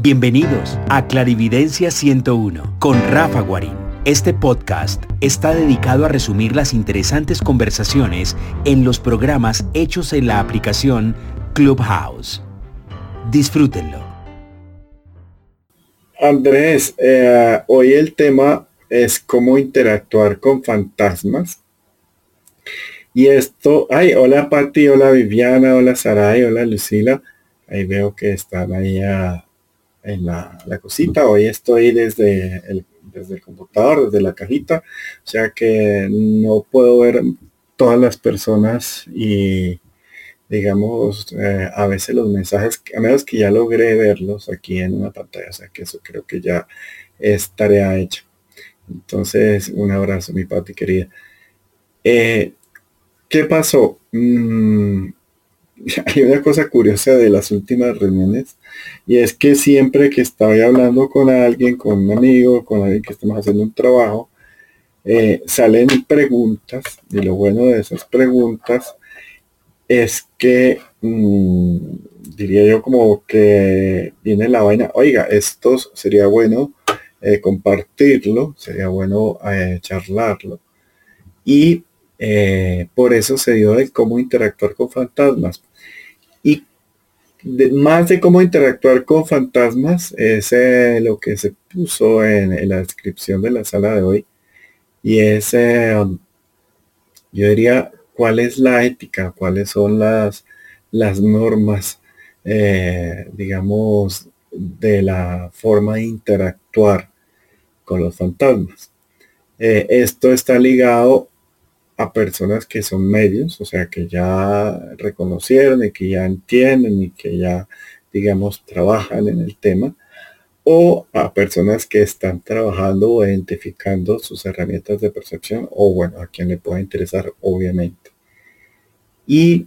Bienvenidos a Clarividencia 101 con Rafa Guarín. Este podcast está dedicado a resumir las interesantes conversaciones en los programas hechos en la aplicación Clubhouse. Disfrútenlo. Andrés, hoy el tema es cómo interactuar con fantasmas. Y esto, hola Pati, hola Viviana, hola Saray, hola Lucila. Ahí veo que están ahí en la cosita. Hoy estoy desde el computador, desde la cajita. O sea que no puedo ver todas las personas y digamos, a veces los mensajes, a menos que ya logré verlos aquí en una pantalla. O sea que eso creo que ya es tarea hecha. Entonces, un abrazo, mi Pati querida. ¿Qué pasó? Hay una cosa curiosa de las últimas reuniones y es que siempre que estaba hablando con alguien, con un amigo, con alguien que estamos haciendo un trabajo, salen preguntas y lo bueno de esas preguntas es que diría yo como que viene la vaina, oiga, esto sería bueno compartirlo, sería bueno charlarlo y por eso se dio de cómo interactuar con fantasmas. Y más de cómo interactuar con fantasmas es lo que se puso en la descripción de la sala de hoy. Y es, yo diría, cuál es la ética, cuáles son las normas, digamos, de la forma de interactuar con los fantasmas. Esto está ligado a personas que son medios, o sea, que ya reconocieron y que ya entienden y que ya, digamos, trabajan en el tema, o a personas que están trabajando o identificando sus herramientas de percepción, o bueno, a quien le pueda interesar, obviamente. Y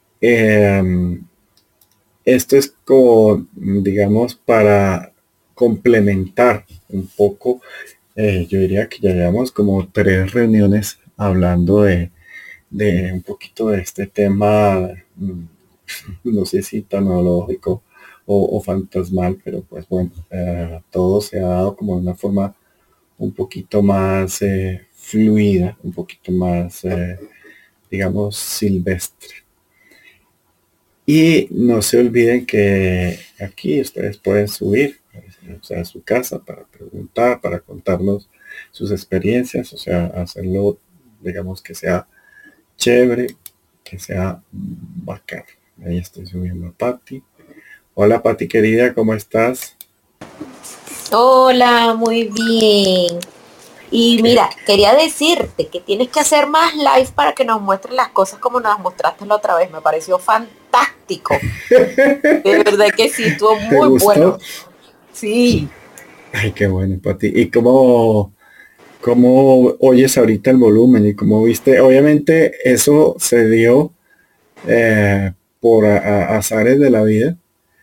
esto es como, digamos, para complementar un poco, yo diría que ya llevamos como 3 reuniones hablando de un poquito de este tema, no sé si tecnológico o fantasmal, pero pues bueno, todo se ha dado como de una forma un poquito más fluida, un poquito más, digamos, silvestre. Y no se olviden que aquí ustedes pueden subir, o sea, a su casa para preguntar, para contarnos sus experiencias, o sea, hacerlo, digamos, que sea chévere, que sea bacán. Ahí estoy subiendo a Pati. Hola Pati querida, ¿cómo estás? Hola, muy bien. Y mira, quería decirte que tienes que hacer más live para que nos muestres las cosas como nos mostraste la otra vez. Me pareció fantástico. De verdad que sí, estuvo ¿Te muy gustó? bueno. Sí. Ay, qué bueno, Pati. ¿Y cómo oyes ahorita el volumen y cómo viste? Obviamente eso se dio por azares de la vida,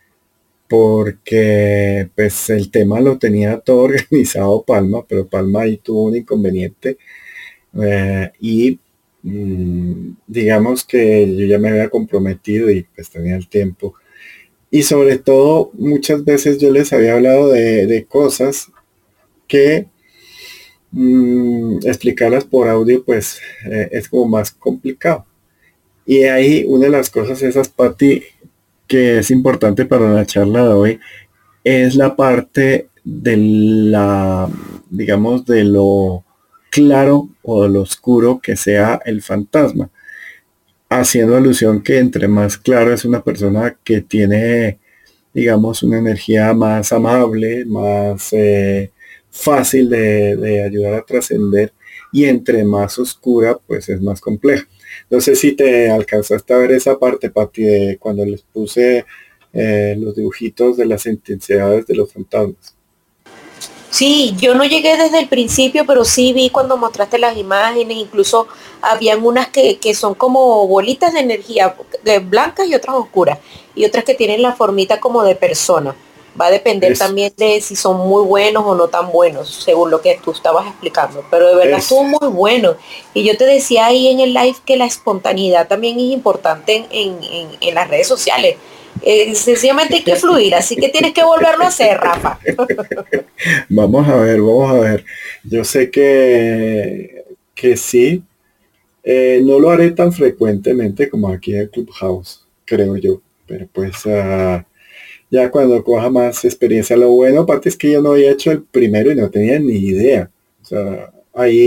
porque pues el tema lo tenía todo organizado Palma, pero Palma ahí tuvo un inconveniente y digamos que yo ya me había comprometido y pues tenía el tiempo. Y sobre todo, muchas veces yo les había hablado de cosas que explicarlas por audio pues es como más complicado. Y ahí una de las cosas esas, Pati, que es importante para la charla de hoy, es la parte de la, digamos, de lo claro o de lo oscuro que sea el fantasma, haciendo alusión que entre más claro es una persona que tiene, digamos, una energía más amable, más fácil de ayudar a trascender, y entre más oscura, pues es más compleja. No sé si te alcanzaste a ver esa parte, Pati, de cuando les puse los dibujitos de las intensidades de los fantasmas. Sí, yo no llegué desde el principio, pero sí vi cuando mostraste las imágenes, incluso habían unas que son como bolitas de energía, blancas y otras oscuras, y otras que tienen la formita como de persona. Va a depender Eso, también de si son muy buenos o no tan buenos, según lo que tú estabas explicando. Pero de verdad eso. estuvo muy bueno. Y yo te decía ahí en el live que la espontaneidad también es importante en las redes sociales. Sencillamente hay que fluir, así que tienes que volverlo a hacer, Rafa. Vamos a ver, vamos a ver. Yo sé que sí. No lo haré tan frecuentemente como aquí en Clubhouse, creo yo. Pero pues ya cuando coja más experiencia, lo bueno, aparte es que yo no había hecho el primero y no tenía ni idea. O sea, ahí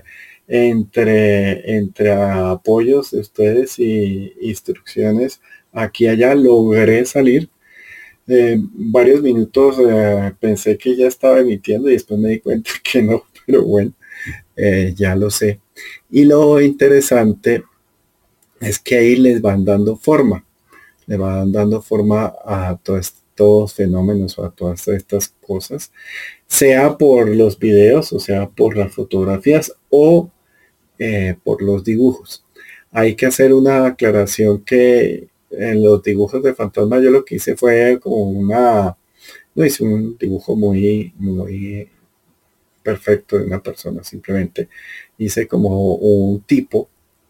entre apoyos de ustedes y instrucciones, aquí y allá logré salir. Varios minutos pensé que ya estaba emitiendo y después me di cuenta que no, pero bueno, ya lo sé. Y lo interesante es que ahí les van dando forma, le van dando forma a todos estos fenómenos o a todas estas cosas, sea por los videos, o sea, por las fotografías o por los dibujos. Hay que hacer una aclaración que en los dibujos de fantasma yo lo que hice fue como no hice un dibujo muy perfecto de una persona, simplemente hice como un tipo,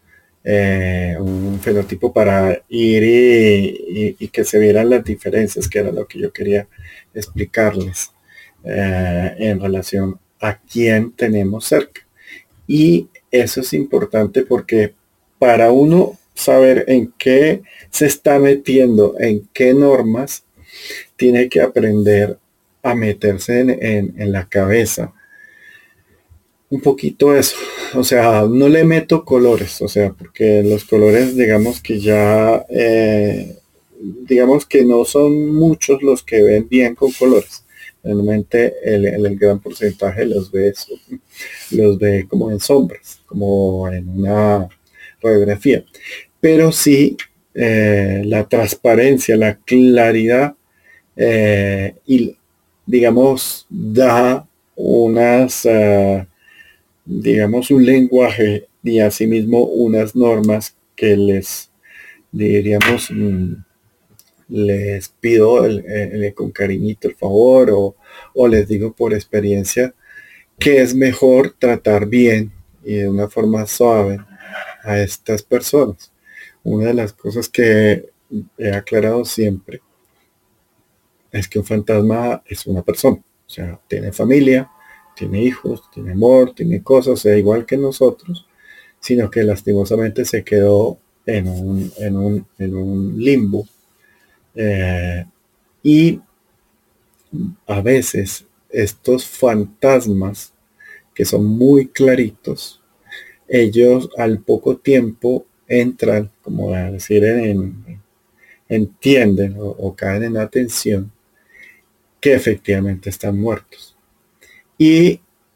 un fenotipo para ir y que se vieran las diferencias, que era lo que yo quería explicarles en relación a quién tenemos cerca. Y eso es importante porque para uno saber en qué se está metiendo, en qué normas, tiene que aprender a meterse en la cabeza un poquito eso. O sea, no le meto colores, o sea, porque los colores, digamos que ya, digamos que no son muchos los que ven bien con colores. Realmente el gran porcentaje los ve como en sombras, como en una radiografía. Pero sí, la transparencia, la claridad y, digamos, da unas digamos, un lenguaje y asimismo unas normas que les, diríamos, les pido con cariñito el favor o les digo por experiencia que es mejor tratar bien y de una forma suave a estas personas. Una de las cosas que he aclarado siempre es que un fantasma es una persona, o sea, tiene familia, tiene hijos, tiene amor, tiene cosas, o sea, igual que nosotros, sino que lastimosamente se quedó en un limbo. eh, y a veces estos fantasmas que son muy claritos, ellos al poco tiempo entran, como a decir, entienden o caen en atención que efectivamente están muertos. Y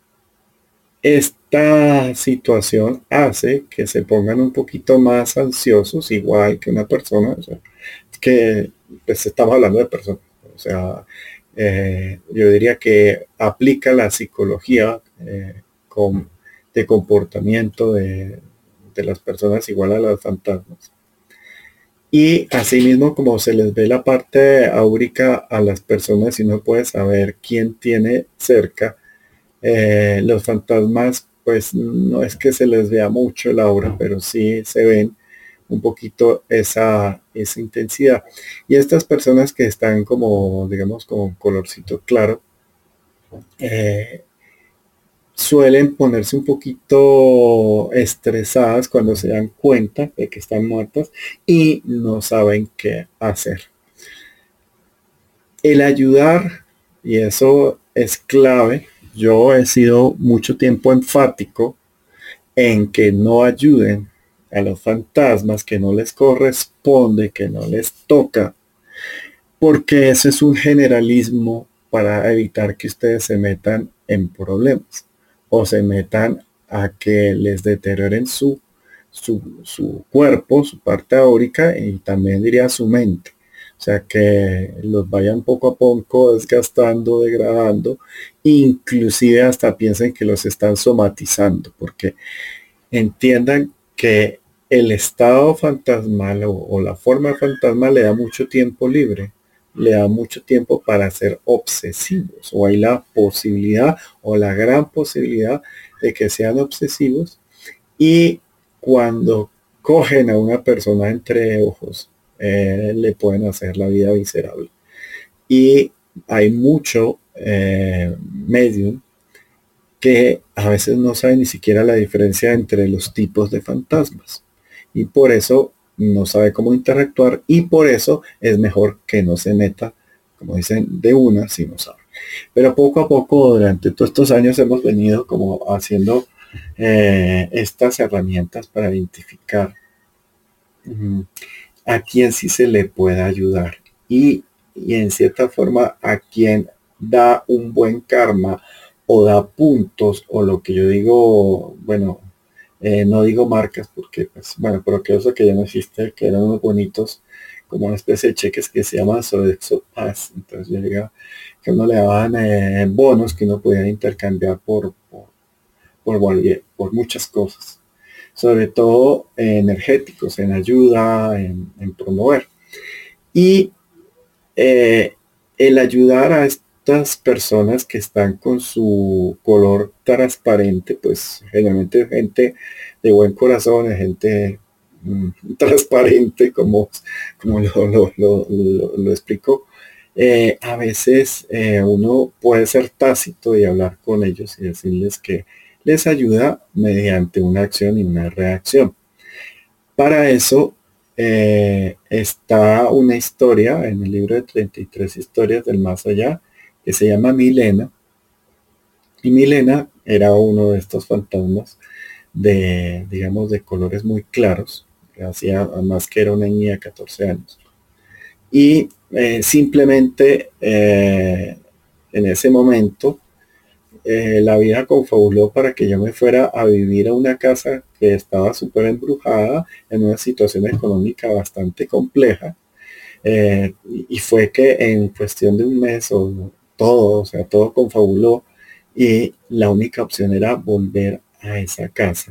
esta situación hace que se pongan un poquito más ansiosos, igual que una persona, o sea, que pues estamos hablando de personas, o sea, yo diría que aplica la psicología de comportamiento de las personas igual a los fantasmas. Y asimismo, como se les ve la parte áurica a las personas y uno puede saber quién tiene cerca, los fantasmas, pues no es que se les vea mucho el aura, pero sí se ven un poquito esa intensidad. Y estas personas que están como, digamos, con colorcito claro, eh, suelen ponerse un poquito estresadas cuando se dan cuenta de que están muertas y no saben qué hacer. El ayudar, y eso es clave, yo he sido mucho tiempo enfático en que no ayuden a los fantasmas, que no les corresponde, que no les toca, porque eso es un generalismo para evitar que ustedes se metan en problemas o se metan a que les deterioren su cuerpo, su parte áurica y también diría su mente. O sea, que los vayan poco a poco desgastando, degradando, inclusive hasta piensen que los están somatizando, porque entiendan que el estado fantasmal o la forma fantasmal le da mucho tiempo libre le da mucho tiempo para ser obsesivos, o hay la posibilidad o la gran posibilidad de que sean obsesivos, y cuando cogen a una persona entre ojos, le pueden hacer la vida miserable. Y hay mucho medium que a veces no sabe ni siquiera la diferencia entre los tipos de fantasmas, y por eso no sabe cómo interactuar, y por eso es mejor que no se meta, como dicen, de una si no sabe. Pero poco a poco, durante todos estos años, hemos venido como haciendo estas herramientas para identificar a quién sí se le puede ayudar, y en cierta forma a quien da un buen karma o da puntos, o lo que yo digo, bueno, no digo marcas porque, pues, bueno, pero que eso que ya no existe, que eran unos bonitos, como una especie de cheques que se llama Sodexo Paz. Entonces yo digo que uno le daban bonos que uno podía intercambiar por muchas cosas, sobre todo energéticos, en ayuda, en promover. Y el ayudar a estas personas que están con su color transparente, pues generalmente gente de buen corazón, gente transparente, como lo explico. A veces uno puede ser tácito y hablar con ellos y decirles que les ayuda mediante una acción y una reacción. Para eso está una historia en el libro de 33 historias del más allá, que se llama Milena. Y Milena era uno de estos fantasmas de, digamos, de colores muy claros, que hacía, además que era una niña de 14 años. Y simplemente en ese momento la vida confabuló para que yo me fuera a vivir a una casa que estaba súper embrujada, en una situación económica bastante compleja, y fue que en cuestión de un mes o sea, todo confabuló, y la única opción era volver a esa casa,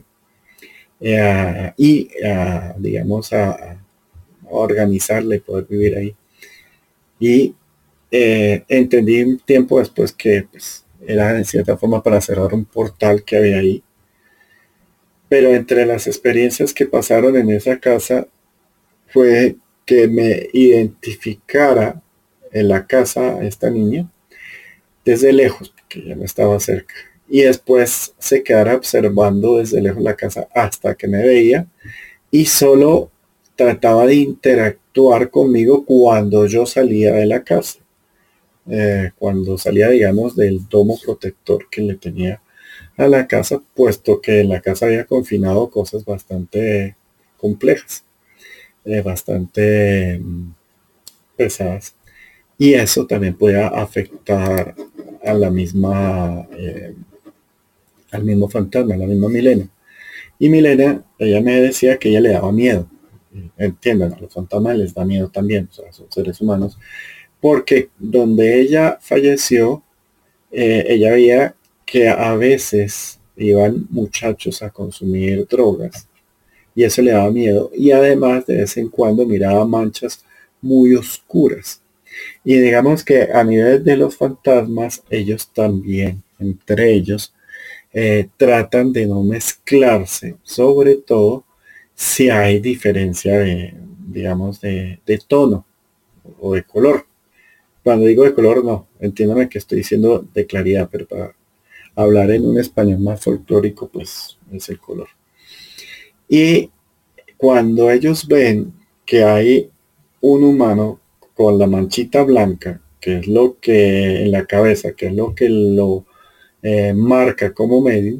digamos, a organizarla y poder vivir ahí. Y entendí un tiempo después que, pues, era de cierta forma para cerrar un portal que había ahí. Pero entre las experiencias que pasaron en esa casa fue que me identificara en la casa esta niña desde lejos, porque ya no estaba cerca. Y después se quedara observando desde lejos la casa hasta que me veía, y solo trataba de interactuar conmigo cuando yo salía de la casa. Cuando salía, digamos, del domo protector que le tenía a la casa, puesto que en la casa había confinado cosas bastante complejas, bastante pesadas. Y eso también podía afectar a la misma, al mismo fantasma, a la misma Milena. Y Milena, ella me decía que ella le daba miedo. Entiendan, a los fantasmas les da miedo también, o sea, son seres humanos, porque donde ella falleció, ella veía que a veces iban muchachos a consumir drogas, y eso le daba miedo, y además de vez en cuando miraba manchas muy oscuras. Y digamos que a nivel de los fantasmas, ellos también, entre ellos, tratan de no mezclarse, sobre todo si hay diferencia de, digamos, de tono o de color. Cuando digo de color, no, entiéndame que estoy diciendo de claridad, pero para hablar en un español más folclórico, pues es el color. Y cuando ellos ven que hay un humano con la manchita blanca, que es lo que en la cabeza, que es lo que lo marca como medio,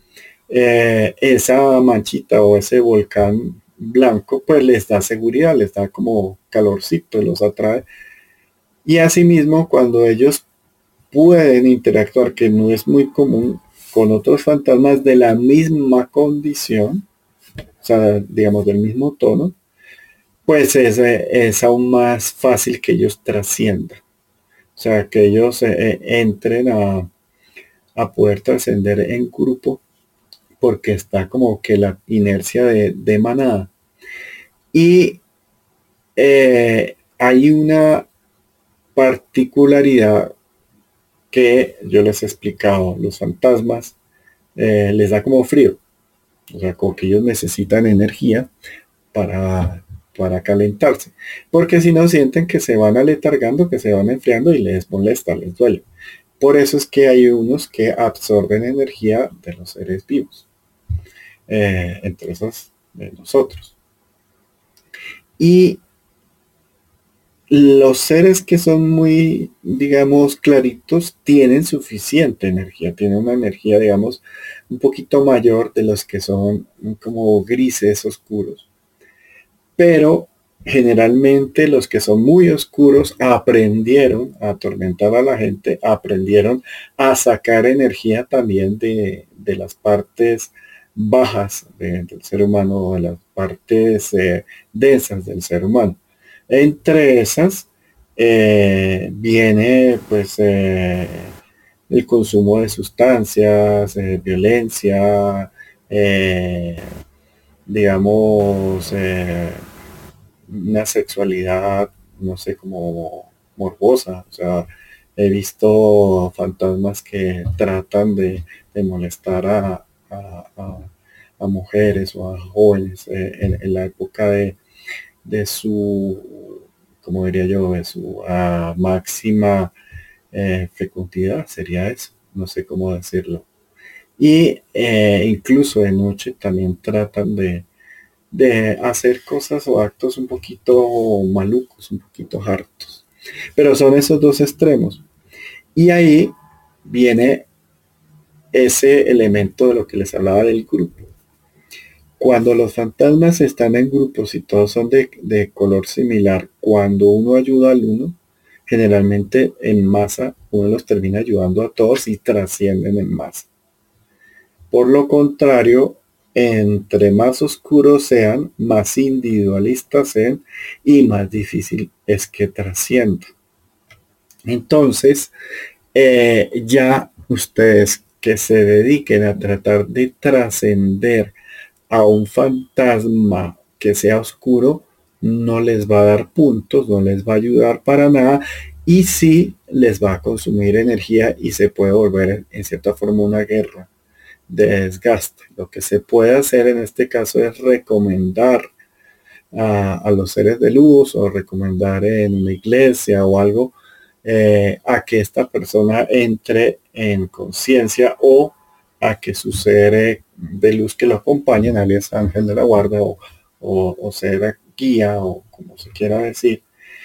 esa manchita o ese volcán blanco, pues les da seguridad, les da como calorcito, los atrae. Y asimismo, cuando ellos pueden interactuar, que no es muy común, con otros fantasmas de la misma condición, o sea, digamos del mismo tono, pues es aún más fácil que ellos trasciendan. O sea, que ellos entren a poder trascender en grupo, porque está como que la inercia de manada. Y hay una particularidad que yo les he explicado, los fantasmas les da como frío, o sea, como que ellos necesitan energía para, para calentarse, porque si no sienten que se van aletargando, que se van enfriando y les molesta, les duele. Por eso es que hay unos que absorben energía de los seres vivos, entre esos de nosotros. Y los seres que son muy, digamos, claritos, tienen suficiente energía, tienen una energía, digamos, un poquito mayor de los que son como grises oscuros. Pero generalmente los que son muy oscuros aprendieron a atormentar a la gente, aprendieron a sacar energía también de las partes bajas del ser humano, de las partes densas del ser humano. Entre esas viene pues el consumo de sustancias, violencia, eh, digamos, una sexualidad, no sé, como morbosa. O sea, he visto fantasmas que tratan de molestar a mujeres o a jóvenes en la época de su, como diría yo, de su máxima fecundidad, sería eso, no sé cómo decirlo. Y incluso de noche también tratan de hacer cosas o actos un poquito malucos, un poquito hartos. Pero son esos dos extremos. Y ahí viene ese elemento de lo que les hablaba del grupo. Cuando los fantasmas están en grupos y todos son de color similar, cuando uno ayuda al uno, generalmente en masa uno los termina ayudando a todos y trascienden en masa. Por lo contrario, entre más oscuros sean, más individualistas sean y más difícil es que trasciendan. Entonces, ya ustedes que se dediquen a tratar de trascender a un fantasma que sea oscuro, no les va a dar puntos, no les va a ayudar para nada y sí les va a consumir energía y se puede volver en cierta forma una guerra de desgaste. Lo que se puede hacer en este caso es recomendar a los seres de luz o recomendar en una iglesia o algo a que esta persona entre en conciencia o a que su ser de luz que lo acompañen, alias ángel de la guarda o ser guía o como se quiera decir,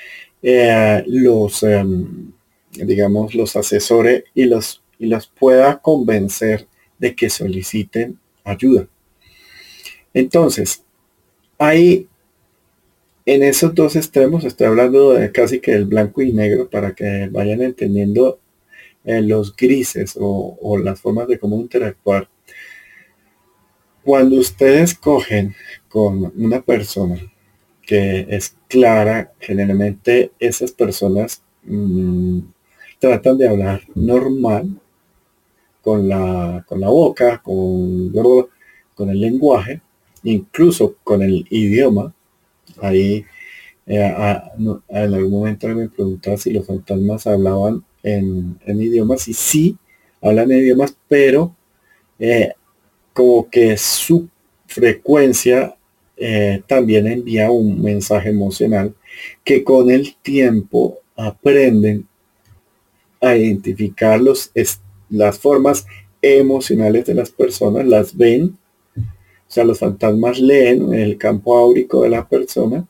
los digamos los asesore y los pueda convencer de que soliciten ayuda. Entonces, ahí en esos dos extremos, estoy hablando de casi que el blanco y negro para que vayan entendiendo los grises o las formas de cómo interactuar. Cuando ustedes cogen con una persona que es clara, generalmente esas personas tratan de hablar normal, con la boca, con el lenguaje, incluso con el idioma. Ahí en algún momento me preguntaba si los fantasmas hablaban en idiomas, y sí, hablan en idiomas, pero como que su frecuencia también envía un mensaje emocional que con el tiempo aprenden a identificar las formas emocionales de las personas, las ven. O sea, los fantasmas leen el campo áurico de la persona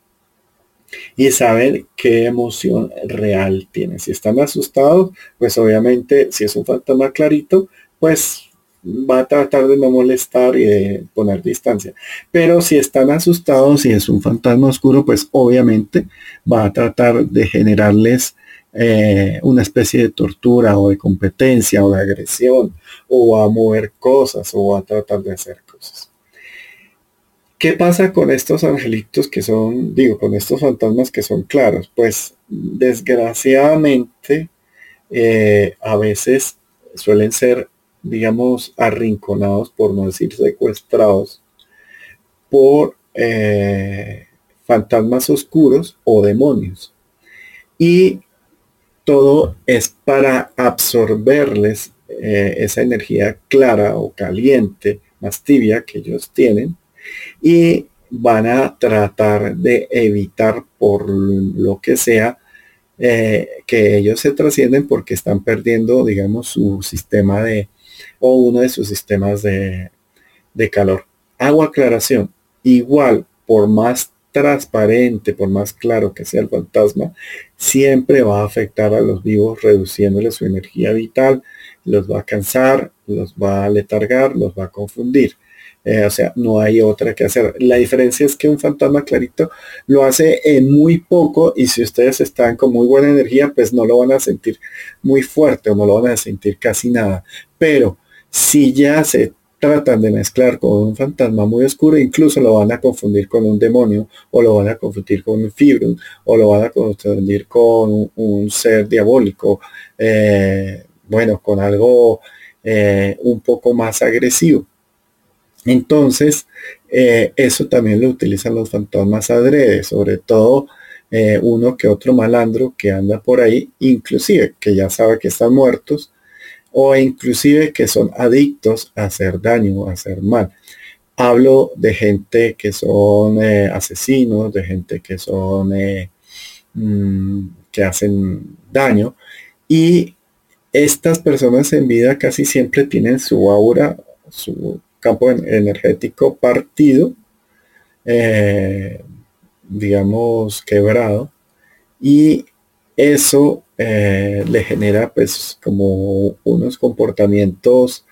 y saben qué emoción real tienen. Si están asustados, pues obviamente si es un fantasma clarito, pues va a tratar de no molestar y de poner distancia. Pero si están asustados y es un fantasma oscuro, pues obviamente va a tratar de generarles una especie de tortura o de competencia o de agresión, o va a mover cosas o va a tratar de hacer cosas. ¿Qué pasa con estos angelitos que son, digo, con estos fantasmas que son claros? Pues desgraciadamente a veces suelen ser, digamos, arrinconados, por no decir secuestrados, por fantasmas oscuros o demonios. Y todo es para absorberles esa energía clara o caliente, más tibia que ellos tienen, y van a tratar de evitar por lo que sea que ellos se trascienden porque están perdiendo, digamos, su sistema o uno de sus sistemas de calor. Hago aclaración, igual, por más transparente, por más claro que sea el fantasma, siempre va a afectar a los vivos reduciéndole su energía vital, los va a cansar, los va a letargar, los va a confundir. O sea, no hay otra que hacer. La diferencia es que un fantasma clarito lo hace en muy poco, y si ustedes están con muy buena energía, pues no lo van a sentir muy fuerte o no lo van a sentir casi nada. Pero si ya se tratan de mezclar con un fantasma muy oscuro, incluso lo van a confundir con un demonio, o lo van a confundir con un fibro, o lo van a confundir con un ser diabólico, bueno, con algo un poco más agresivo. Entonces, eso también lo utilizan los fantasmas adrede, sobre todo uno que otro malandro que anda por ahí, inclusive que ya sabe que están muertos, o inclusive que son adictos a hacer daño, a hacer mal. Hablo de gente que son asesinos, de gente que son que hacen daño, y estas personas en vida casi siempre tienen su aura, su campo energético partido, digamos, quebrado, y eso le genera pues como unos comportamientos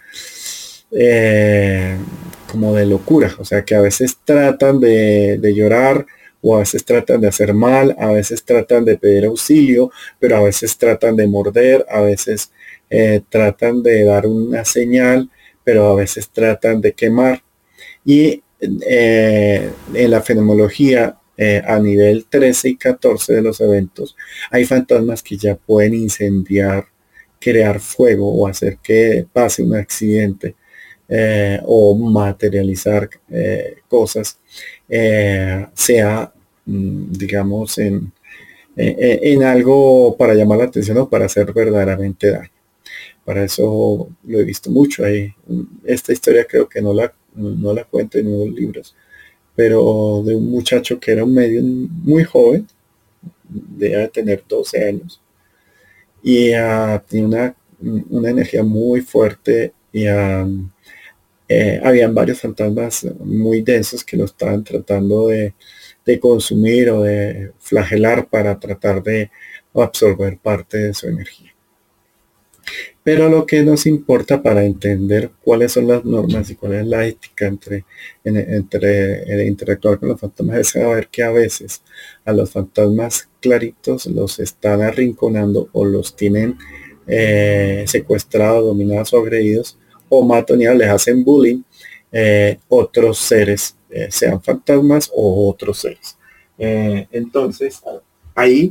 como de locura, o sea que a veces tratan de llorar, o a veces tratan de hacer mal, a veces tratan de pedir auxilio, pero a veces tratan de morder, a veces tratan de dar una señal, pero a veces tratan de quemar. Y en la fenomenología, a nivel 13 y 14 de los eventos, hay fantasmas que ya pueden incendiar, crear fuego o hacer que pase un accidente, o materializar cosas, sea, digamos, en algo para llamar la atención o para hacer verdaderamente daño. Para eso lo he visto mucho. Esta historia creo que no la cuento en unos libros, pero de un muchacho que era un medio muy joven, debe tener 12 años, y tenía una energía muy fuerte, y habían varios fantasmas muy densos que lo estaban tratando de consumir o de flagelar para tratar de absorber parte de su energía. Pero lo que nos importa para entender cuáles son las normas y cuál es la ética entre interactuar con los fantasmas es saber que a veces a los fantasmas claritos los están arrinconando o los tienen secuestrados, dominados o agredidos, o matoneados, les hacen bullying otros seres, sean fantasmas o otros seres. Entonces, ahí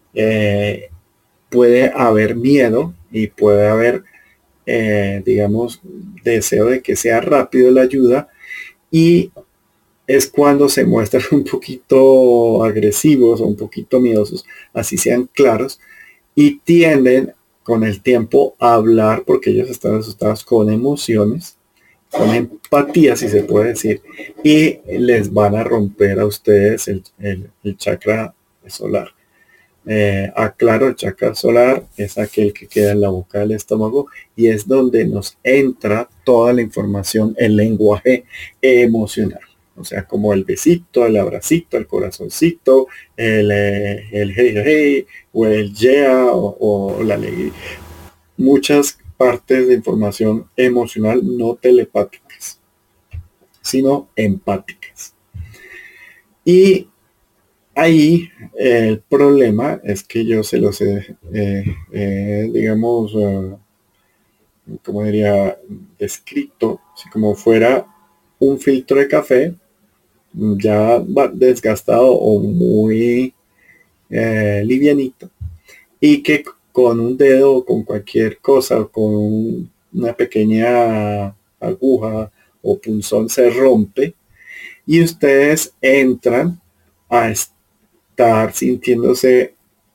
puede haber miedo y puede haber, digamos, deseo de que sea rápido la ayuda, y es cuando se muestran un poquito agresivos o un poquito miedosos, así sean claros, y tienden con el tiempo a hablar porque ellos están asustados con emociones, con empatía, si se puede decir, y les van a romper a ustedes el chakra solar. Aclaro, el chakra solar es aquel que queda en la boca del estómago, y es donde nos entra toda la información, el lenguaje emocional. O sea, como el besito, el abracito, el corazoncito, el hey, hey, o el yeah, o la alegría. Muchas partes de información emocional, no telepáticas, sino empáticas. Y ahí el problema es que yo se los he, digamos, como diría, descrito, así como fuera un filtro de café ya desgastado o muy livianito, y que con un dedo o con cualquier cosa, o con una pequeña aguja o punzón, se rompe, y ustedes entran a estar sintiéndose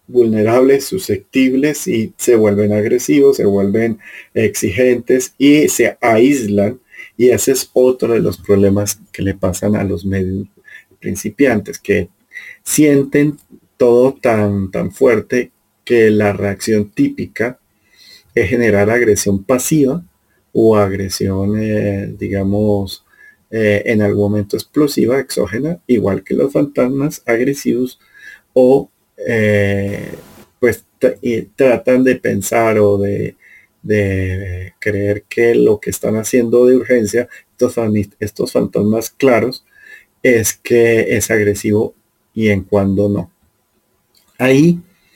vulnerables, susceptibles y se vuelven agresivos, se vuelven exigentes y se aíslan. Y ese es otro de los problemas que le pasan a los medios principiantes, que sienten todo tan fuerte que la reacción típica es generar agresión pasiva o agresión, digamos, en algún momento explosiva, exógena, igual que los fantasmas agresivos o pues tratan de pensar o de creer que lo que están haciendo de urgencia, estos fantasmas claros, es que es agresivo y en cuando no. Ahí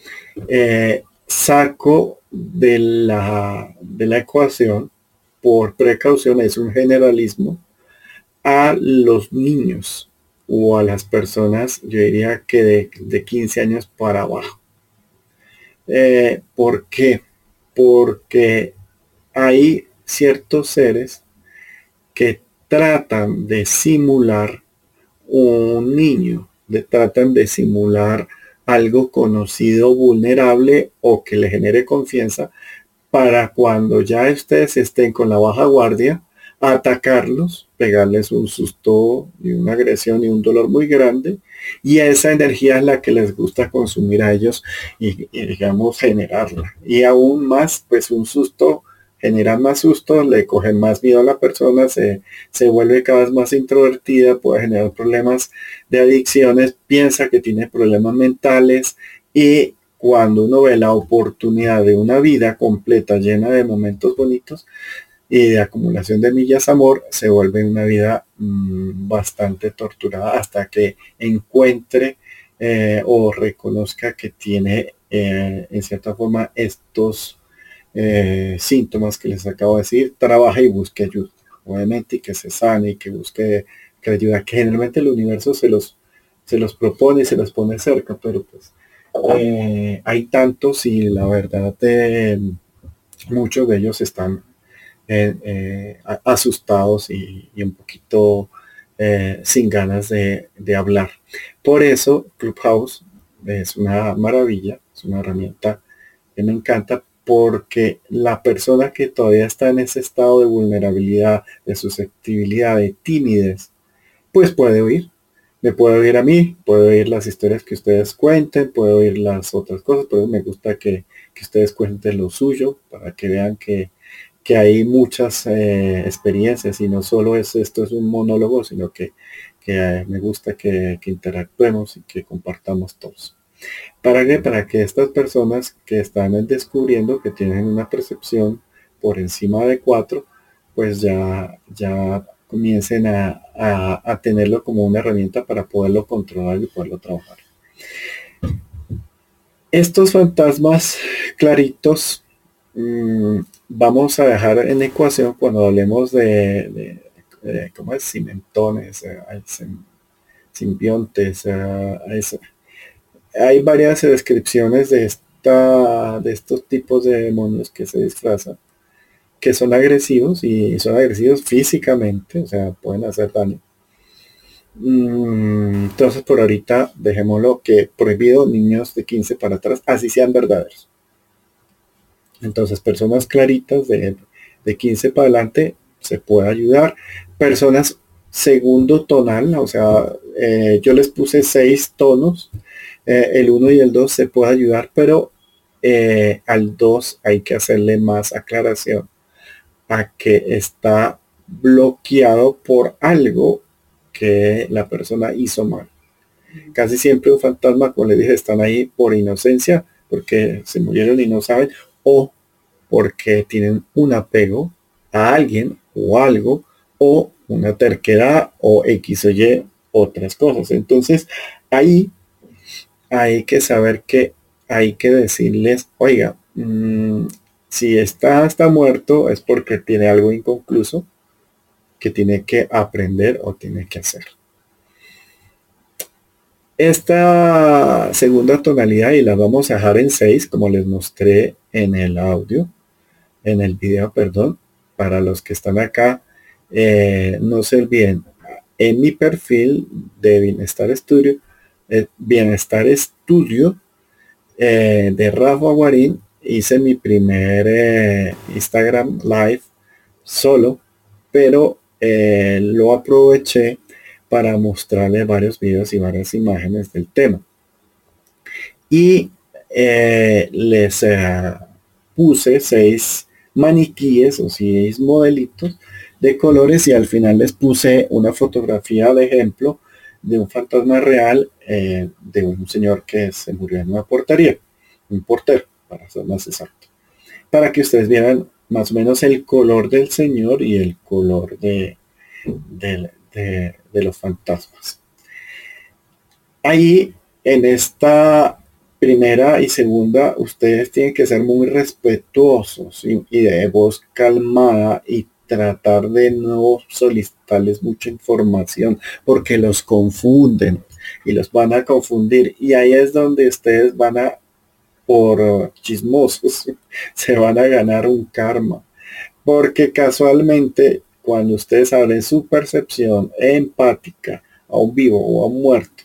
saco de la ecuación, por precaución, es un generalismo, a los niños o a las personas, yo diría que de 15 años para abajo. ¿Por qué? Porque hay ciertos seres que tratan de simular un niño, tratan de simular algo conocido vulnerable o que le genere confianza para cuando ya ustedes estén con la baja guardia, atacarlos, pegarles un susto y una agresión y un dolor muy grande, y esa energía es la que les gusta consumir a ellos y digamos generarla. Y aún más, pues un susto genera más susto, le cogen más miedo a la persona, se vuelve cada vez más introvertida, puede generar problemas de adicciones, piensa que tiene problemas mentales y cuando uno ve la oportunidad de una vida completa llena de momentos bonitos y de acumulación de millas amor, se vuelve una vida bastante torturada hasta que encuentre o reconozca que tiene en cierta forma estos síntomas que les acabo de decir, trabaja y busque ayuda, obviamente, y que se sane y que busque que ayuda, que generalmente el universo se los propone y se los pone cerca, pero pues hay tantos y la verdad muchos de ellos están asustados y un poquito sin ganas de hablar. Por eso Clubhouse es una maravilla, es una herramienta que me encanta porque la persona que todavía está en ese estado de vulnerabilidad, de susceptibilidad, de timidez, pues puede oír. Me puede oír a mí, puede oír las historias que ustedes cuenten, puede oír las otras cosas, pero me gusta que ustedes cuenten lo suyo para que vean que hay muchas experiencias y no solo esto es un monólogo, sino que me gusta que interactuemos y que compartamos todos. ¿Para qué? Para que estas personas que están descubriendo que tienen una percepción por encima de 4, pues ya comiencen a tenerlo como una herramienta para poderlo controlar y poderlo trabajar. Estos fantasmas claritos vamos a dejar en ecuación cuando hablemos de ¿cómo es? Cimentones, simbiontes, hay varias descripciones de estos tipos de demonios que se disfrazan, que son agresivos y son agresivos físicamente, o sea, pueden hacer daño. Entonces por ahorita dejémoslo que prohibido niños de 15 para atrás, así sean verdaderos. Entonces personas claritas de 15 para adelante se puede ayudar. Personas segundo tonal, o sea, yo les puse 6 tonos, el 1 y el 2 se puede ayudar, pero al 2 hay que hacerle más aclaración a que está bloqueado por algo que la persona hizo mal. Casi siempre un fantasma, como les dije, están ahí por inocencia, porque se murieron y no saben, o porque tienen un apego a alguien o algo, o una terquedad, o X o Y, otras cosas. Entonces, ahí hay que saber que hay que decirles, oiga, si está muerto es porque tiene algo inconcluso que tiene que aprender o tiene que hacer. Esta segunda tonalidad, y la vamos a dejar en 6, como les mostré en el audio, en el video, perdón, para los que están acá, no se olviden, en mi perfil de Bienestar Studio, de Rafa Guarín hice mi primer Instagram Live solo, pero lo aproveché para mostrarle varios videos y varias imágenes del tema. Y les puse 6 maniquíes o 6 modelitos de colores y al final les puse una fotografía de ejemplo de un fantasma real de un señor que se murió en una portería, un portero, para ser más exacto, para que ustedes vieran más o menos el color del señor y el color de los fantasmas. Ahí en esta primera y segunda, ustedes tienen que ser muy respetuosos y de voz calmada y tratar de no solicitarles mucha información porque los confunden y los van a confundir. Y ahí es donde ustedes van a, por chismosos, se van a ganar un karma. Porque casualmente, cuando ustedes abren su percepción empática a un vivo o a un muerto,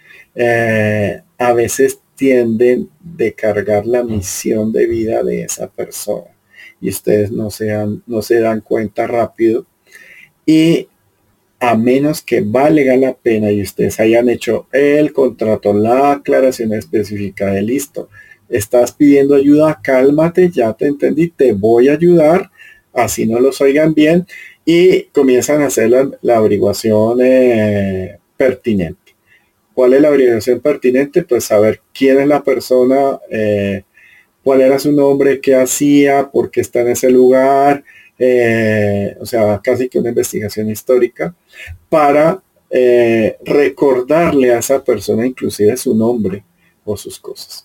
a veces tienden de cargar la misión de vida de esa persona y ustedes no se dan cuenta rápido, y a menos que valga la pena y ustedes hayan hecho el contrato, la aclaración específica de listo, estás pidiendo ayuda, cálmate, ya te entendí, te voy a ayudar, así no los oigan bien, y comienzan a hacer la averiguación pertinente. ¿Cuál es la averiguación pertinente? Pues saber quién es la persona, cuál era su nombre, qué hacía, por qué está en ese lugar, o sea, casi que una investigación histórica, para recordarle a esa persona inclusive su nombre o sus cosas.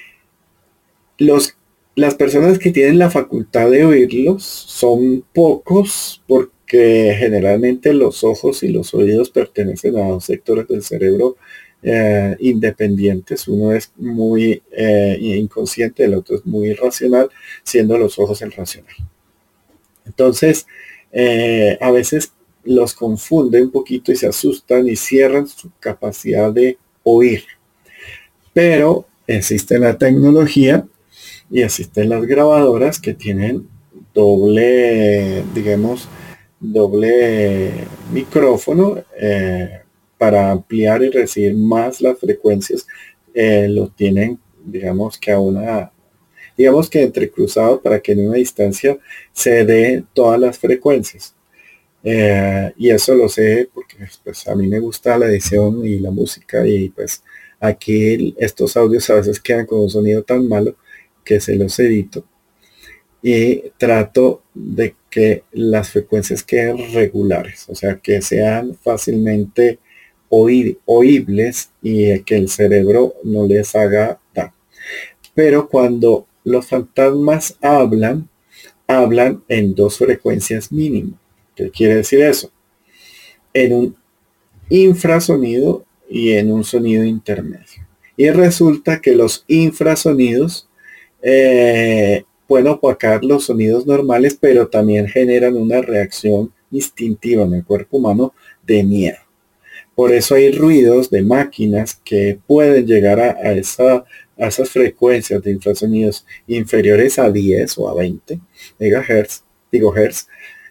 Las personas que tienen la facultad de oírlos son pocos porque generalmente los ojos y los oídos pertenecen a dos sectores del cerebro independientes. Uno es muy inconsciente, el otro es muy racional, siendo los ojos el racional. Entonces, a veces los confunde un poquito y se asustan y cierran su capacidad de oír. Pero existe la tecnología y existen las grabadoras que tienen doble, digamos, doble micrófono para ampliar y recibir más las frecuencias. Lo tienen, digamos que entrecruzado para que en una distancia se dé todas las frecuencias. Y eso lo sé porque pues a mí me gusta la edición y la música, y pues aquí estos audios a veces quedan con un sonido tan malo que se los edito y trato de que las frecuencias queden regulares, o sea, que sean fácilmente oíbles y que el cerebro no les haga daño. Pero cuando los fantasmas hablan en 2 frecuencias mínimas. ¿Qué quiere decir eso? En un infrasonido y en un sonido intermedio. Y resulta que los infrasonidos pueden opacar los sonidos normales, pero también generan una reacción instintiva en el cuerpo humano de miedo. Por eso hay ruidos de máquinas que pueden llegar a esas frecuencias de infrasonidos inferiores a 10 o a 20 megahertz, hertz,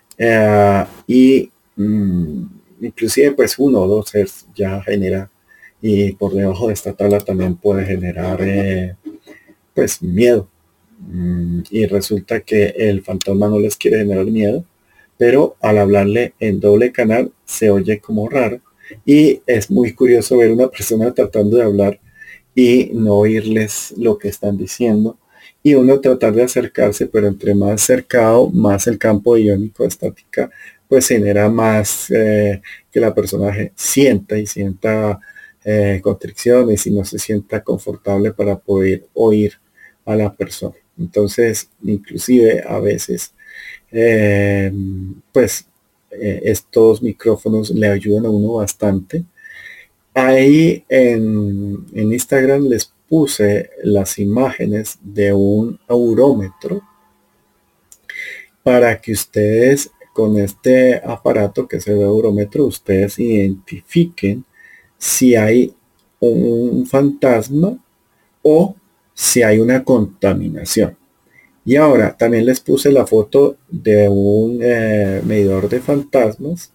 y inclusive pues 1 o 2 hertz ya genera, y por debajo de esta tabla también puede generar pues miedo. Y resulta que el fantasma no les quiere generar miedo, pero al hablarle en doble canal se oye como raro, y es muy curioso ver una persona tratando de hablar y no oírles lo que están diciendo, y uno tratar de acercarse, pero entre más cercado, más el campo iónico estática pues genera más que la persona sienta constricciones y no se sienta confortable para poder oír a la persona. Entonces, inclusive a veces estos micrófonos le ayudan a uno bastante. Ahí en Instagram les puse las imágenes de un aurómetro para que ustedes con este aparato, que es el aurómetro, ustedes identifiquen si hay un fantasma o si hay una contaminación. Y ahora también les puse la foto de un medidor de fantasmas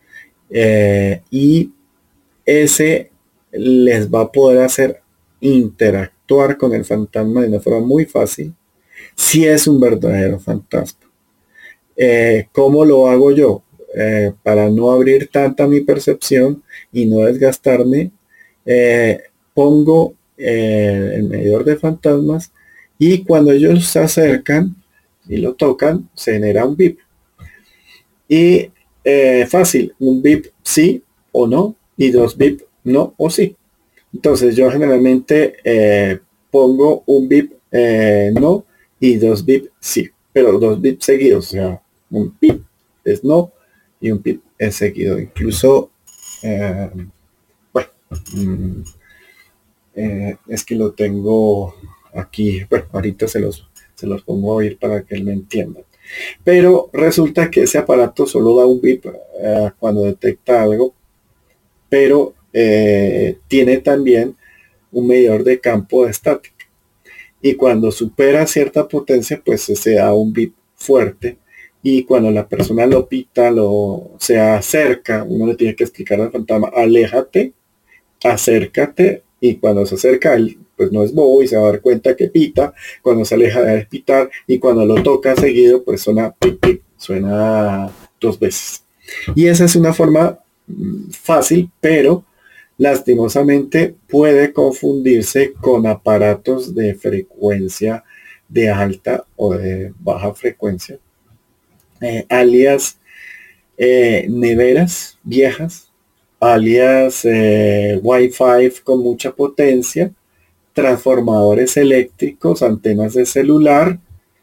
y ese les va a poder hacer interactuar con el fantasma de una forma muy fácil si es un verdadero fantasma. ¿Cómo lo hago yo? Para no abrir tanta mi percepción y no desgastarme, pongo el medidor de fantasmas y cuando ellos se acercan y lo tocan, se genera un bip. Y fácil, un bip sí o no y dos bip no o sí. Entonces yo generalmente pongo un bip no y dos bip sí, pero dos bip seguidos, o sea, un bip es no y un bip es seguido. Incluso, bueno, mm, es que lo tengo aquí, bueno, ahorita se los pongo a oír para que él me entienda. Pero resulta que ese aparato solo da un bip cuando detecta algo, pero tiene también un medidor de campo de estática. Y cuando supera cierta potencia, pues se da un bip fuerte. Y cuando la persona lo pita, se acerca, uno le tiene que explicar al fantasma, aléjate, acércate, y cuando se acerca, él pues no es bobo y se va a dar cuenta que pita, cuando se aleja de pitar, y cuando lo toca seguido, pues suena pip, pip, suena dos veces. Y esa es una forma fácil, pero lastimosamente puede confundirse con aparatos de frecuencia de alta o de baja frecuencia, alias neveras viejas, alias Wi-Fi con mucha potencia, transformadores eléctricos, antenas de celular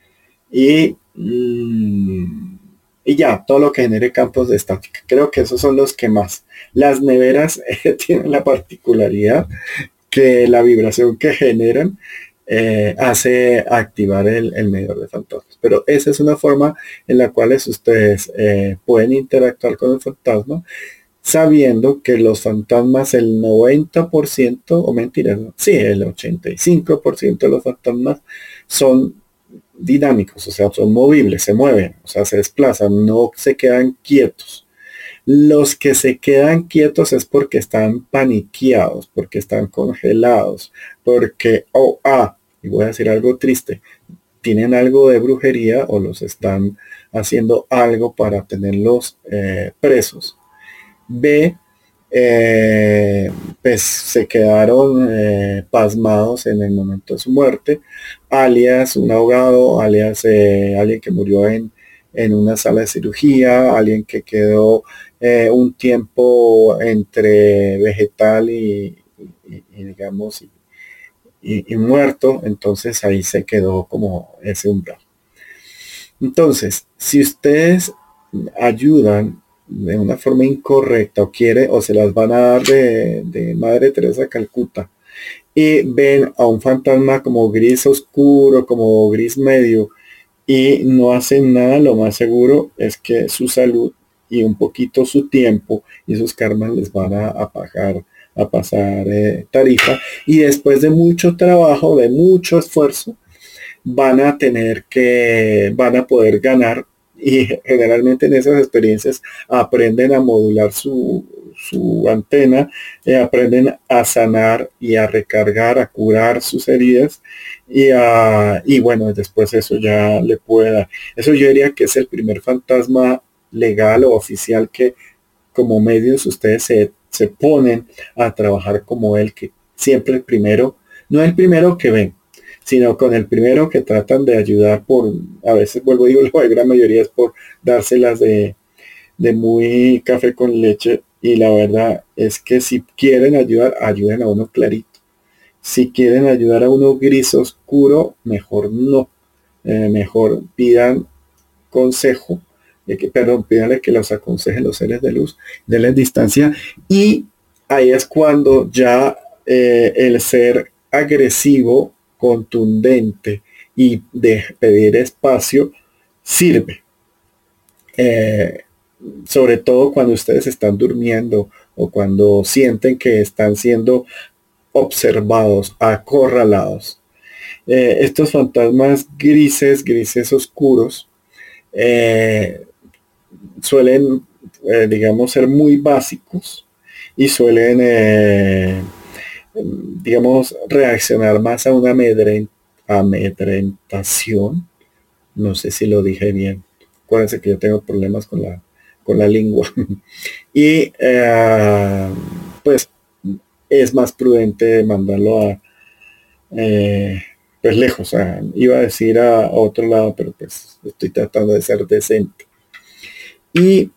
y ya, todo lo que genere campos de estática. Creo que esos son los que más. Las neveras tienen la particularidad que la vibración que generan hace activar el medidor de fantasmas. Pero esa es una forma en la cual ustedes pueden interactuar con el fantasma, sabiendo que los fantasmas, el 90%, o mentiras, ¿no? Sí, el 85% de los fantasmas son dinámicos, o sea, son movibles, se mueven, o sea, se desplazan, no se quedan quietos. Los que se quedan quietos es porque están paniqueados, porque están congelados, porque, y voy a decir algo triste, tienen algo de brujería o los están haciendo algo para tenerlos presos. B, pues se quedaron pasmados en el momento de su muerte, alias un ahogado, alias alguien que murió en una sala de cirugía, alguien que quedó un tiempo entre vegetal y digamos y muerto, entonces ahí se quedó como ese umbral. Entonces, si ustedes ayudan de una forma incorrecta o se las van a dar de Madre Teresa de Calcuta y ven a un fantasma como gris oscuro, como gris medio y no hacen nada, lo más seguro es que su salud y un poquito su tiempo y sus karmas les van a pasar tarifa, y después de mucho trabajo, de mucho esfuerzo, van a poder ganar, y generalmente en esas experiencias aprenden a modular su antena, aprenden a sanar y a recargar, a curar sus heridas y bueno, después eso ya le puede dar. Eso yo diría que es el primer fantasma legal o oficial que como medios ustedes se ponen a trabajar como el que siempre el primero, no el primero que ven, sino con el primero que tratan de ayudar a veces vuelvo digo, la gran mayoría es por dárselas de muy café con leche, y la verdad es que si quieren ayudar, ayuden a uno clarito. Si quieren ayudar a uno gris oscuro, mejor no. Mejor pidan consejo, pídanle que los aconsejen los seres de luz, denles distancia, y ahí es cuando ya el ser agresivo, contundente y de pedir espacio sirve. Sobre todo cuando ustedes están durmiendo o cuando sienten que están siendo observados, acorralados. Estos fantasmas grises oscuros, suelen, digamos, ser muy básicos y suelen, digamos, reaccionar más a una amedrentación. No sé si lo dije bien. Acuérdense que yo tengo problemas con la lengua. Y pues es más prudente mandarlo a pues lejos. Iba a decir a otro lado, pero pues estoy tratando de ser decente. Y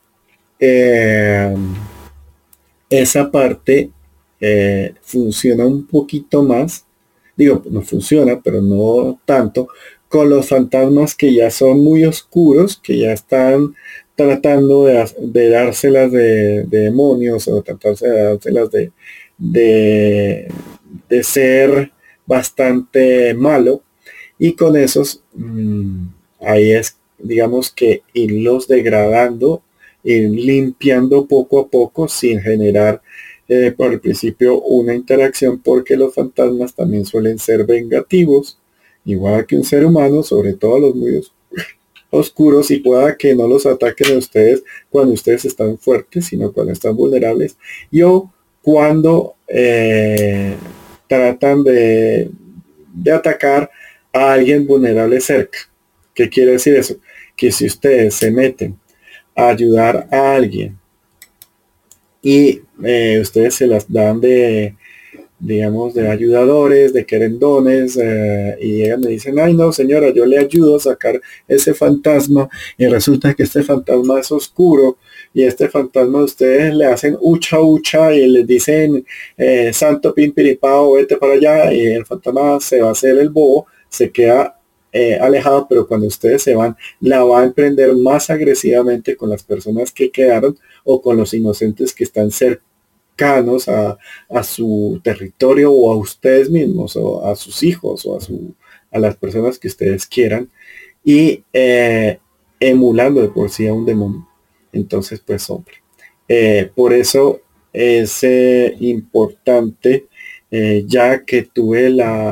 esa parte funciona un poquito más, digo, no funciona, pero no tanto, con los fantasmas que ya son muy oscuros, que ya están tratando de dárselas de demonios o tratarse de dárselas de ser bastante malo, y con esos ahí es, digamos, que irlos degradando, ir limpiando poco a poco sin generar por el principio una interacción, porque los fantasmas también suelen ser vengativos, igual que un ser humano, sobre todo los muy oscuros, y pueda que no los ataquen a ustedes cuando ustedes están fuertes, sino cuando están vulnerables, o cuando tratan de atacar a alguien vulnerable cerca. ¿Qué quiere decir eso? Que si ustedes se meten a ayudar a alguien y ustedes se las dan de, digamos, de ayudadores, de querendones, y llegan y dicen, ay no señora, yo le ayudo a sacar ese fantasma, y resulta que este fantasma es oscuro, y este fantasma ustedes le hacen ucha y les dicen santo pimpiripao, vete para allá, y el fantasma se va a hacer el bobo, se queda alejado, pero cuando ustedes se van, la va a emprender más agresivamente con las personas que quedaron o con los inocentes que están cercanos a su territorio, o a ustedes mismos, o a sus hijos, o a las personas que ustedes quieran, y emulando de por sí a un demonio. Entonces, pues hombre, por eso es importante, ya que tuve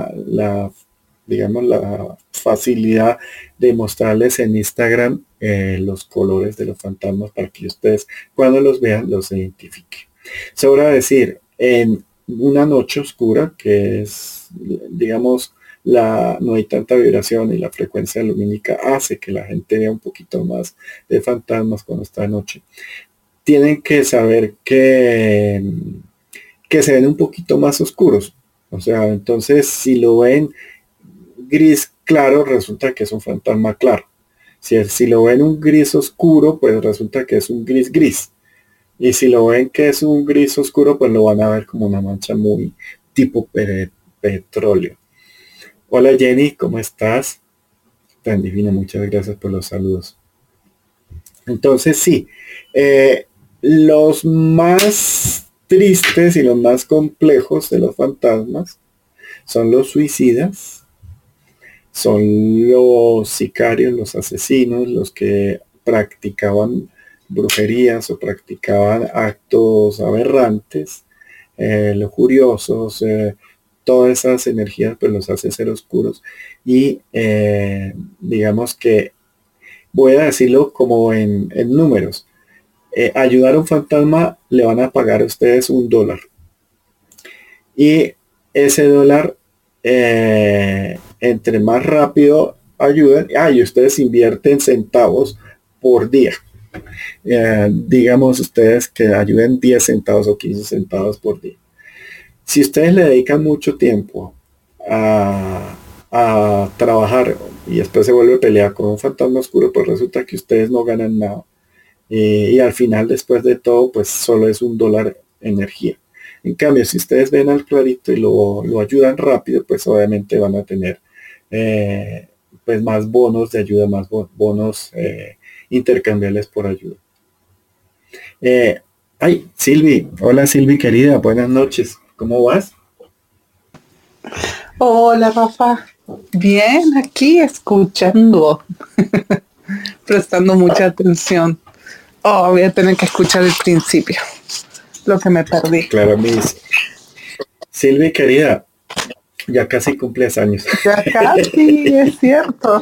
digamos, la facilidad de mostrarles en Instagram los colores de los fantasmas, para que ustedes cuando los vean los identifiquen. Sobra decir, en una noche oscura, que es, digamos, no hay tanta vibración, y la frecuencia lumínica hace que la gente vea un poquito más de fantasmas cuando está de noche. Tienen que saber que se ven un poquito más oscuros. O sea, entonces si lo ven gris claro, resulta que es un fantasma claro. Si lo ven un gris oscuro, pues resulta que es un gris. Y si lo ven que es un gris oscuro, pues lo van a ver como una mancha muy tipo petróleo. Hola Jenny, ¿cómo estás? Tan divina, muchas gracias por los saludos. Entonces sí, los más tristes y los más complejos de los fantasmas son los suicidas, son los sicarios, los asesinos, los que practicaban brujerías o practicaban actos aberrantes, lujuriosos, todas esas energías pues los hace ser oscuros. Y digamos que voy a decirlo como en números. Ayudar a un fantasma le van a pagar a ustedes $1, y ese dólar, entre más rápido ayuden, y ustedes invierten centavos por día. Digamos ustedes que ayuden 10 centavos o 15 centavos por día. Si ustedes le dedican mucho tiempo a trabajar y después se vuelve a pelear con un fantasma oscuro, pues resulta que ustedes no ganan nada. Y al final, después de todo, pues solo es $1 energía. En cambio, si ustedes ven al clarito y lo ayudan rápido, pues obviamente van a tener pues más bonos de ayuda, más bonos intercambiables por ayuda. Silvi, hola Silvi querida, buenas noches, ¿cómo vas? Hola Rafa, bien, aquí escuchando, prestando mucha atención. Voy a tener que escuchar el principio, lo que me perdí. Claro, Miss Silvi querida, Ya casi cumples años. Ya casi, es cierto.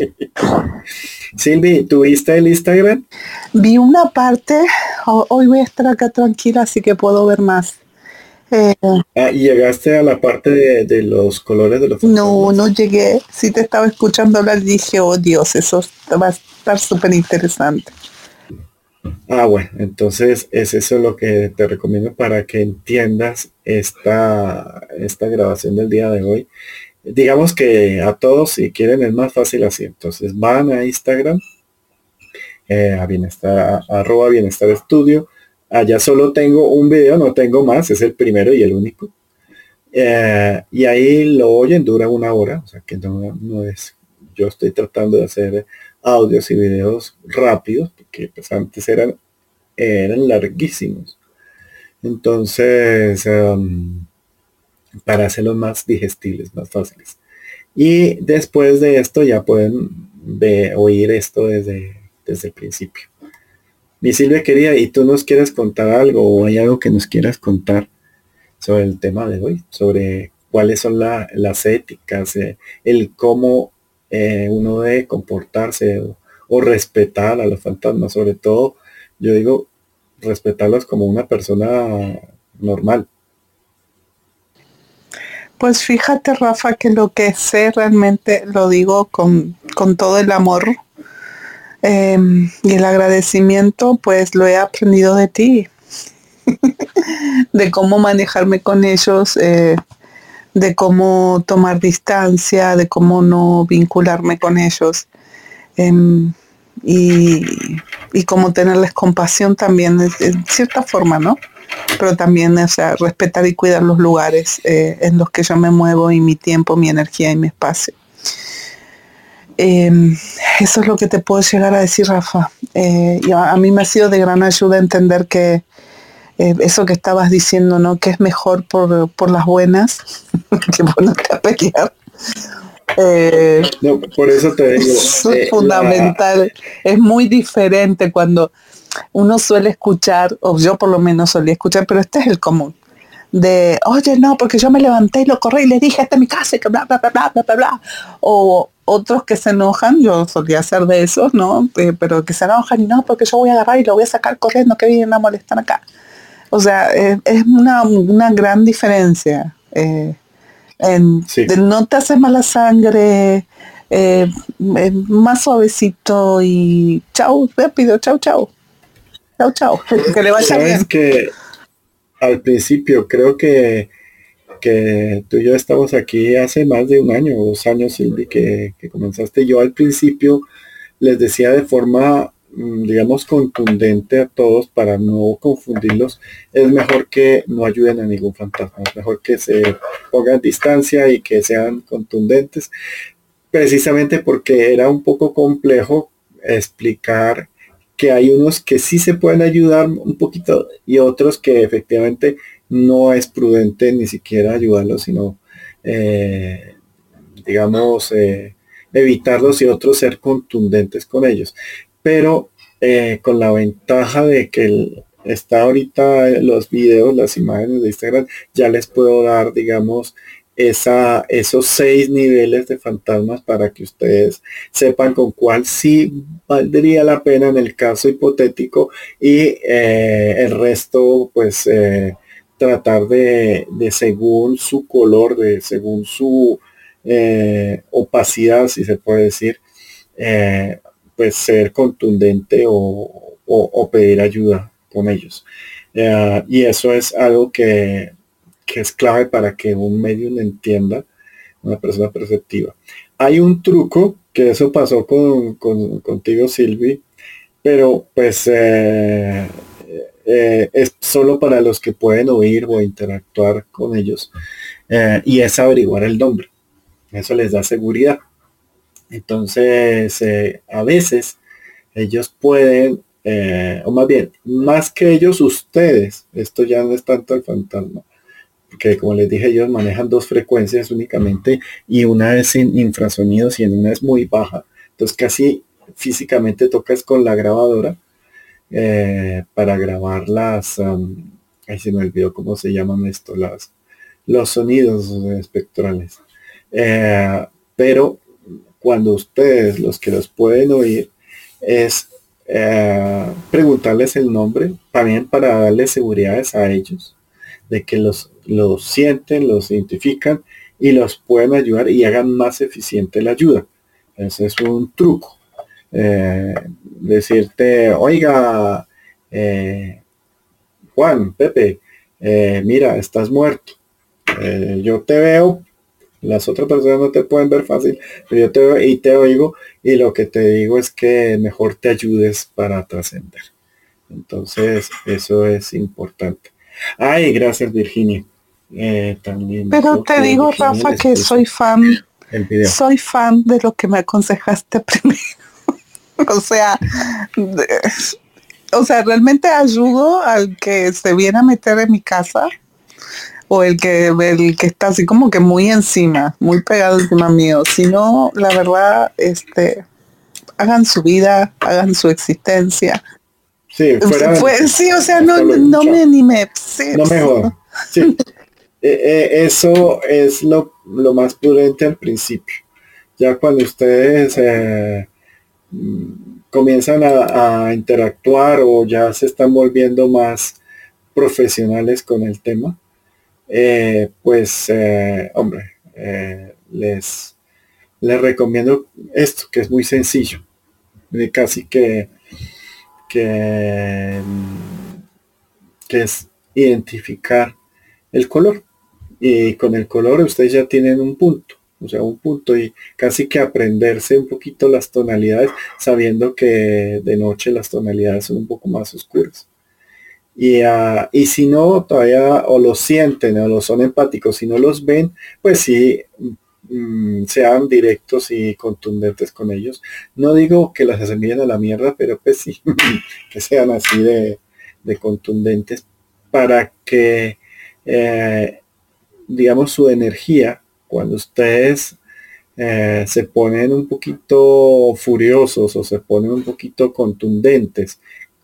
Silvi, ¿tuviste el Instagram? Vi una parte, hoy voy a estar acá tranquila, así que puedo ver más. Eh, Y llegaste a la parte de los colores de los no, fantasmas. no llegué. Sí te estaba escuchando hablar y dije, oh Dios, eso va a estar súper interesante. Bueno, entonces es eso lo que te recomiendo para que entiendas esta grabación del día de hoy. Digamos que a todos, si quieren, es más fácil así. Entonces van a Instagram, a bienestar, arroba bienestar estudio. Allá solo tengo un video, no tengo más, es el primero y el único. Y ahí lo oyen, dura 1 hora, o sea que no es, yo estoy tratando de hacer audios y videos rápidos, porque pues antes eran larguísimos. Entonces, para hacerlos más digestibles, más fáciles. Y después de esto ya pueden oír esto desde el principio. Mi Silvia querida, ¿y tú nos quieres contar algo o hay algo que nos quieras contar sobre el tema de hoy? Sobre cuáles son las éticas, el cómo uno debe comportarse o respetar a los fantasmas. Sobre todo, yo digo, respetarlos como una persona normal. Pues fíjate, Rafa, que lo que sé realmente lo digo con todo el amor y el agradecimiento, pues lo he aprendido de ti, de cómo manejarme con ellos, de cómo tomar distancia, de cómo no vincularme con ellos em, y, y cómo tenerles compasión también, en cierta forma, ¿no? Pero también, o sea, respetar y cuidar los lugares en los que yo me muevo y mi tiempo, mi energía y mi espacio. Eh, Eso es lo que te puedo llegar a decir, Rafa. Y a mí me ha sido de gran ayuda entender que eso que estabas diciendo, ¿no? Que es mejor por las buenas que ponerte a pelear. No, por eso te digo, Es fundamental. Es muy diferente cuando uno suele escuchar, o yo por lo menos solía escuchar, pero este es el común. De, oye, no, porque yo me levanté y lo corrí y le dije, esta es mi casa y que bla, bla, bla, bla, bla, bla, bla. O otros que se enojan, yo solía ser de esos, ¿no? Pero que se enojan y no, porque yo voy a agarrar y lo voy a sacar corriendo, que vienen a molestar acá. O sea, es una gran diferencia. sí. No te hace mala sangre, más suavecito y chau, rápido, chau, chau. Chau, chau. Que le vaya Sabes bien. que al principio creo que tú y yo estamos aquí hace más de 1 año o 2 años, Silvi, que comenzaste. Yo al principio les decía de forma, digamos, contundente a todos para no confundirlos, es mejor que no ayuden a ningún fantasma, es mejor que se pongan distancia y que sean contundentes, precisamente porque era un poco complejo explicar que hay unos que sí se pueden ayudar un poquito y otros que efectivamente no es prudente ni siquiera ayudarlos, sino eh, digamos, evitarlos y otros ser contundentes con ellos. Pero con la ventaja de que está ahorita los videos, las imágenes de Instagram, ya les puedo dar, digamos, esos 6 niveles de fantasmas para que ustedes sepan con cuál sí valdría la pena en el caso hipotético y el resto pues tratar de según su color, de según su opacidad, si se puede decir, eh, pues ser contundente o pedir ayuda con ellos. Y eso es algo que es clave para que un medium entienda, una persona perceptiva. Hay un truco, que eso pasó contigo, Silvi, pero pues es solo para los que pueden oír o interactuar con ellos, y es averiguar el nombre. Eso les da seguridad. Entonces, a veces ellos pueden, o más bien, más que ellos, ustedes, esto ya no es tanto el fantasma, porque como les dije, ellos manejan 2 frecuencias únicamente y una es en infrasonidos y en una es muy baja. Entonces casi físicamente tocas con la grabadora para grabar ahí se me olvidó cómo se llaman esto, los sonidos espectrales. Pero cuando ustedes, los que los pueden oír, es preguntarles el nombre, también para darles seguridades a ellos, de que los sienten, los identifican y los pueden ayudar y hagan más eficiente la ayuda. Ese es un truco. Decirte, oiga, Juan, Pepe, mira, estás muerto. Yo te veo, las otras personas no te pueden ver fácil, pero yo te veo y te oigo, y lo que te digo es que mejor te ayudes para trascender. Entonces, eso es importante. Ay, gracias, Virginia. También Pero te digo, Virginia, Rafa, que soy fan de lo que me aconsejaste primero. O sea, realmente ayudo al que se viene a meter en mi casa o el que está así como que muy encima, muy pegado encima mío. Si no, la verdad, hagan su vida, hagan su existencia. Sí, sí, o sea, no me animé. Sí, no mejor. Sí. Eso es lo más prudente al principio. Ya cuando ustedes comienzan a interactuar o ya se están volviendo más profesionales con el tema, hombre, les recomiendo esto, que es muy sencillo, casi que es identificar el color. Y con el color ustedes ya tienen un punto, o sea, un punto, y casi que aprenderse un poquito las tonalidades, sabiendo que de noche las tonalidades son un poco más oscuras. Y si no, todavía o los sienten o los son empáticos, si no los ven, pues sí, sean directos y contundentes con ellos. No digo que las envíen a la mierda, pero pues sí, que sean así de contundentes para que, digamos, su energía, cuando ustedes se ponen un poquito furiosos o se ponen un poquito contundentes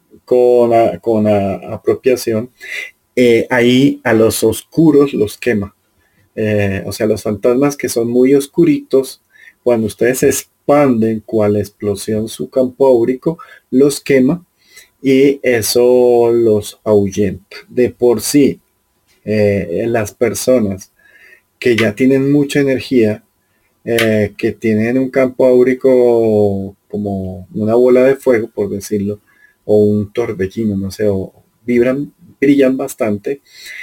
con apropiación, ahí a los oscuros los quema. O sea, los fantasmas que son muy oscuritos, cuando ustedes expanden cual explosión su campo áurico, los quema y eso los ahuyenta. De por sí, las personas que ya tienen mucha energía, que tienen un campo áurico como una bola de fuego, por decirlo, o un torbellino, no sé, o brillan bastante,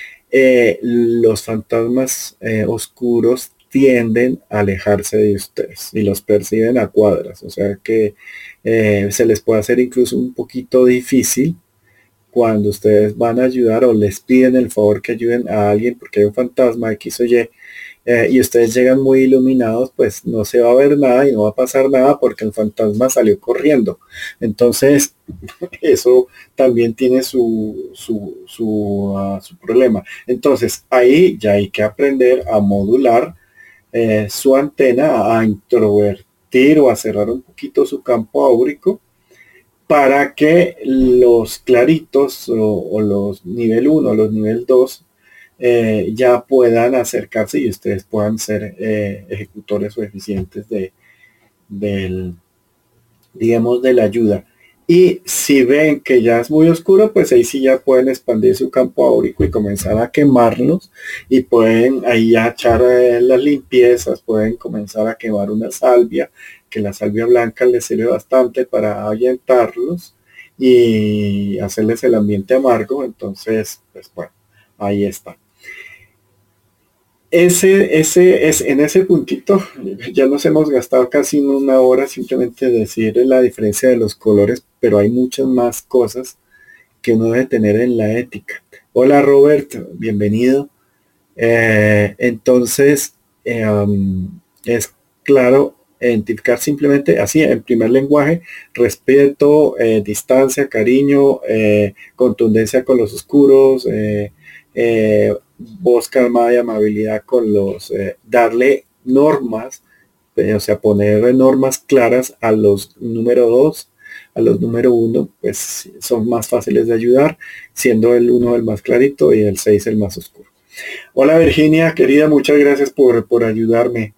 los fantasmas oscuros tienden a alejarse de ustedes y los perciben a cuadras, o sea que se les puede hacer incluso un poquito difícil cuando ustedes van a ayudar o les piden el favor que ayuden a alguien porque hay un fantasma X o Y, y ustedes llegan muy iluminados, pues no se va a ver nada y no va a pasar nada porque el fantasma salió corriendo. Entonces, eso también tiene su problema. Entonces, ahí ya hay que aprender a modular su antena, a introvertir o a cerrar un poquito su campo áurico para que los claritos o los nivel 1, los nivel 2, ya puedan acercarse y ustedes puedan ser ejecutores o eficientes digamos, de la ayuda. Y si ven que ya es muy oscuro, pues ahí sí ya pueden expandir su campo áurico y comenzar a quemarlos y pueden ahí ya echar las limpiezas, pueden comenzar a quemar una salvia, que la salvia blanca les sirve bastante para ahuyentarlos y hacerles el ambiente amargo. Entonces, pues bueno, ahí está. Ese es en ese puntito, ya nos hemos gastado casi una hora simplemente decir la diferencia de los colores, pero hay muchas más cosas que uno debe tener en la ética. Hola Robert, bienvenido. Entonces, es claro identificar simplemente así en primer lenguaje: respeto, distancia, cariño, contundencia con los oscuros, voz calmada y amabilidad con los, darle normas, o sea, poner normas claras a los número 2, a los número 1, pues son más fáciles de ayudar, siendo el 1 el más clarito y el 6 el más oscuro. Hola Virginia, querida, muchas gracias por ayudarme.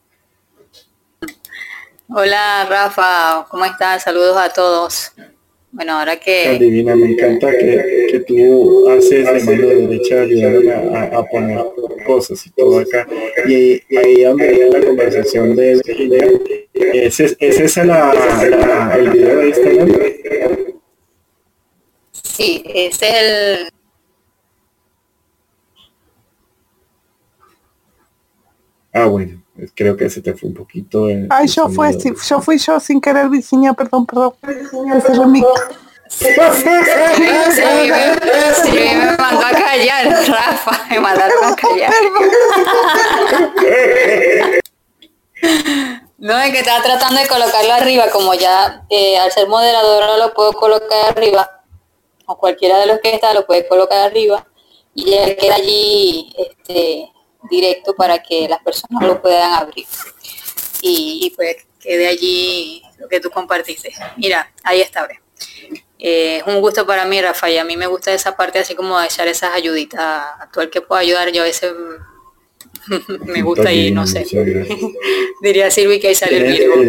Hola Rafa, ¿cómo estás? Saludos a todos. Bueno, ahora Tan que divina, me encanta que tú haces de mano derecha ayudarme a poner cosas y todo acá. Y ahí donde viene la conversación de Virginia, ¿es esa el video de Instagram? sí, ese es el... Ah, bueno, creo que se te fue un poquito Ay, el sonido. fui yo sin querer, Virginia, perdón. Ese fue mi- Sí, me mandó a callar, Rafa, me mandaron a callar. No, es que estaba tratando de colocarlo arriba, como ya al ser moderadora lo puedo colocar arriba, o cualquiera de los que está lo puede colocar arriba, y ya queda allí directo para que las personas lo puedan abrir. Y pues quede allí lo que tú compartiste. Mira, ahí está, ve. Es un gusto para mí, Rafa, y a mí me gusta esa parte así como de echar esas ayuditas a todo el que pueda ayudar. Yo a veces me gusta y no sé. Diría Silvi que ahí sale el Virgo.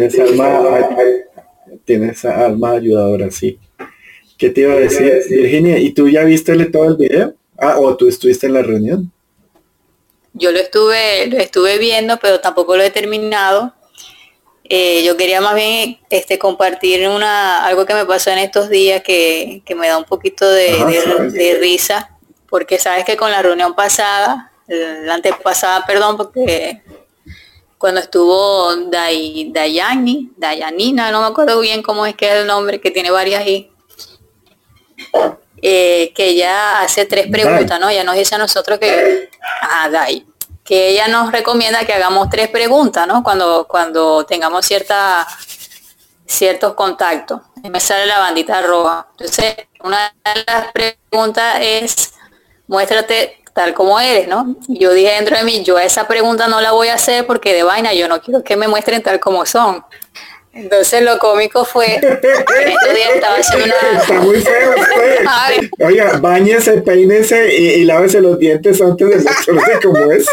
Tienes alma ayudadora, sí. ¿Qué te iba a decir, Virginia? ¿Y tú ya viste todo el video? Ah, ¿o tú estuviste en la reunión? Yo lo estuve viendo, pero tampoco lo he terminado. Yo quería más bien compartir algo que me pasó en estos días que me da un poquito de risa, porque sabes que con la reunión pasada, la antepasada, perdón, porque cuando estuvo Dayanina, no me acuerdo bien cómo es que es el nombre, que tiene varias I, que ella hace 3 preguntas, ¿no? Ella nos dice a nosotros que ella nos recomienda que hagamos 3 preguntas, ¿no? Cuando tengamos ciertos contactos. Y me sale la bandita roja. Entonces, una de las preguntas es, muéstrate tal como eres, ¿no? Y yo dije dentro de mí, yo a esa pregunta no la voy a hacer porque de vaina yo no quiero que me muestren tal como son. Entonces lo cómico fue que estos días estaba haciendo una... Está muy feo usted. Oiga, báñese, peínese y lávese los dientes antes de mostrarse como es.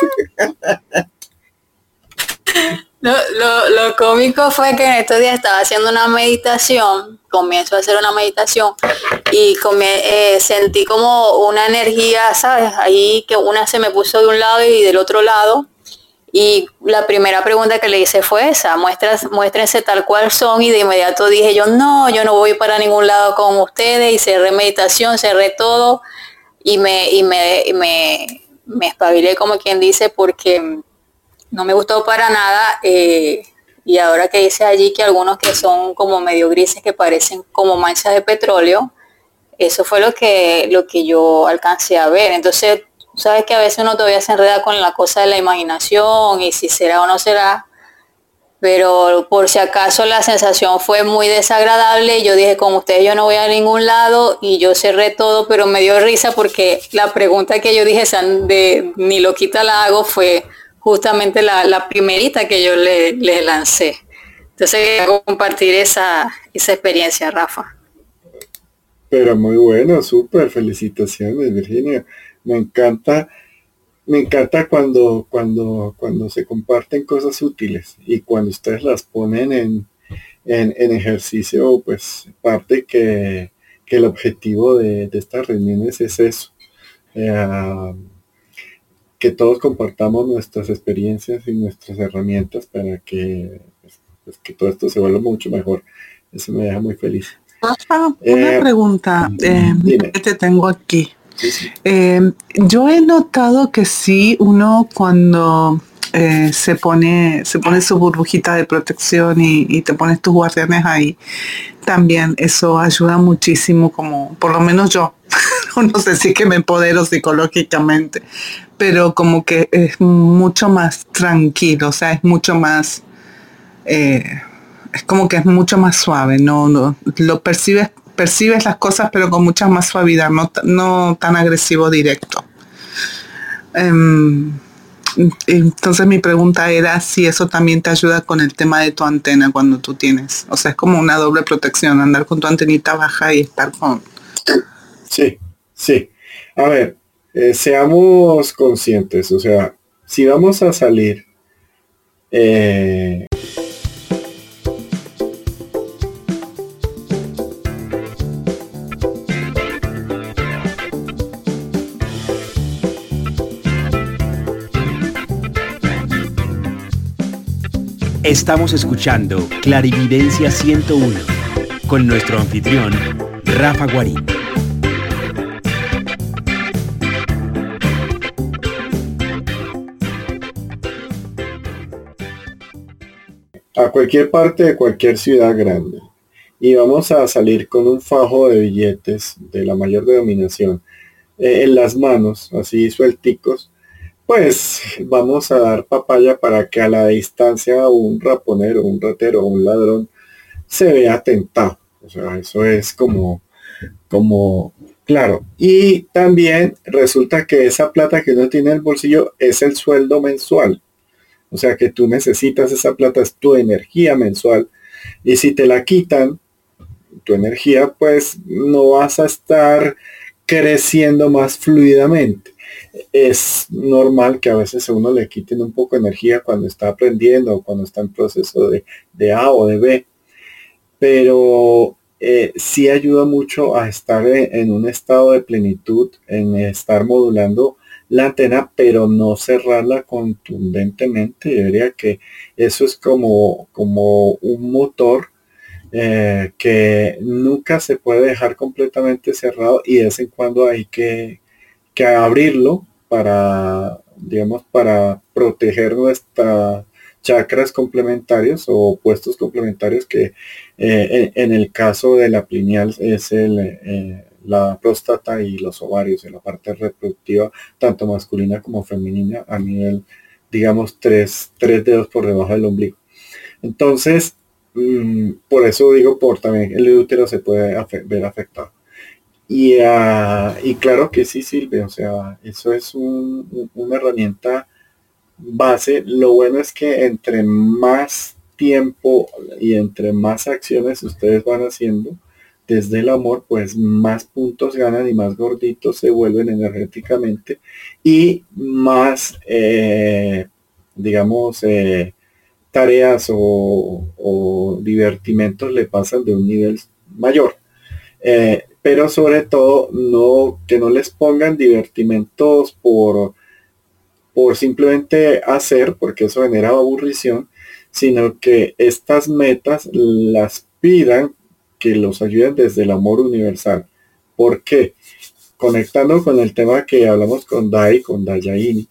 Lo cómico fue que en estos días estaba haciendo una meditación, comienzo a hacer una meditación y sentí como una energía, ¿sabes? Ahí que una se me puso de un lado y del otro lado. Y la primera pregunta que le hice fue esa, muéstrense tal cual son, y de inmediato dije yo no voy para ningún lado con ustedes, y cerré meditación, cerré todo y me espabilé, como quien dice, porque no me gustó para nada. Y ahora que dice allí que algunos que son como medio grises, que parecen como manchas de petróleo, eso fue lo que yo alcancé a ver. Entonces, sabes que a veces uno todavía se enreda con la cosa de la imaginación y si será o no será, pero por si acaso la sensación fue muy desagradable. Yo dije, con ustedes yo no voy a ningún lado, y yo cerré todo, pero me dio risa porque la pregunta que yo dije, ni loquita la hago, fue justamente la primerita que yo le lancé. Entonces quería compartir esa experiencia, Rafa. Pero muy bueno, súper, felicitaciones, Virginia. Me encanta cuando se comparten cosas útiles y cuando ustedes las ponen en ejercicio. Pues parte que el objetivo de estas reuniones es eso, que todos compartamos nuestras experiencias y nuestras herramientas para que que todo esto se vuelva mucho mejor. Eso me deja muy feliz. Una pregunta que te tengo aquí. Sí. Yo he notado que sí, uno cuando se pone su burbujita de protección y te pones tus guardianes ahí, también eso ayuda muchísimo, como por lo menos yo. No sé si es que me empodero psicológicamente, pero como que es mucho más tranquilo, o sea, es mucho más... es como que es mucho más suave, no lo percibes las cosas, pero con mucha más suavidad, no tan agresivo directo. Entonces mi pregunta era si eso también te ayuda con el tema de tu antena cuando tú tienes, o sea, es como una doble protección, andar con tu antenita baja y estar con... Sí. A ver, seamos conscientes, o sea, si vamos a salir, Estamos escuchando Clarividencia 101 con nuestro anfitrión, Rafa Guarín. a cualquier parte de cualquier ciudad grande y vamos a salir con un fajo de billetes de la mayor denominación en las manos, así suelticos, pues vamos a dar papaya para que a la distancia un raponero, un ratero o un ladrón se vea tentado. O sea, eso es como claro. Y también resulta que esa plata que uno tiene en el bolsillo es el sueldo mensual. O sea que tú necesitas esa plata, es tu energía mensual. Y si te la quitan, tu energía, pues no vas a estar creciendo más fluidamente. Es normal que a veces a uno le quiten un poco de energía cuando está aprendiendo o cuando está en proceso de A o de B, pero sí ayuda mucho a estar en un estado de plenitud, en estar modulando la antena, pero no cerrarla contundentemente. Yo diría que eso es como un motor que nunca se puede dejar completamente cerrado y de vez en cuando hay que abrirlo para, digamos, para proteger nuestras chakras complementarios o puestos complementarios que en el caso de la pineal es la próstata y los ovarios, en la parte reproductiva, tanto masculina como femenina, a nivel, digamos, tres dedos por debajo del ombligo. Entonces, por eso digo, por también el útero se puede ver afectado. Y claro que sí sirve, o sea, eso es una herramienta base. Lo bueno es que entre más tiempo y entre más acciones ustedes van haciendo desde el amor, pues más puntos ganan y más gorditos se vuelven energéticamente y más, digamos, tareas o divertimentos le pasan de un nivel mayor. Pero sobre todo que no les pongan divertimentos por simplemente hacer, porque eso genera aburrición, sino que estas metas las pidan que los ayuden desde el amor universal. ¿Por qué? Conectando con el tema que hablamos con Dayaini,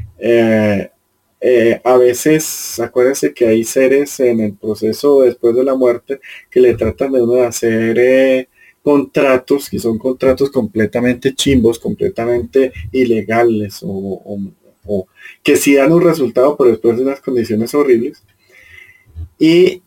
a veces, acuérdense que hay seres en el proceso después de la muerte que le tratan de uno de hacer contratos, que son contratos completamente chimbos, completamente ilegales o que sí dan un resultado, pero después de unas condiciones horribles. Y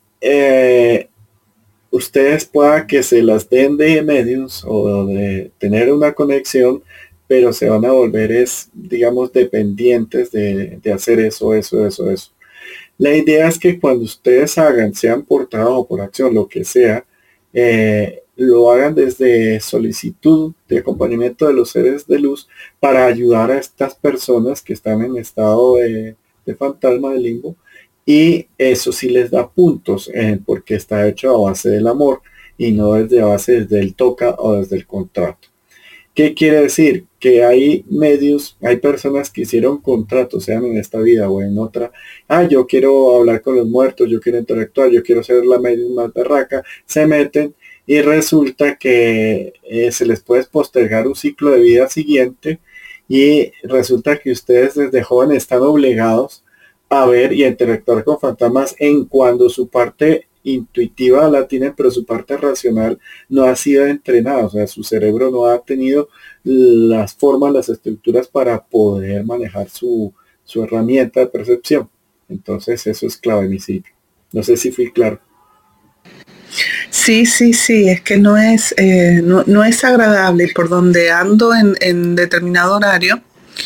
ustedes pueda que se las den de medios o de tener una conexión, pero se van a volver, digamos, dependientes de hacer eso. La idea es que cuando ustedes hagan, sean por trabajo o por acción, lo que sea, lo hagan desde solicitud de acompañamiento de los seres de luz para ayudar a estas personas que están en estado de fantasma, de limbo, y eso sí les da puntos porque está hecho a base del amor y no desde base desde el toca o desde el contrato. ¿Qué quiere decir? Que hay medios, hay personas que hicieron contratos, sean en esta vida o en otra. Yo quiero hablar con los muertos, yo quiero interactuar, yo quiero ser la medium más berraca. Se meten y resulta que se les puede postergar un ciclo de vida siguiente y resulta que ustedes desde joven están obligados a ver y a interactuar con fantasmas en cuando su parte intuitiva la tienen, pero su parte racional no ha sido entrenada, o sea, su cerebro no ha tenido las formas, las estructuras para poder manejar su herramienta de percepción. Entonces eso es clave, mi sitio. No sé si fui claro. Sí, es que no es agradable. Y por donde ando en determinado horario,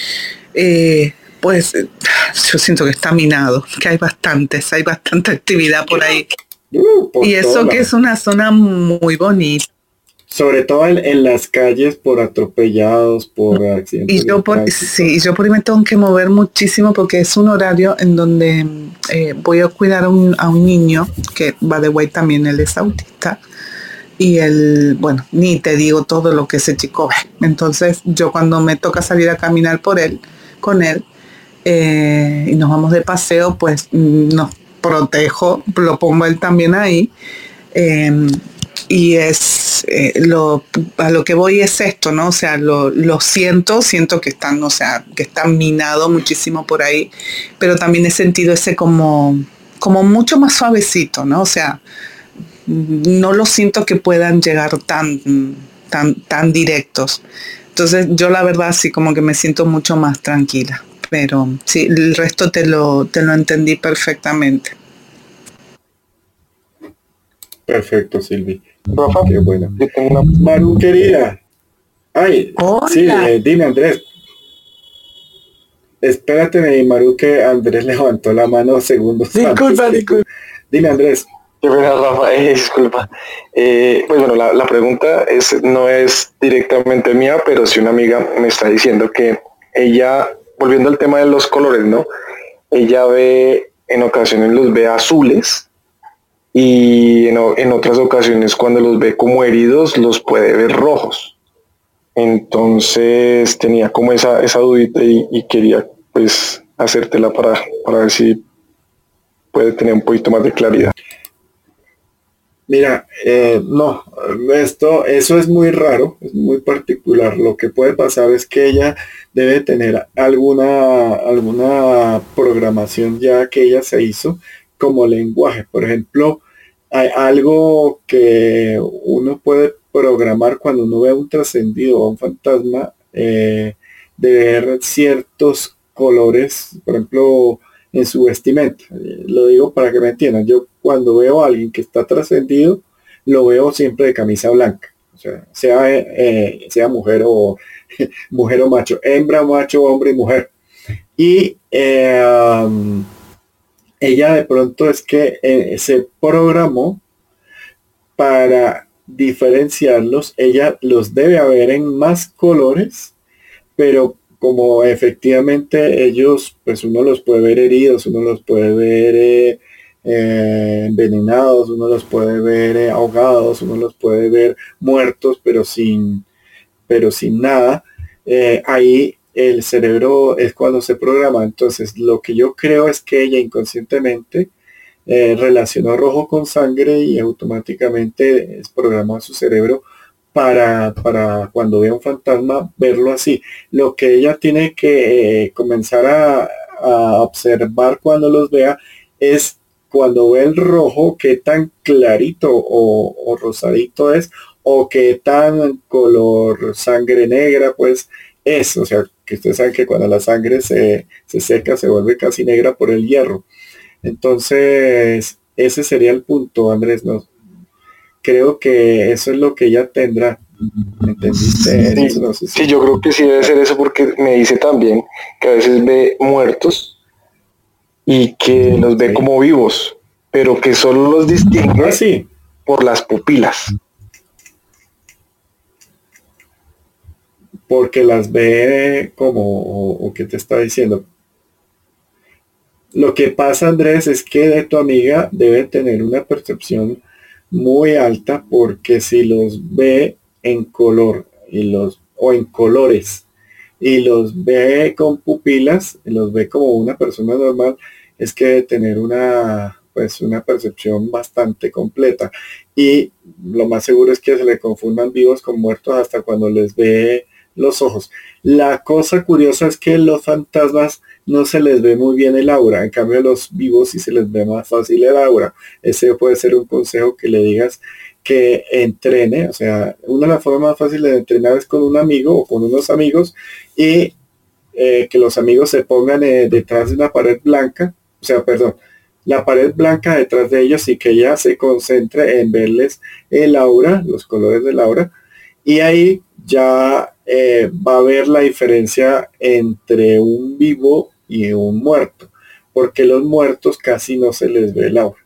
pues yo siento que está minado, que hay bastante actividad por ahí. Y eso que es una zona muy bonita. Sobre todo en las calles por atropellados, por accidentes. Y yo por ahí me tengo que mover muchísimo porque es un horario en donde voy a cuidar a un niño que va de way también, él es autista. Y él, bueno, ni te digo todo lo que ese chico ve. Entonces yo cuando me toca salir a caminar con él, y nos vamos de paseo, pues nos protejo, lo pongo él también ahí. Y es a lo que voy es esto, ¿no? O sea, lo siento que están, o sea, que están minado muchísimo por ahí, pero también he sentido ese como mucho más suavecito, ¿no? O sea, no lo siento que puedan llegar tan directos. Entonces yo la verdad sí como que me siento mucho más tranquila, pero sí, el resto te lo entendí perfectamente. Perfecto, Silvi. Rafa, Qué bueno. yo tengo una... Maru, querida. Ay, Hola. sí, dime, Andrés. Espérate, Maru, que Andrés levantó la mano segundos Disculpa. Dime, Andrés. Qué pena, Rafa, disculpa. Pues bueno, la pregunta no es directamente mía, pero sí una amiga me está diciendo que ella, volviendo al tema de los colores, ¿no? Ella ve, en ocasiones los ve azules y en otras ocasiones cuando los ve como heridos los puede ver rojos. Entonces tenía como esa dudita y quería pues hacértela para ver si puede tener un poquito más de claridad. Mira, no, eso es muy raro, es muy particular. Lo que puede pasar es que ella debe tener alguna programación ya que ella se hizo como lenguaje. Por ejemplo, hay algo que uno puede programar cuando uno ve un trascendido o un fantasma, de ver ciertos colores, por ejemplo, en su vestimenta. Lo digo para que me entiendan. Yo cuando veo a alguien que está trascendido, lo veo siempre de camisa blanca. O sea mujer o mujer o macho, hembra, macho, hombre y mujer. Y ella de pronto es que se programó para diferenciarlos. Ella los debe haber en más colores, pero como efectivamente ellos, pues uno los puede ver heridos, uno los puede ver envenenados, uno los puede ver ahogados, uno los puede ver muertos, pero sin nada. Ahí el cerebro es cuando se programa. Entonces lo que yo creo es que ella inconscientemente relacionó rojo con sangre y automáticamente es programado su cerebro para cuando vea un fantasma verlo así. Lo que ella tiene que comenzar a observar cuando los vea es cuando ve el rojo, qué tan clarito o rosadito es, o qué tan color sangre negra pues es. O sea, que ustedes saben que cuando la sangre se seca se vuelve casi negra por el hierro. Entonces, ese sería el punto, Andrés. No, creo que eso es lo que ella tendrá. ¿Me entendiste? Sí, No sé si... sí, yo creo que sí debe ser eso porque me dice también que a veces ve muertos y que los ve como vivos, pero que solo los distingue sí, por las pupilas. porque las ve como, o qué te está diciendo. Lo que pasa, Andrés, es que de tu amiga debe tener una percepción muy alta, porque si los ve en color o en colores y los ve con pupilas, los ve como una persona normal, es que debe tener una percepción bastante completa. Y lo más seguro es que se le confundan vivos con muertos hasta cuando les ve los ojos. La cosa curiosa es que los fantasmas no se les ve muy bien el aura, en cambio los vivos sí se les ve más fácil el aura. Ese puede ser un consejo que le digas que entrene. O sea, una de las formas más fáciles de entrenar es con un amigo o con unos amigos, y que los amigos se pongan detrás de una pared blanca, o sea, perdón, la pared blanca detrás de ellos, y que ella se concentre en verles el aura, los colores del aura, y ahí ya va a ver la diferencia entre un vivo y un muerto, porque los muertos casi no se les ve el aura.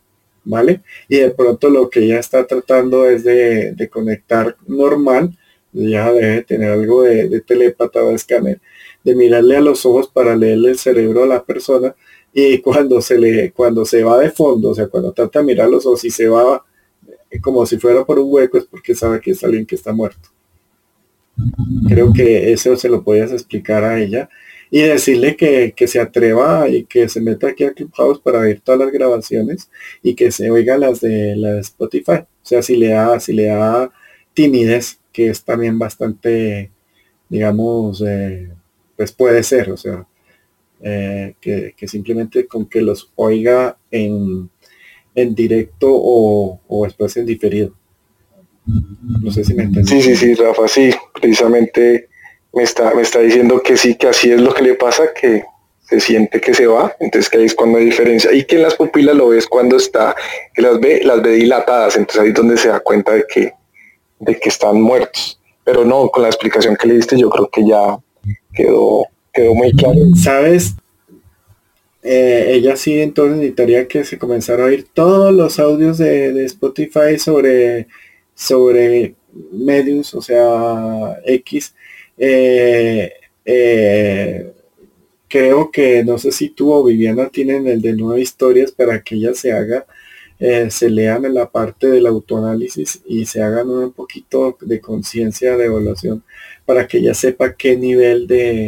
¿vale? Y de pronto lo que ella está tratando es de conectar normal, ya debe tener algo de telépata o de escáner, de mirarle a los ojos para leerle el cerebro a la persona, y cuando se va de fondo, o sea, cuando trata de mirar los ojos y se va como si fuera por un hueco, es porque sabe que es alguien que está muerto. Creo que eso se lo podías explicar a ella y decirle que se atreva y que se meta aquí a Clubhouse para ver todas las grabaciones y que se oiga la de Spotify. O sea, si le da timidez, que es también bastante, digamos, pues puede ser, o sea, que simplemente con que los oiga en directo o después en diferido. No sé si me entendí. Sí, Rafa, sí, precisamente me está diciendo que sí, que así es lo que le pasa, que se siente que se va, entonces que ahí es cuando hay diferencia, y que en las pupilas lo ves cuando está, que las ve dilatadas, entonces ahí es donde se da cuenta de que están muertos, pero no, con la explicación que le diste yo creo que ya quedó muy claro. ¿Sabes? Ella sí entonces necesitaría que se comenzara a oír todos los audios de Spotify sobre medios, o sea, X. Eh, eh, Creo que no sé si tú o Viviana tienen el de nueve historias para que ella se lean en la parte del autoanálisis y se hagan un poquito de conciencia de evaluación para que ella sepa qué nivel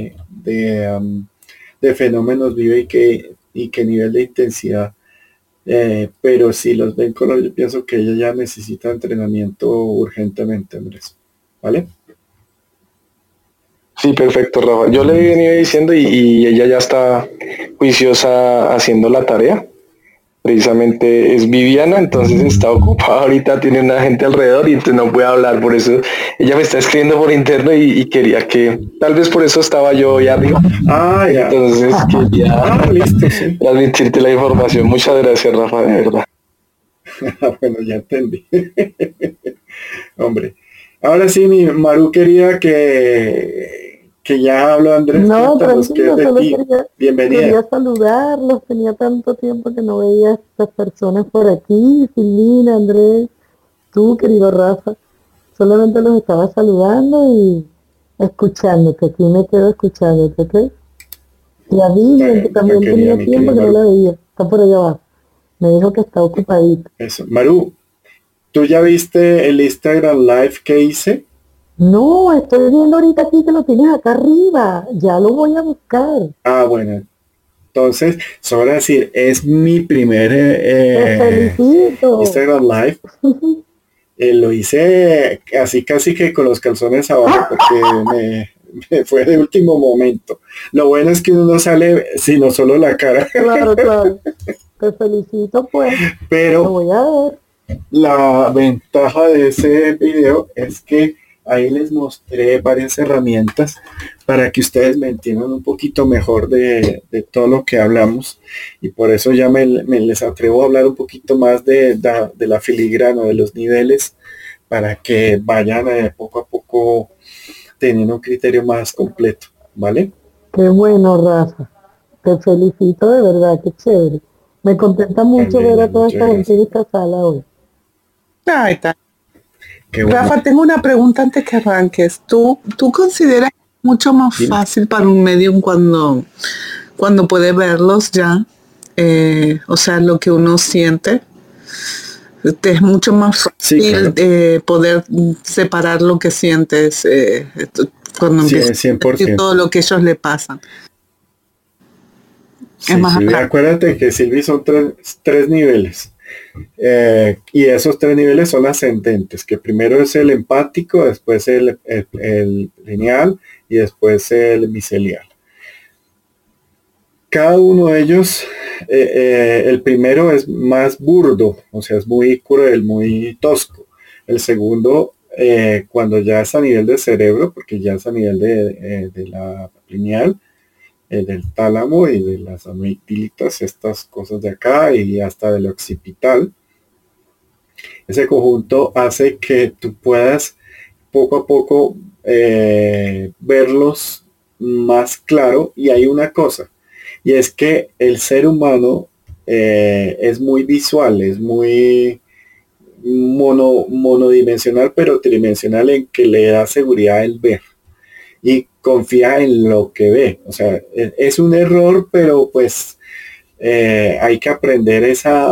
de fenómenos vive y qué nivel de intensidad. Pero si los ven color, yo pienso que ella ya necesita entrenamiento urgentemente, Andrés. ¿Vale? Sí, perfecto, Rafa. Yo le venía diciendo y ella ya está juiciosa haciendo la tarea. Precisamente es Viviana, entonces está ocupada ahorita, tiene una gente alrededor y entonces no puede hablar, por eso ella me está escribiendo por interno y quería que, tal vez por eso estaba yo ya arriba. Ah, ya. Entonces quería listo, sí. transmitirte la información. Muchas gracias, Rafa, de verdad. Bueno, ya entendí. Hombre. Ahora sí, mi Maru quería que ya habló Andrés. No, Cuéntanos qué tranquilo, es de solo ti. Bienvenida. quería saludarlos, tenía tanto tiempo que no veía a estas personas por aquí, Silvina, Andrés, tú, querido Rafa, solamente los estaba saludando y escuchándote, aquí me quedo escuchándote, ¿ok? Y a Vivian, que también tenía mi tiempo querida que no Maru. la veía, está por allá abajo, me dijo que está ocupadita. Eso. Maru, ¿tú ya viste el Instagram Live que hice? No, estoy viendo ahorita aquí que lo tienes acá arriba, ya lo voy a buscar. Ah, bueno. Entonces, sobra decir, es mi primer Te felicito. Instagram Live. Lo hice así casi que con los calzones abajo porque me fue de último momento. Lo bueno es que uno no sale sino solo la cara. Claro, claro. Te felicito, pues. Lo Pero voy a ver. la ventaja de ese video es que ahí les mostré varias herramientas para que ustedes me entiendan un poquito mejor de todo lo que hablamos, y por eso ya me les atrevo a hablar un poquito más de la filigrana, de los niveles, para que vayan poco a poco teniendo un criterio más completo, ¿vale? Qué bueno, Rafa. Te felicito de verdad, qué chévere. Me contenta mucho También, ver a toda muchas esta gente en gracias. esta sala hoy. Ahí está. Qué bueno. Rafa, tengo una pregunta antes que arranques. ¿Tú consideras mucho más Dime. fácil para un medium cuando puede verlos ya? O sea, lo que uno siente. Te es mucho más Sí, fácil claro. poder separar lo que sientes cuando Sí, empiezas a sentir 100%. todo lo que ellos le pasan. Sí, Es más Silvia, atrás. acuérdate que Silvi son tres niveles. Y esos tres niveles son ascendentes, que primero es el empático, después el lineal y después el micelial. Cada uno de ellos, el primero es más burdo, o sea, es muy cruel, muy tosco. El segundo, cuando ya es a nivel de cerebro, porque ya es a nivel de la lineal, del tálamo y de las amigdalitas, estas cosas de acá y hasta del occipital. Ese conjunto hace que tú puedas poco a poco verlos más claro, y hay una cosa, y es que el ser humano es muy visual, es muy monodimensional, pero tridimensional, en que le da seguridad el ver y confía en lo que ve. O sea, es un error, pero pues hay que aprender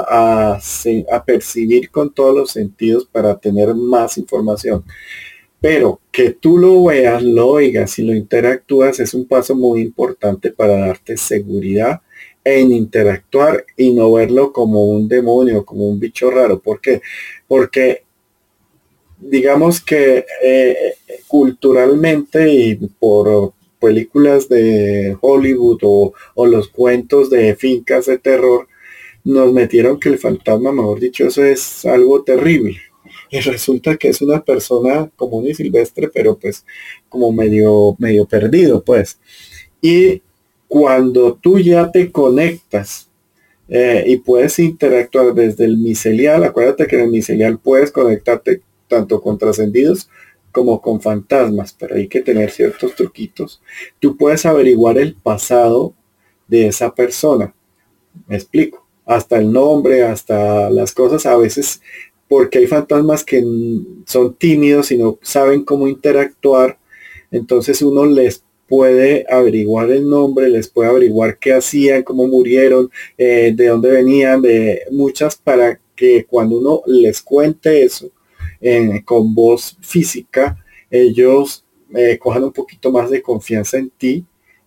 a percibir con todos los sentidos para tener más información. Pero que tú lo veas, lo oigas y lo interactúas es un paso muy importante para darte seguridad en interactuar y no verlo como un demonio, como un bicho raro. ¿Por qué? Porque digamos que culturalmente y por películas de Hollywood o los cuentos de fincas de terror, nos metieron que el fantasma, mejor dicho, eso es algo terrible. Y resulta que es una persona común y silvestre, pero pues como medio perdido, pues. Y cuando tú ya te conectas y puedes interactuar desde el micelial, acuérdate que en el micelial puedes conectarte tanto con trascendidos como con fantasmas, pero hay que tener ciertos truquitos. Tú puedes averiguar el pasado de esa persona. Me explico. Hasta el nombre, hasta las cosas, a veces, porque hay fantasmas que son tímidos y no saben cómo interactuar, entonces uno les puede averiguar el nombre, les puede averiguar qué hacían, cómo murieron, de dónde venían, de muchas, para que cuando uno les cuente eso con voz física, ellos cojan un poquito más de confianza en ti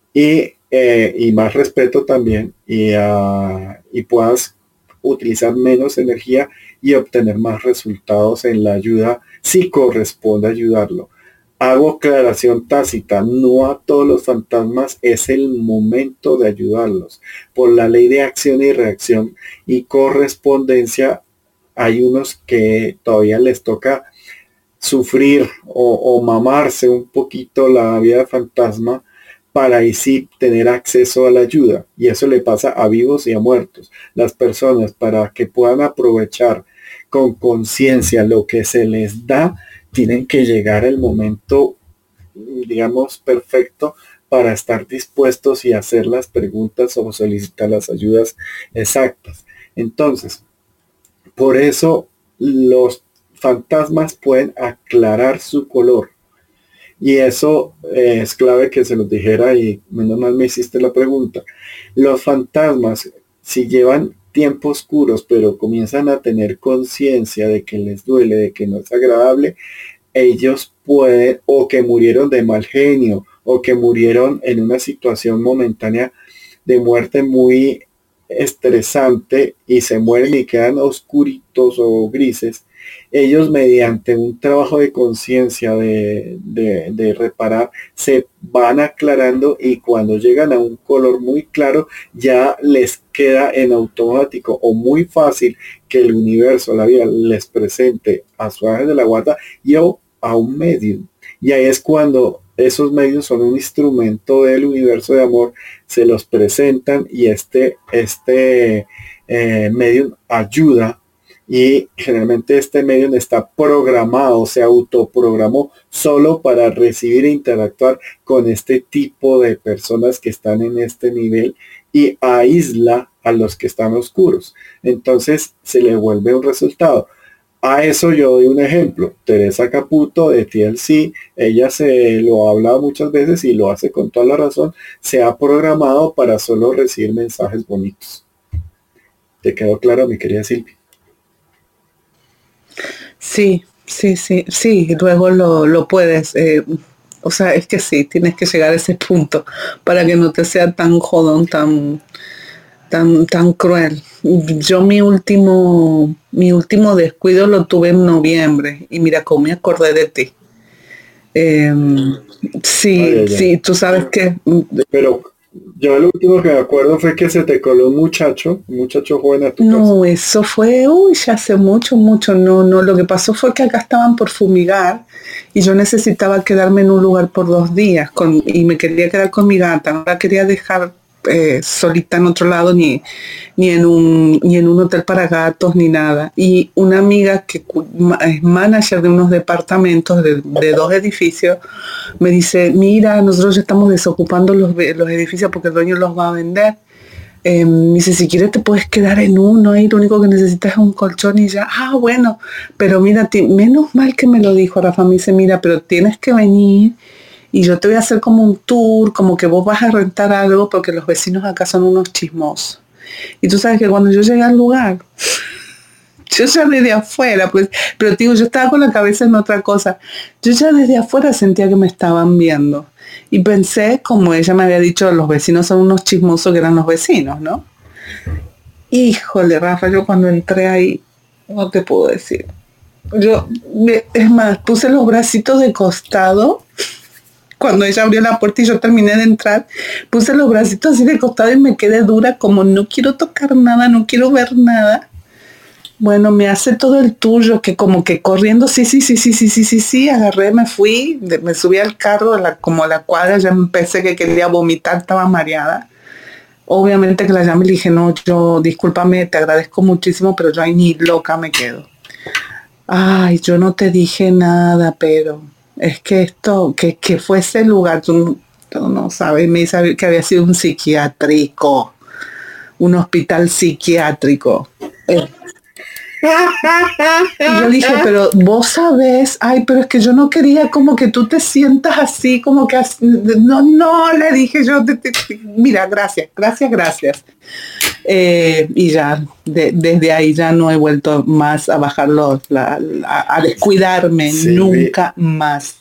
y más respeto también, y puedas utilizar menos energía y obtener más resultados en la ayuda si corresponde ayudarlo. Hago aclaración tácita, no a todos los fantasmas es el momento de ayudarlos. Por la ley de acción y reacción y correspondencia, hay unos que todavía les toca sufrir o mamarse un poquito la vida de fantasma para ahí sí tener acceso a la ayuda. Y eso le pasa a vivos y a muertos. Las personas, para que puedan aprovechar con conciencia lo que se les da, tienen que llegar el momento, digamos, perfecto para estar dispuestos y hacer las preguntas o solicitar las ayudas exactas. Entonces, por eso los fantasmas pueden aclarar su color. Y eso es clave que se los dijera, y menos mal me hiciste la pregunta. Los fantasmas, si llevan tiempo oscuros, pero comienzan a tener conciencia de que les duele, de que no es agradable, ellos pueden, o que murieron de mal genio, o que murieron en una situación momentánea de muerte muy estresante y se mueren y quedan oscuritos o grises, ellos mediante un trabajo de conciencia de reparar se van aclarando, y cuando llegan a un color muy claro ya les queda en automático o muy fácil que el universo, la vida, les presente a su ángel de la guarda y a un medium. Y ahí es cuando esos medios son un instrumento del universo de amor, se los presentan y este medium ayuda. Y generalmente este medium está programado, se autoprogramó solo para recibir e interactuar con este tipo de personas que están en este nivel, y aísla a los que están oscuros. Entonces se le vuelve un resultado. A eso yo doy un ejemplo. Teresa Caputo de TLC, ella se lo ha hablado muchas veces y lo hace con toda la razón. Se ha programado para solo recibir mensajes bonitos. ¿Te quedó claro, mi querida Silvia? Sí, luego lo puedes, o sea, es que sí, tienes que llegar a ese punto para que no te sea tan jodón, tan cruel. Yo mi último descuido lo tuve en noviembre, y mira cómo me acordé de ti. Sí, tú sabes que... Pero yo lo último que me acuerdo fue que se te coló un muchacho joven a tu casa. No, eso fue, ya hace mucho, no, lo que pasó fue que acá estaban por fumigar y yo necesitaba quedarme en un lugar por 2 días y me quería quedar con mi gata, no la quería dejar solita en otro lado, ni en un hotel para gatos, ni nada. Y una amiga que es manager de unos departamentos de 2 edificios, me dice, mira, nosotros ya estamos desocupando los edificios porque el dueño los va a vender. Me dice, si quieres te puedes quedar en uno y lo único que necesitas es un colchón y ya. Ah, bueno, pero mira, menos mal que me lo dijo Rafa. Me dice, mira, pero tienes que venir y yo te voy a hacer como un tour, como que vos vas a rentar algo porque los vecinos acá son unos chismosos. Y tú sabes que cuando yo llegué al lugar, yo ya desde afuera, pues, pero digo, yo estaba con la cabeza en otra cosa. Yo ya desde afuera sentía que me estaban viendo. Y pensé, como ella me había dicho, los vecinos son unos chismosos que eran los vecinos, ¿no? Híjole, Rafa, yo cuando entré ahí, no te puedo decir. Es más, puse los bracitos de costado. Cuando ella abrió la puerta y yo terminé de entrar, puse los bracitos así de costado y me quedé dura, como no quiero tocar nada, no quiero ver nada. Bueno, me hace todo el tuyo, que como que corriendo, sí, agarré, me fui, me subí al carro, como a la cuadra, ya empecé que quería vomitar, estaba mareada. Obviamente que la llamé y le dije, no, yo, discúlpame, te agradezco muchísimo, pero yo ahí ni loca me quedo. Ay, yo no te dije nada, pero es que esto, que fue ese lugar, tú no sabes, me dice que había sido un psiquiátrico, un hospital psiquiátrico. Y yo dije, pero vos sabés, ay, pero es que yo no quería como que tú te sientas así, como que así, no, le dije yo, mira, gracias. Y ya, desde ahí ya no he vuelto más a bajarlo, a descuidarme, Sí, nunca más.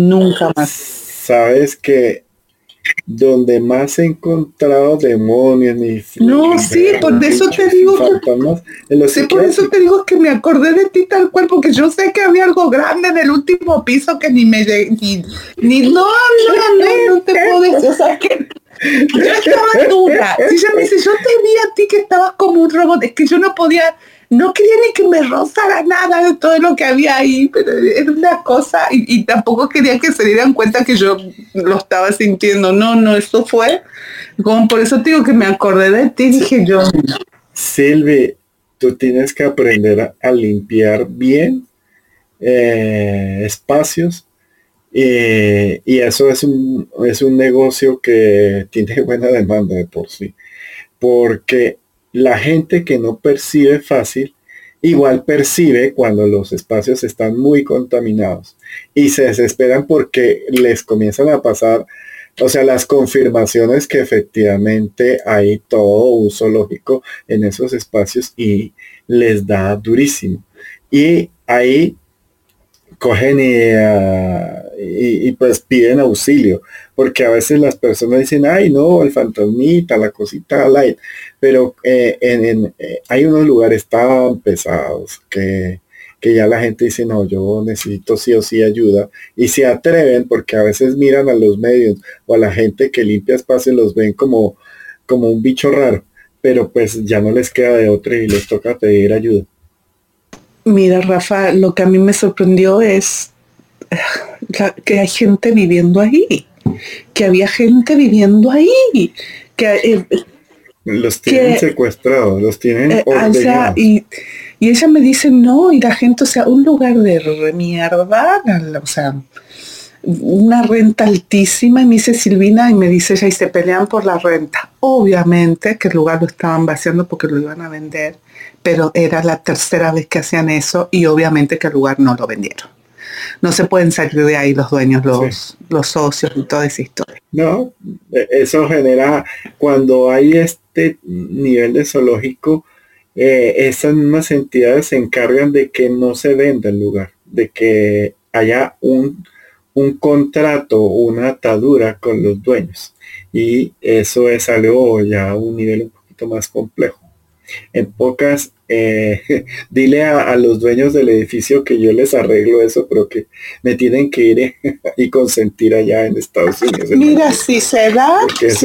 Sabes que donde más he encontrado demonios No, sí, por eso te digo fantasmas, en los sí, por eso te digo que me acordé de ti tal cual, porque yo sé que había algo grande en el último piso que ni me llegué, no te puedo decir, o sea que yo estaba dura. Si ella me dice, yo te vi a ti que estabas como un robot, es que yo no quería ni que me rozara nada de todo lo que había ahí, pero era una cosa, y tampoco quería que se dieran cuenta que yo lo estaba sintiendo. No, eso fue, como por eso te digo que me acordé de ti, dije yo. Silvi, tú tienes que aprender a limpiar bien espacios, y eso es un negocio que tiene buena demanda de por sí, porque la gente que no percibe fácil, igual percibe cuando los espacios están muy contaminados y se desesperan porque les comienzan a pasar, o sea, las confirmaciones que efectivamente hay todo un zoológico en esos espacios y les da durísimo. Y ahí cogen y pues piden auxilio, porque a veces las personas dicen, ay no, el fantasmita, la cosita light, pero hay unos lugares tan pesados que ya la gente dice, no, yo necesito sí o sí ayuda, y se atreven porque a veces miran a los medios o a la gente que limpia espacios, los ven como un bicho raro, pero pues ya no les queda de otra y les toca pedir ayuda. Mira, Rafa, lo que a mí me sorprendió es que hay gente viviendo ahí, que había gente viviendo ahí, que los tienen secuestrados, los tienen ordenados. y ella me dice, no, y la gente, o sea, un lugar de mierda, o sea, una renta altísima, y me dice Silvina, y me dice ella, y se pelean por la renta. Obviamente que el lugar lo estaban vaciando porque lo iban a vender, pero era la tercera vez que hacían eso, y obviamente que el lugar no lo vendieron. No se pueden salir de ahí los dueños, los socios y toda esa historia. No, eso genera, cuando hay este nivel de zoológico, esas mismas entidades se encargan de que no se venda el lugar, de que haya un contrato, una atadura con los dueños. Y eso es algo ya a un nivel un poquito más complejo. En pocas, dile a los dueños del edificio que yo les arreglo eso, pero que me tienen que ir y consentir allá en Estados Unidos. Mira, si se da,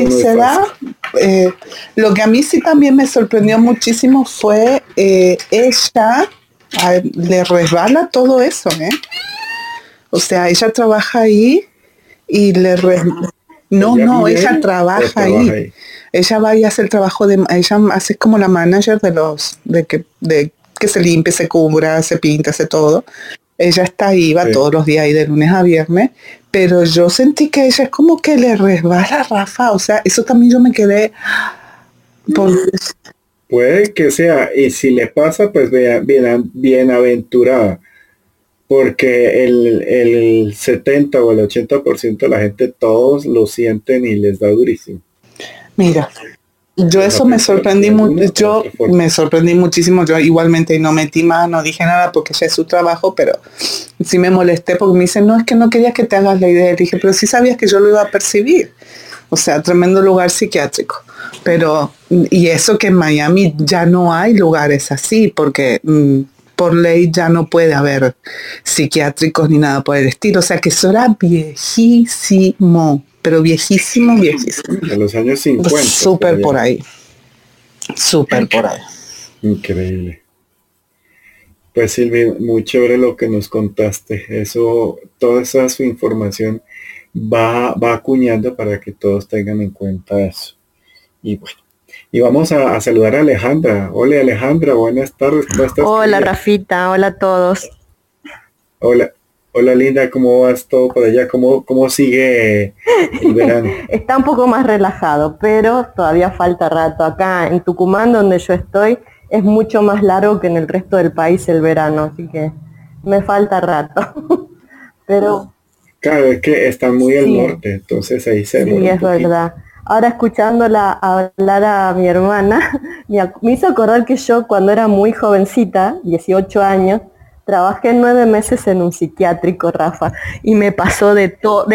lo que a mí sí también me sorprendió muchísimo fue ella, le resbala todo eso, O sea, ella trabaja ahí y le resbala. No, ella trabaja ahí. Ella va y hace el trabajo ella hace como la manager de que se limpie, se cubra, se pinta, hace todo. Ella está ahí, va todos los días ahí de lunes a viernes, pero yo sentí que ella es como que le resbala, Rafa, o sea, eso también yo me quedé, Puede que sea, y si le pasa, pues bienaventurada, porque el 70 o el 80% de la gente, todos lo sienten y les da durísimo. Mira, yo eso me sorprendí mucho, yo me sorprendí muchísimo, yo igualmente no metí más, no dije nada porque ya es su trabajo, pero sí me molesté porque me dicen, no, es que no querías que te hagas la idea. Dije, pero sí sabías que yo lo iba a percibir. O sea, tremendo lugar psiquiátrico. Pero, y eso que en Miami ya no hay lugares así, porque por ley ya no puede haber psiquiátricos ni nada por el estilo. O sea, que eso era viejísimo, pero viejísimo. De los años 50. Súper por ahí. Súper por ahí. Increíble. Pues Silvia, muy chévere lo que nos contaste. Eso, toda esa su información va acuñando para que todos tengan en cuenta eso. Y bueno, y vamos a saludar a Alejandra. Hola Alejandra, buenas tardes. ¿Cómo estás? Hola Rafita, hola a todos. Hola Linda, ¿cómo vas todo por allá? ¿Cómo sigue el verano? Está un poco más relajado, pero todavía falta rato. Acá en Tucumán, donde yo estoy, es mucho más largo que en el resto del país el verano, así que me falta rato. Pero claro, es que están muy al norte, entonces ahí se sí, es verdad. Ahora escuchándola hablar a mi hermana, me hizo acordar que yo cuando era muy jovencita, 18 años, trabajé 9 meses en un psiquiátrico, Rafa, y me pasó de todo.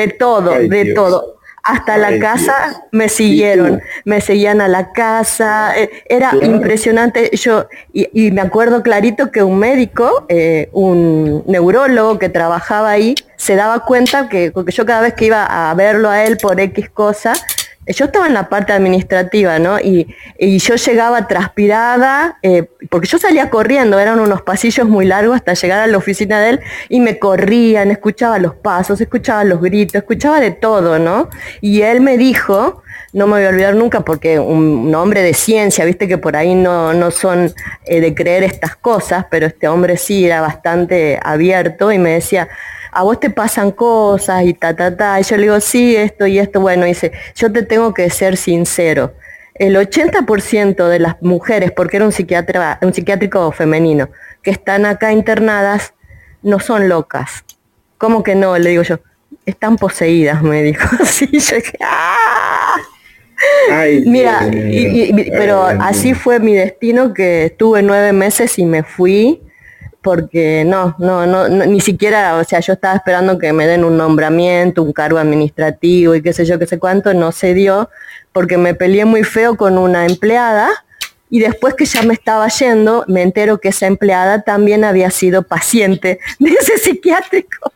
Hasta la casa me siguieron, me seguían a la casa, era impresionante. Y me acuerdo clarito que un médico, un neurólogo que trabajaba ahí, se daba cuenta porque yo cada vez que iba a verlo a él por X cosa, yo estaba en la parte administrativa, ¿no? Y yo llegaba transpirada, porque yo salía corriendo, eran unos pasillos muy largos hasta llegar a la oficina de él, y me corrían, escuchaba los pasos, escuchaba los gritos, escuchaba de todo, ¿no? Y él me dijo, no me voy a olvidar nunca, porque un hombre de ciencia, viste que por ahí no son de creer estas cosas, pero este hombre sí era bastante abierto, y me decía, a vos te pasan cosas y y yo le digo, sí, esto y esto, bueno, dice, yo te tengo que ser sincero, el 80% de las mujeres, porque era un psiquiátrico femenino, que están acá internadas, no son locas. ¿Cómo que no? Le digo yo, están poseídas, me dijo. Sí, yo dije, ¡ah! Ay, mira, pero así fue mi destino, que estuve 9 meses y me fui, porque no, ni siquiera, o sea, yo estaba esperando que me den un nombramiento, un cargo administrativo y qué sé yo, qué sé cuánto, no se dio, porque me peleé muy feo con una empleada, y después que ya me estaba yendo, me entero que esa empleada también había sido paciente de ese psiquiátrico.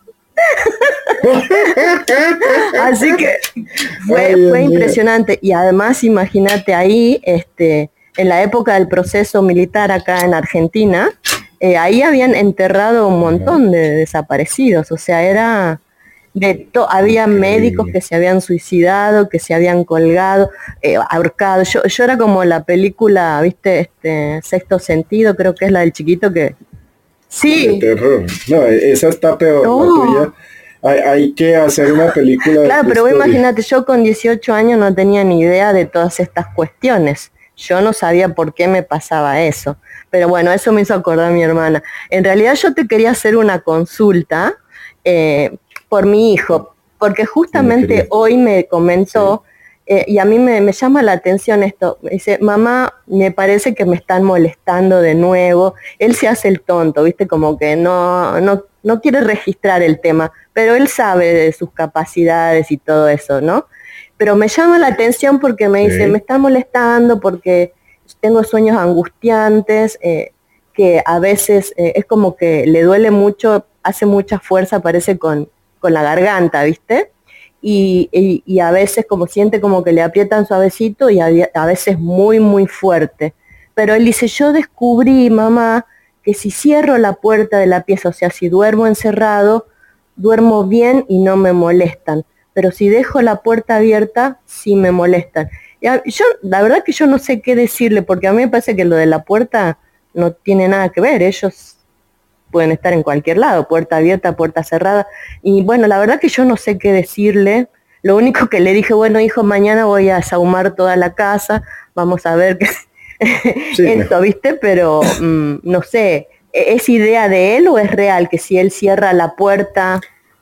Así que fue impresionante. Y además, imagínate ahí, en la época del proceso militar acá en Argentina, ahí habían enterrado un montón de desaparecidos, o sea, era había médicos que se habían suicidado, que se habían colgado, ahorcado. Yo era como la película, viste, Sexto Sentido, creo que es la del chiquito que... Sí. De terror. No, esa está peor, la tuya. Hay que hacer una película. Claro, pero imagínate, yo con 18 años no tenía ni idea de todas estas cuestiones. Yo no sabía por qué me pasaba eso. Pero bueno, eso me hizo acordar a mi hermana. En realidad yo te quería hacer una consulta por mi hijo, porque justamente hoy me comentó, y a mí me llama la atención esto. Me dice, mamá, me parece que me están molestando de nuevo. Él se hace el tonto, ¿viste? Como que no quiere registrar el tema, pero él sabe de sus capacidades y todo eso, ¿no? Pero me llama la atención porque me dice, me está molestando porque tengo sueños angustiantes, que a veces es como que le duele mucho, hace mucha fuerza, parece con la garganta, ¿viste? Y a veces como siente como que le aprietan suavecito y a veces muy, muy fuerte. Pero él dice, yo descubrí, mamá, que si cierro la puerta de la pieza, o sea, si duermo encerrado, duermo bien y no me molestan. Pero si dejo la puerta abierta, sí me molestan. La verdad que yo no sé qué decirle, porque a mí me parece que lo de la puerta no tiene nada que ver. Ellos pueden estar en cualquier lado, puerta abierta, puerta cerrada. Y bueno, la verdad que yo no sé qué decirle. Lo único que le dije, bueno, hijo, mañana voy a sahumar toda la casa, vamos a ver qué Sí, esto, ¿viste? Pero no sé, ¿es idea de él o es real que si él cierra la puerta?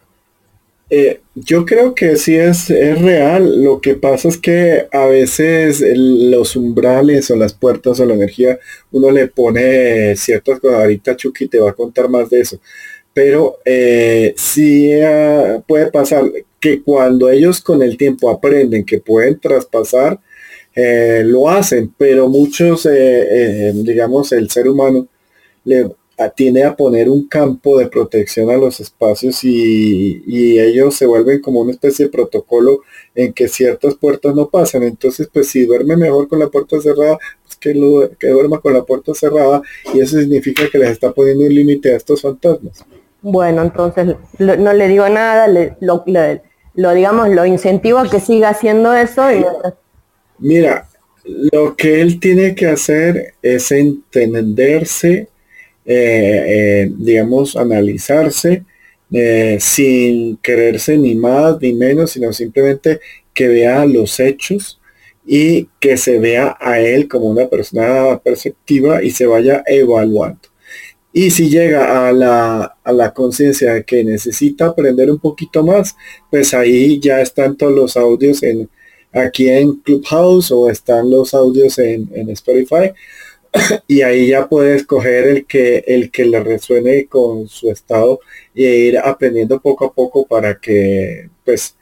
Yo creo que sí es real. Lo que pasa es que a veces los umbrales o las puertas o la energía, uno le pone ciertas cosas. Ahorita Chucky te va a contar más de eso. Pero sí puede pasar que cuando ellos con el tiempo aprenden que pueden traspasar, lo hacen, pero muchos, digamos, el ser humano tiende a poner un campo de protección a los espacios y ellos se vuelven como una especie de protocolo en que ciertas puertas no pasan. Entonces, pues si duerme mejor con la puerta cerrada, pues que duerma con la puerta cerrada, y eso significa que les está poniendo un límite a estos fantasmas. Bueno, entonces no le digo nada, digamos, lo incentivo a que siga haciendo eso. Mira, lo que él tiene que hacer es entenderse, digamos, analizarse, sin quererse ni más ni menos, sino simplemente que vea los hechos y que se vea a él como una persona perceptiva y se vaya evaluando. Y si llega a la conciencia de que necesita aprender un poquito más, pues ahí ya están todos los audios aquí en Clubhouse, o están los audios en Spotify, y ahí ya puede escoger el que le resuene con su estado y ir aprendiendo poco a poco para que pues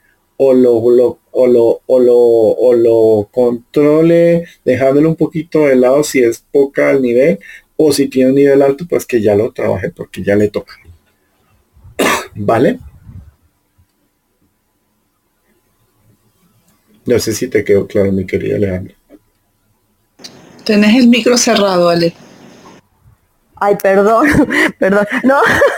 o lo controle dejándolo un poquito de lado si es poca al nivel, o si tiene un nivel alto pues que ya lo trabaje porque ya le toca. ¿Vale? No sé si te quedó claro, mi querida Alejandra. Tenés el micro cerrado, Ale. Ay, perdón, perdón. No.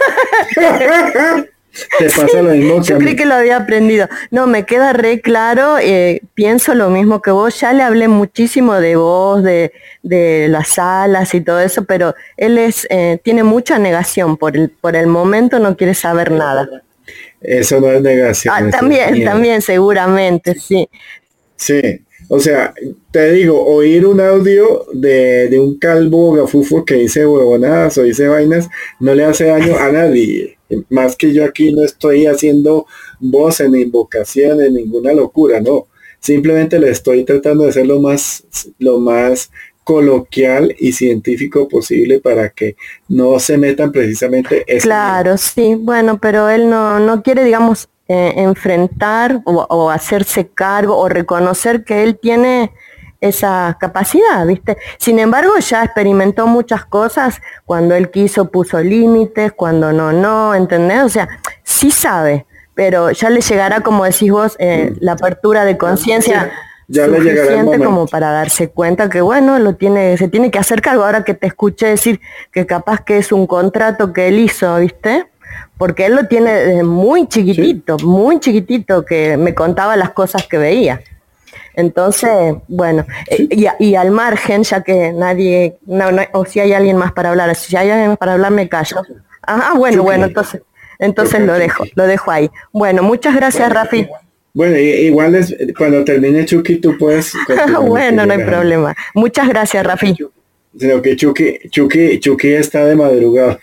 Te pasa lo mismo que Yo a mí. creí que lo había aprendido. No, me queda re claro, pienso lo mismo que vos, ya le hablé muchísimo de vos, de las alas y todo eso, pero él tiene mucha negación, por el momento no quiere saber nada. Eso no es negación. Ah, eso es también, miedo. también, seguramente, sí. Sí, o sea, te digo, oír un audio de un calvo gafufo que dice huevonadas o dice vainas, no le hace daño a nadie. Más que yo aquí no estoy haciendo voces ni invocaciones, ninguna locura, no. Simplemente le estoy tratando de ser lo más coloquial y científico posible para que no se metan precisamente ese miedo. Claro, sí, bueno, pero él no quiere, digamos, enfrentar o hacerse cargo o reconocer que él tiene esa capacidad, ¿viste? Sin embargo, ya experimentó muchas cosas, cuando él quiso puso límites, cuando no, ¿entendés? O sea, sí sabe, pero ya le llegará, como decís vos, la apertura de conciencia Ya le llegará el suficiente momento. como para darse cuenta que, bueno, se tiene que hacer cargo. Ahora que te escuché decir que capaz que es un contrato que él hizo, ¿viste? Porque él lo tiene desde muy chiquitito, que me contaba las cosas que veía. Entonces, bueno, y al margen, ya que nadie, o si hay alguien más para hablar, si hay alguien más para hablar, me callo. Ah, bueno, Chucky. bueno, entonces lo dejo ahí. Bueno, muchas gracias, Rafi. Bueno, igual cuando termine Chucky tú puedes continuar, Bueno, no hay Alejandra. problema. Muchas gracias, Rafi. Sino que Chucky está de madrugada.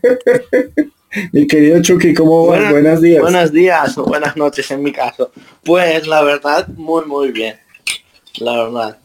Mi querido Chucky, ¿cómo va? Buenos días. Buenos días o buenas noches en mi caso. Pues la verdad, muy bien. La verdad.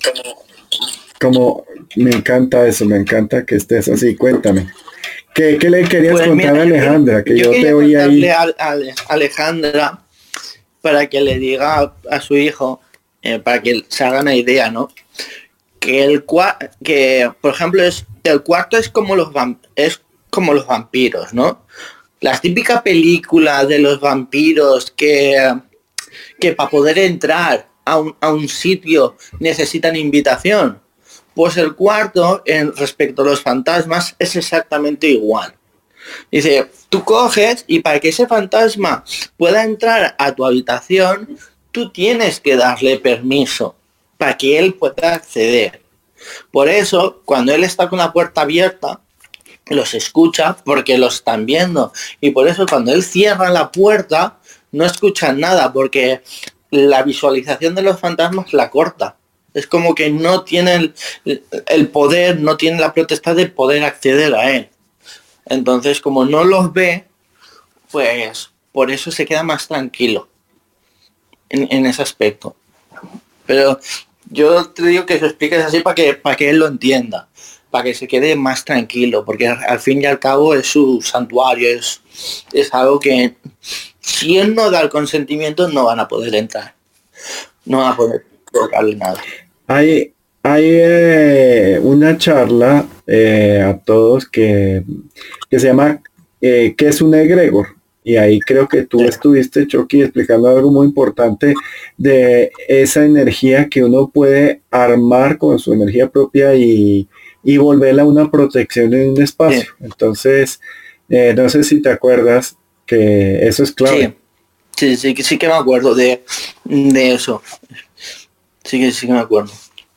Como me encanta eso, me encanta que estés así. Cuéntame. ¿Qué le querías Pues contar mira, a Alejandra? Que yo quería te oí ahí. contarle a Alejandra para que le diga a su hijo, para que se haga una idea, ¿no? Que por ejemplo, el cuarto es como los vampiros, ¿no? Las típicas películas de los vampiros que para poder entrar a un sitio necesitan invitación. Pues el cuarto, respecto a los fantasmas, es exactamente igual. Dice, tú coges y para que ese fantasma pueda entrar a tu habitación, tú tienes que darle permiso para que él pueda acceder. Por eso, cuando él está con la puerta abierta, los escucha porque los están viendo. Y por eso cuando él cierra la puerta, no escuchan nada, porque la visualización de los fantasmas la corta. Es como que no tiene el poder, no tiene la potestad de poder acceder a él. Entonces, como no los ve, pues por eso se queda más tranquilo en ese aspecto. Pero yo te digo que se expliques así para que él lo entienda, para que se quede más tranquilo, porque al fin y al cabo es su santuario, es algo que si él no da el consentimiento no van a poder entrar, no van a poder tocarle nada. Hay una charla a todos que se llama ¿qué es un egregor? Y ahí creo que tú estuviste, Chucky, explicando algo muy importante de esa energía que uno puede armar con su energía propia y volverla una protección en un espacio. Entonces, no sé si te acuerdas que eso es clave. Sí que me acuerdo de eso. Sí que me acuerdo.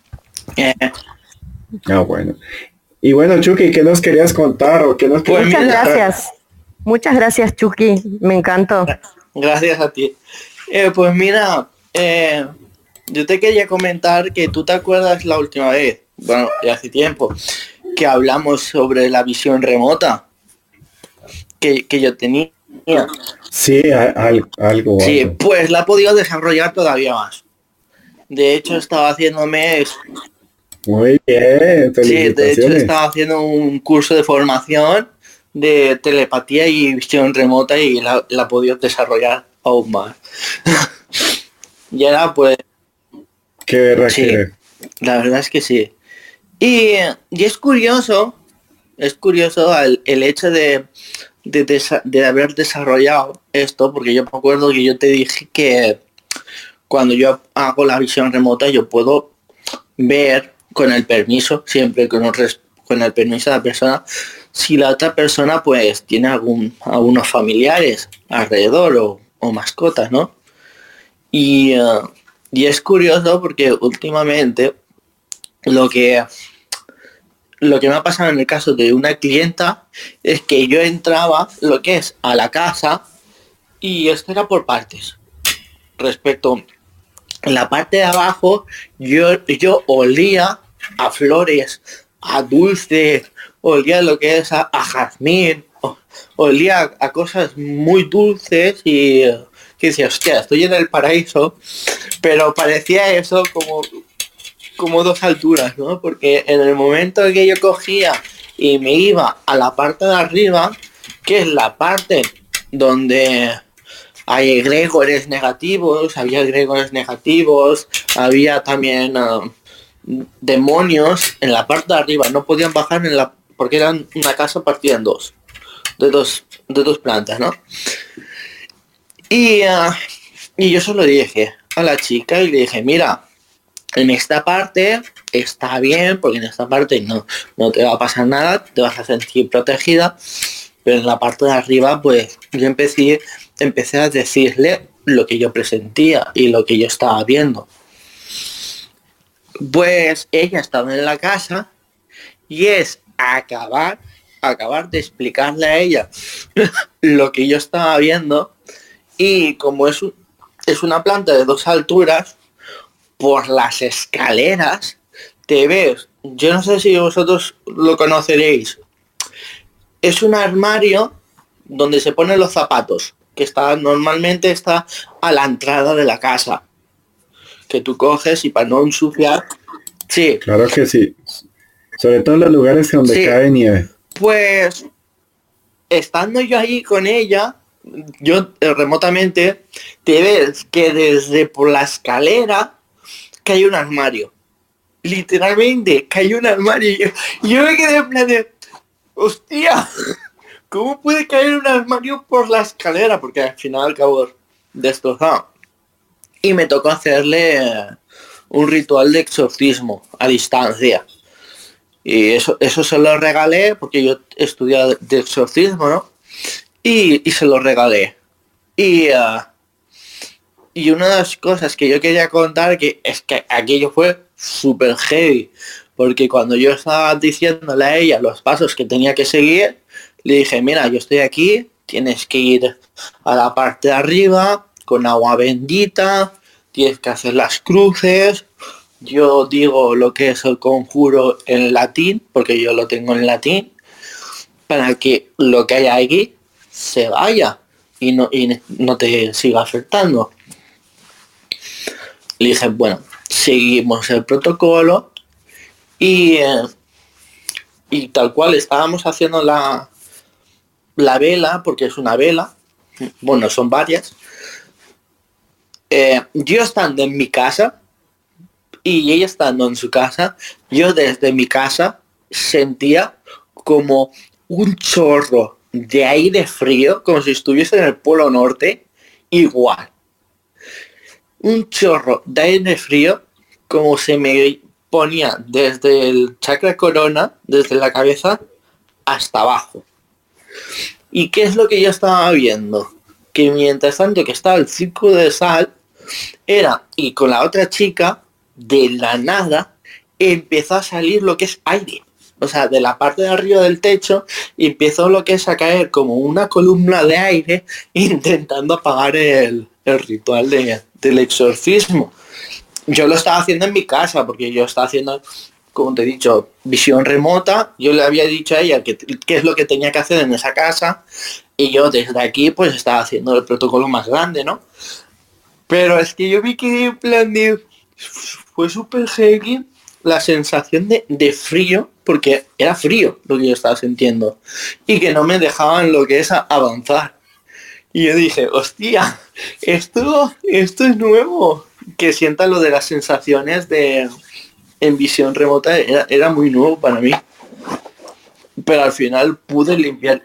Bueno. Y bueno, Chucky, ¿qué nos querías contar? ¿O qué nos querías contar? Muchas gracias, Chucky. Me encantó. Gracias a ti. Pues mira, yo te quería comentar que tú te acuerdas la última vez, bueno, ya hace tiempo, que hablamos sobre la visión remota que yo tenía. Sí, algo. Sí, pues la he podido desarrollar todavía más. De hecho, estaba haciéndome... Muy bien, felicitaciones. Sí, de hecho estaba haciendo un curso de formación de telepatía y visión remota y la he podido desarrollar aún más. Y ahora pues... Qué verdad, sí, la verdad es que sí. Y es curioso el hecho de haber desarrollado esto, porque yo me acuerdo que yo te dije que cuando yo hago la visión remota yo puedo ver con el permiso, siempre con el permiso de la persona, si la otra persona pues tiene algunos familiares alrededor o mascotas, ¿no? Y es curioso porque últimamente lo que me ha pasado en el caso de una clienta es que yo entraba lo que es a la casa y esto era por partes. Respecto a la parte de abajo, yo olía a flores, a dulce, olía lo que es a jazmín, olía a cosas muy dulces y que decía, hostia, estoy en el paraíso, pero parecía eso como dos alturas, ¿no? Porque en el momento que yo cogía y me iba a la parte de arriba, que es la parte donde hay egregores negativos, había también demonios en la parte de arriba, no podían bajar porque eran una casa partida en dos plantas, ¿no? Y yo se lo dije a la chica y le dije, mira, en esta parte está bien, porque en esta parte no te va a pasar nada, te vas a sentir protegida, pero en la parte de arriba, pues yo empecé a decirle lo que yo presentía y lo que yo estaba viendo. Pues ella estaba en la casa y es acabar de explicarle a ella lo que yo estaba viendo, y como es una planta de 2 alturas, por las escaleras te ves, yo no sé si vosotros lo conoceréis, es un armario donde se ponen los zapatos, que normalmente está a la entrada de la casa, que tú coges y para no ensuciar. Sí. Claro que sí. Sobre todo en los lugares donde cae nieve. Pues, estando yo ahí con ella, yo remotamente, te ves que desde por la escalera cae un armario. Literalmente, cae un armario. Y yo me quedé en plan de, hostia, ¿cómo puede caer un armario por la escalera? Porque al final acabo destrozado. Y me tocó hacerle un ritual de exorcismo a distancia. Y eso se lo regalé, porque yo he estudiado de exorcismo, ¿no? Y se lo regalé. Y una de las cosas que yo quería contar es que aquello fue súper heavy. Porque cuando yo estaba diciéndole a ella los pasos que tenía que seguir, le dije, mira, yo estoy aquí, tienes que ir a la parte de arriba con agua bendita, tienes que hacer las cruces. Yo digo lo que es el conjuro en latín, porque yo lo tengo en latín, para que lo que haya aquí se vaya y no te siga afectando. Le dije, bueno, seguimos el protocolo y tal cual estábamos haciendo la vela, porque es una vela, bueno, son varias. Yo estando en mi casa y ella estando en su casa, yo desde mi casa sentía como un chorro de aire frío, como si estuviese en el Polo Norte, igual. Un chorro de aire frío, como se me ponía desde el chakra corona, desde la cabeza, hasta abajo. ¿Y qué es lo que yo estaba viendo? Que mientras tanto que estaba el círculo de sal, y con la otra chica, de la nada, empezó a salir lo que es aire. O sea, de la parte de arriba del techo empezó lo que es a caer como una columna de aire intentando apagar el ritual del exorcismo. Yo lo estaba haciendo en mi casa porque yo estaba haciendo, como te he dicho, visión remota. Yo le había dicho a ella qué es lo que tenía que hacer en esa casa y yo desde aquí pues estaba haciendo el protocolo más grande, ¿no? Pero es que yo vi que en plan de... fue súper heavy la sensación de frío, porque era frío lo que yo estaba sintiendo y que no me dejaban lo que es avanzar. Y yo dije, hostia, esto es nuevo. Que sienta lo de las sensaciones en visión remota era muy nuevo para mí. Pero al final lo pude limpiar.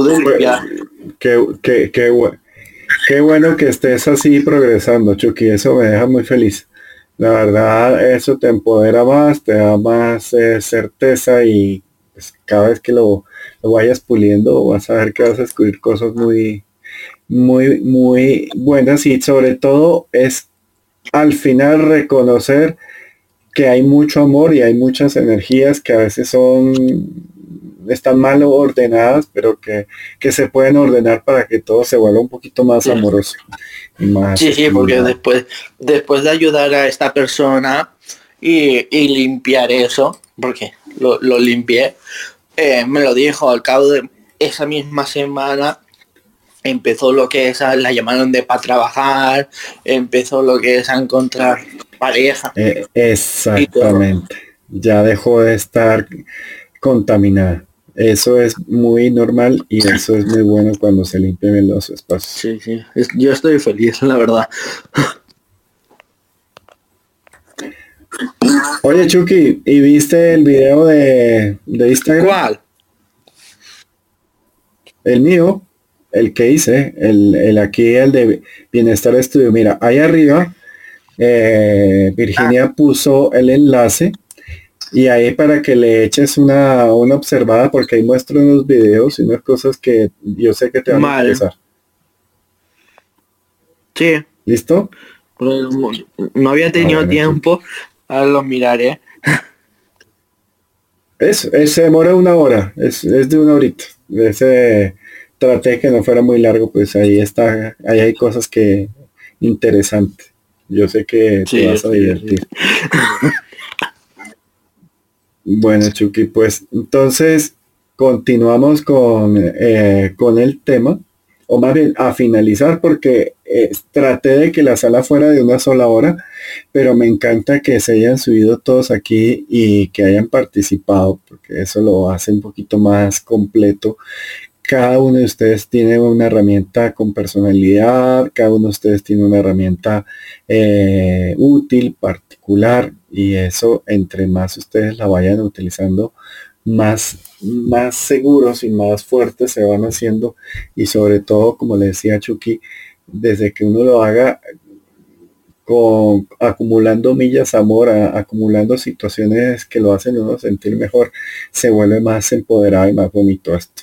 Qué bueno que estés así progresando, Chucky. Eso me deja muy feliz. La verdad, eso te empodera más, te da más certeza y pues, cada vez que lo vayas puliendo vas a ver que vas a descubrir cosas muy, muy, muy buenas y sobre todo es al final reconocer que hay mucho amor y hay muchas energías que a veces están mal ordenadas, pero que se pueden ordenar para que todo se vuelva un poquito más amoroso. Y más sí, porque después de ayudar a esta persona y limpiar eso, porque lo limpié, me lo dijo al cabo de esa misma semana. Empezó lo que es, la llamaron para trabajar, empezó lo que es a encontrar pareja. Exactamente. Ya dejó de estar contaminada. Eso es muy normal y eso es muy bueno cuando se limpian los espacios. Sí. Yo estoy feliz, la verdad. Oye, Chucky, ¿y viste el video de Instagram? ¿Cuál? El mío, el que hice, el aquí, el de Bienestar Estudio. Mira, ahí arriba, Virginia puso el enlace y ahí para que le eches una observada, porque ahí muestro unos videos y unas cosas que yo sé que te van a interesar. Sí. ¿Listo? No había tenido tiempo. Ahora lo miraré. Se demora 1 hora, es de 1 horita. Traté que no fuera muy largo, pues ahí está, ahí hay cosas que interesantes. Yo sé que te vas a divertir. Bueno, Chucky, pues entonces continuamos con el tema, o más bien a finalizar, porque traté de que la sala fuera de 1 sola hora, pero me encanta que se hayan subido todos aquí y que hayan participado, porque eso lo hace un poquito más completo. Cada uno de ustedes tiene una herramienta con personalidad, cada uno de ustedes tiene una herramienta útil, particular, y eso entre más ustedes la vayan utilizando, más seguros y más fuertes se van haciendo, y sobre todo, como le decía Chucky, desde que uno lo haga acumulando millas amor, acumulando situaciones que lo hacen uno sentir mejor, se vuelve más empoderado y más bonito esto.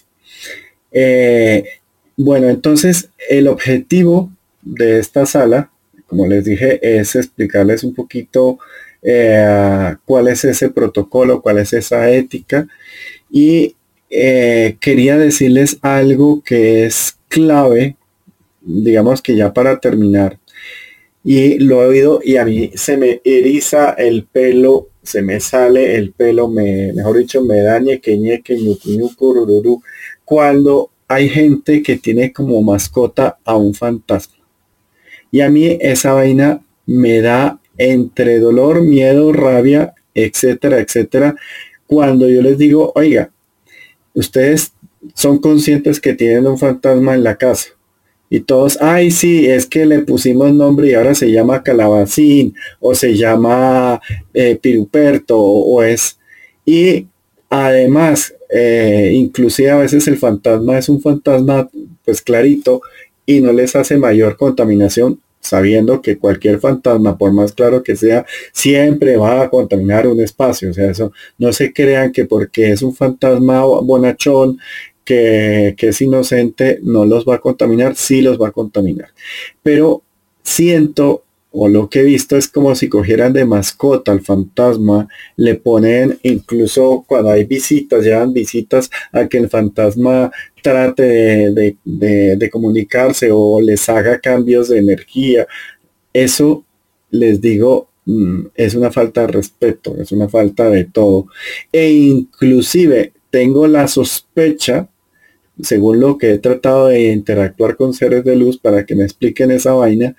Bueno, entonces el objetivo de esta sala, como les dije, es explicarles un poquito cuál es ese protocolo, cuál es esa ética, y quería decirles algo que es clave, digamos que ya para terminar, y lo he oído y a mí se me eriza el pelo, se me sale el pelo, mejor dicho, me da ñeque, ñucu, ñucu, rururú, cuando hay gente que tiene como mascota a un fantasma. Y a mí esa vaina me da entre dolor, miedo, rabia, etcétera, etcétera, cuando yo les digo, oiga, ustedes son conscientes que tienen un fantasma en la casa. Y todos, ay, sí, es que le pusimos nombre y ahora se llama Calabacín o se llama Piruperto o es. Y además, inclusive a veces el fantasma es un fantasma pues clarito y no les hace mayor contaminación, sabiendo que cualquier fantasma, por más claro que sea, siempre va a contaminar un espacio. O sea, eso no se crean que porque es un fantasma bonachón, que es inocente, no los va a contaminar, sí los va a contaminar. Pero siento, o lo que he visto es como si cogieran de mascota al fantasma, le ponen, incluso cuando hay visitas, llevan visitas a que el fantasma trate de comunicarse o les haga cambios de energía. Eso, les digo, es una falta de respeto, es una falta de todo. E inclusive tengo la sospecha, según lo que he tratado de interactuar con seres de luz para que me expliquen esa vaina,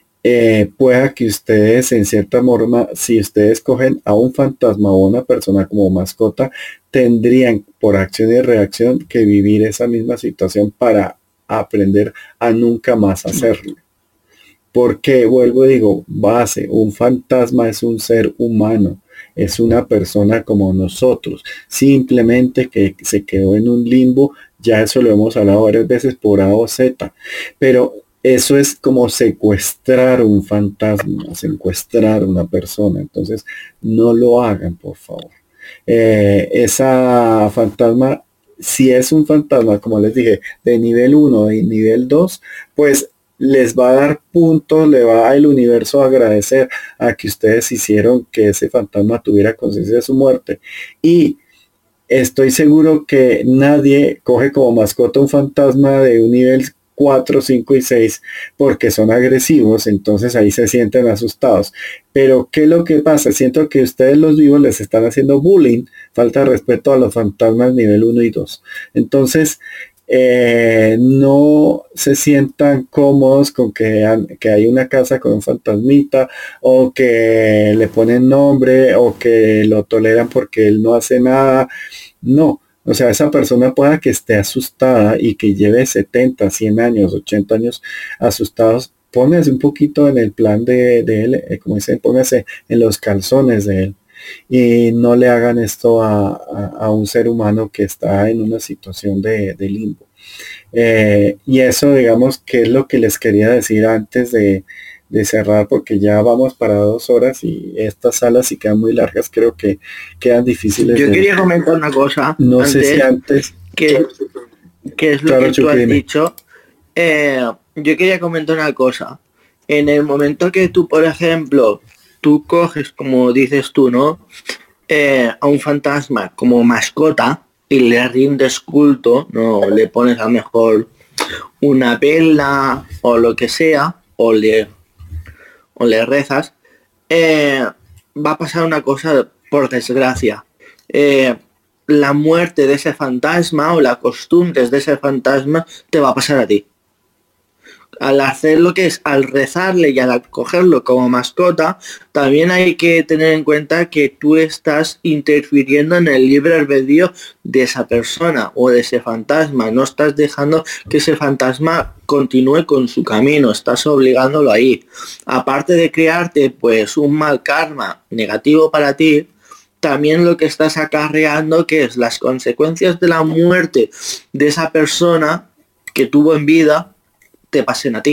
pueda que ustedes en cierta forma, si ustedes cogen a un fantasma o una persona como mascota, tendrían por acción y reacción que vivir esa misma situación para aprender a nunca más hacerlo. Porque vuelvo y digo, base, un fantasma es un ser humano, es una persona como nosotros, simplemente que se quedó en un limbo, ya eso lo hemos hablado varias veces por A o Z, pero eso es como secuestrar un fantasma, secuestrar una persona, entonces no lo hagan, por favor. Esa fantasma, si es un fantasma, como les dije, de nivel 1 y nivel 2, pues les va a dar puntos, le va el universo a agradecer a que ustedes hicieron que ese fantasma tuviera conciencia de su muerte. Y estoy seguro que nadie coge como mascota un fantasma de un nivel 4, 5 y 6 porque son agresivos, entonces ahí se sienten asustados. Pero ¿qué es lo que pasa? Siento que ustedes los vivos les están haciendo bullying, falta de respeto a los fantasmas nivel 1 y 2. Entonces, no se sientan cómodos con que hay una casa con un fantasmita o que le ponen nombre o que lo toleran porque él no hace nada. No, o sea, esa persona pueda que esté asustada y que lleve 70, 100 años, 80 años asustados. Póngase un poquito en el plan de él, como dicen, póngase en los calzones de él. Y no le hagan esto a un ser humano que está en una situación de limbo. Y eso, digamos, que es lo que les quería decir antes de cerrar, porque ya vamos para 2 horas y estas salas si quedan muy largas, creo que quedan difíciles. Yo quería comentar una cosa. No sé si antes... Que es lo claro, que tú has dime. dicho. Yo quería comentar una cosa. En el momento que tú, por ejemplo, tú coges, como dices tú, ¿no? A un fantasma como mascota y le rindes culto, ¿no? Le pones a lo mejor una vela o lo que sea, o le rezas, va a pasar una cosa, por desgracia. La muerte de ese fantasma o las costumbres de ese fantasma te va a pasar a ti. Al hacer lo que es, al rezarle y al cogerlo como mascota, también hay que tener en cuenta que tú estás interfiriendo en el libre albedrío de esa persona o de ese fantasma. No estás dejando que ese fantasma continúe con su camino, estás obligándolo ahí. Aparte de crearte pues un mal karma negativo para ti, también lo que estás acarreando, que es las consecuencias de la muerte de esa persona que tuvo en vida, te pasen a ti.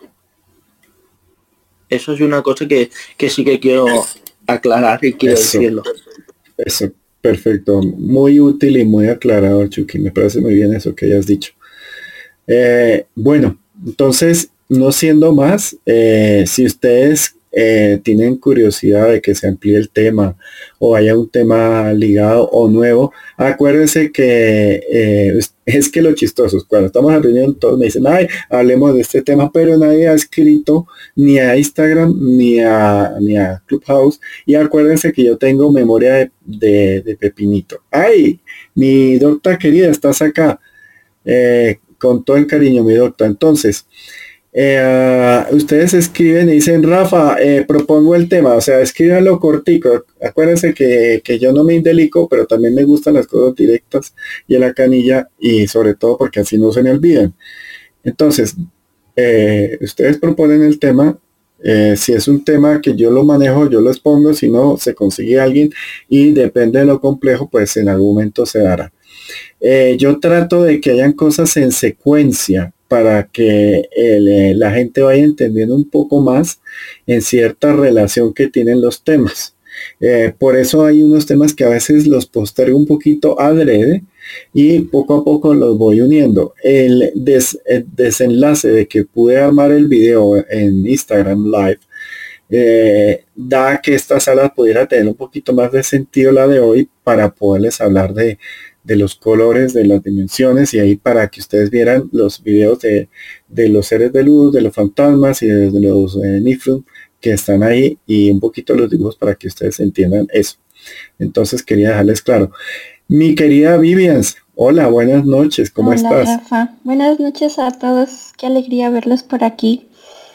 Eso es una cosa que sí que quiero aclarar y quiero decirlo. Eso, perfecto. Muy útil y muy aclarador, Chucky. Me parece muy bien eso que hayas dicho. Bueno, entonces, no siendo más, si ustedes tienen curiosidad de que se amplíe el tema o haya un tema ligado o nuevo, acuérdense que es que lo chistoso es cuando estamos en reunión todos me dicen, ay, hablemos de este tema, pero nadie ha escrito ni a Instagram ni a Clubhouse, y acuérdense que yo tengo memoria de pepinito. Ay, mi doctora querida, estás acá. Con todo el cariño, mi doctora. Entonces, ustedes escriben y dicen, Rafa, propongo el tema, o sea, escríbanlo cortico. Acuérdense que yo no me indelico, pero también me gustan las cosas directas y a la canilla, y sobre todo porque así no se me olvidan. Entonces, ustedes proponen el tema. Si es un tema que yo lo manejo, yo lo expongo, si no, se consigue alguien, y depende de lo complejo, pues en algún momento se dará. Yo trato de que hayan cosas en secuencia para que la gente vaya entendiendo un poco más en cierta relación que tienen los temas. Por eso hay unos temas que a veces los postergo un poquito adrede y poco a poco los voy uniendo. El desenlace de que pude armar el video en Instagram Live da que esta sala pudiera tener un poquito más de sentido, la de hoy, para poderles hablar de los colores, de las dimensiones, y ahí para que ustedes vieran los videos de los seres de luz, de los fantasmas y de los Niflum que están ahí, y un poquito los dibujos para que ustedes entiendan eso. Entonces quería dejarles claro. Mi querida Vivian, hola, buenas noches, ¿cómo Hola, estás? Rafa. Buenas noches a todos, qué alegría verlos por aquí.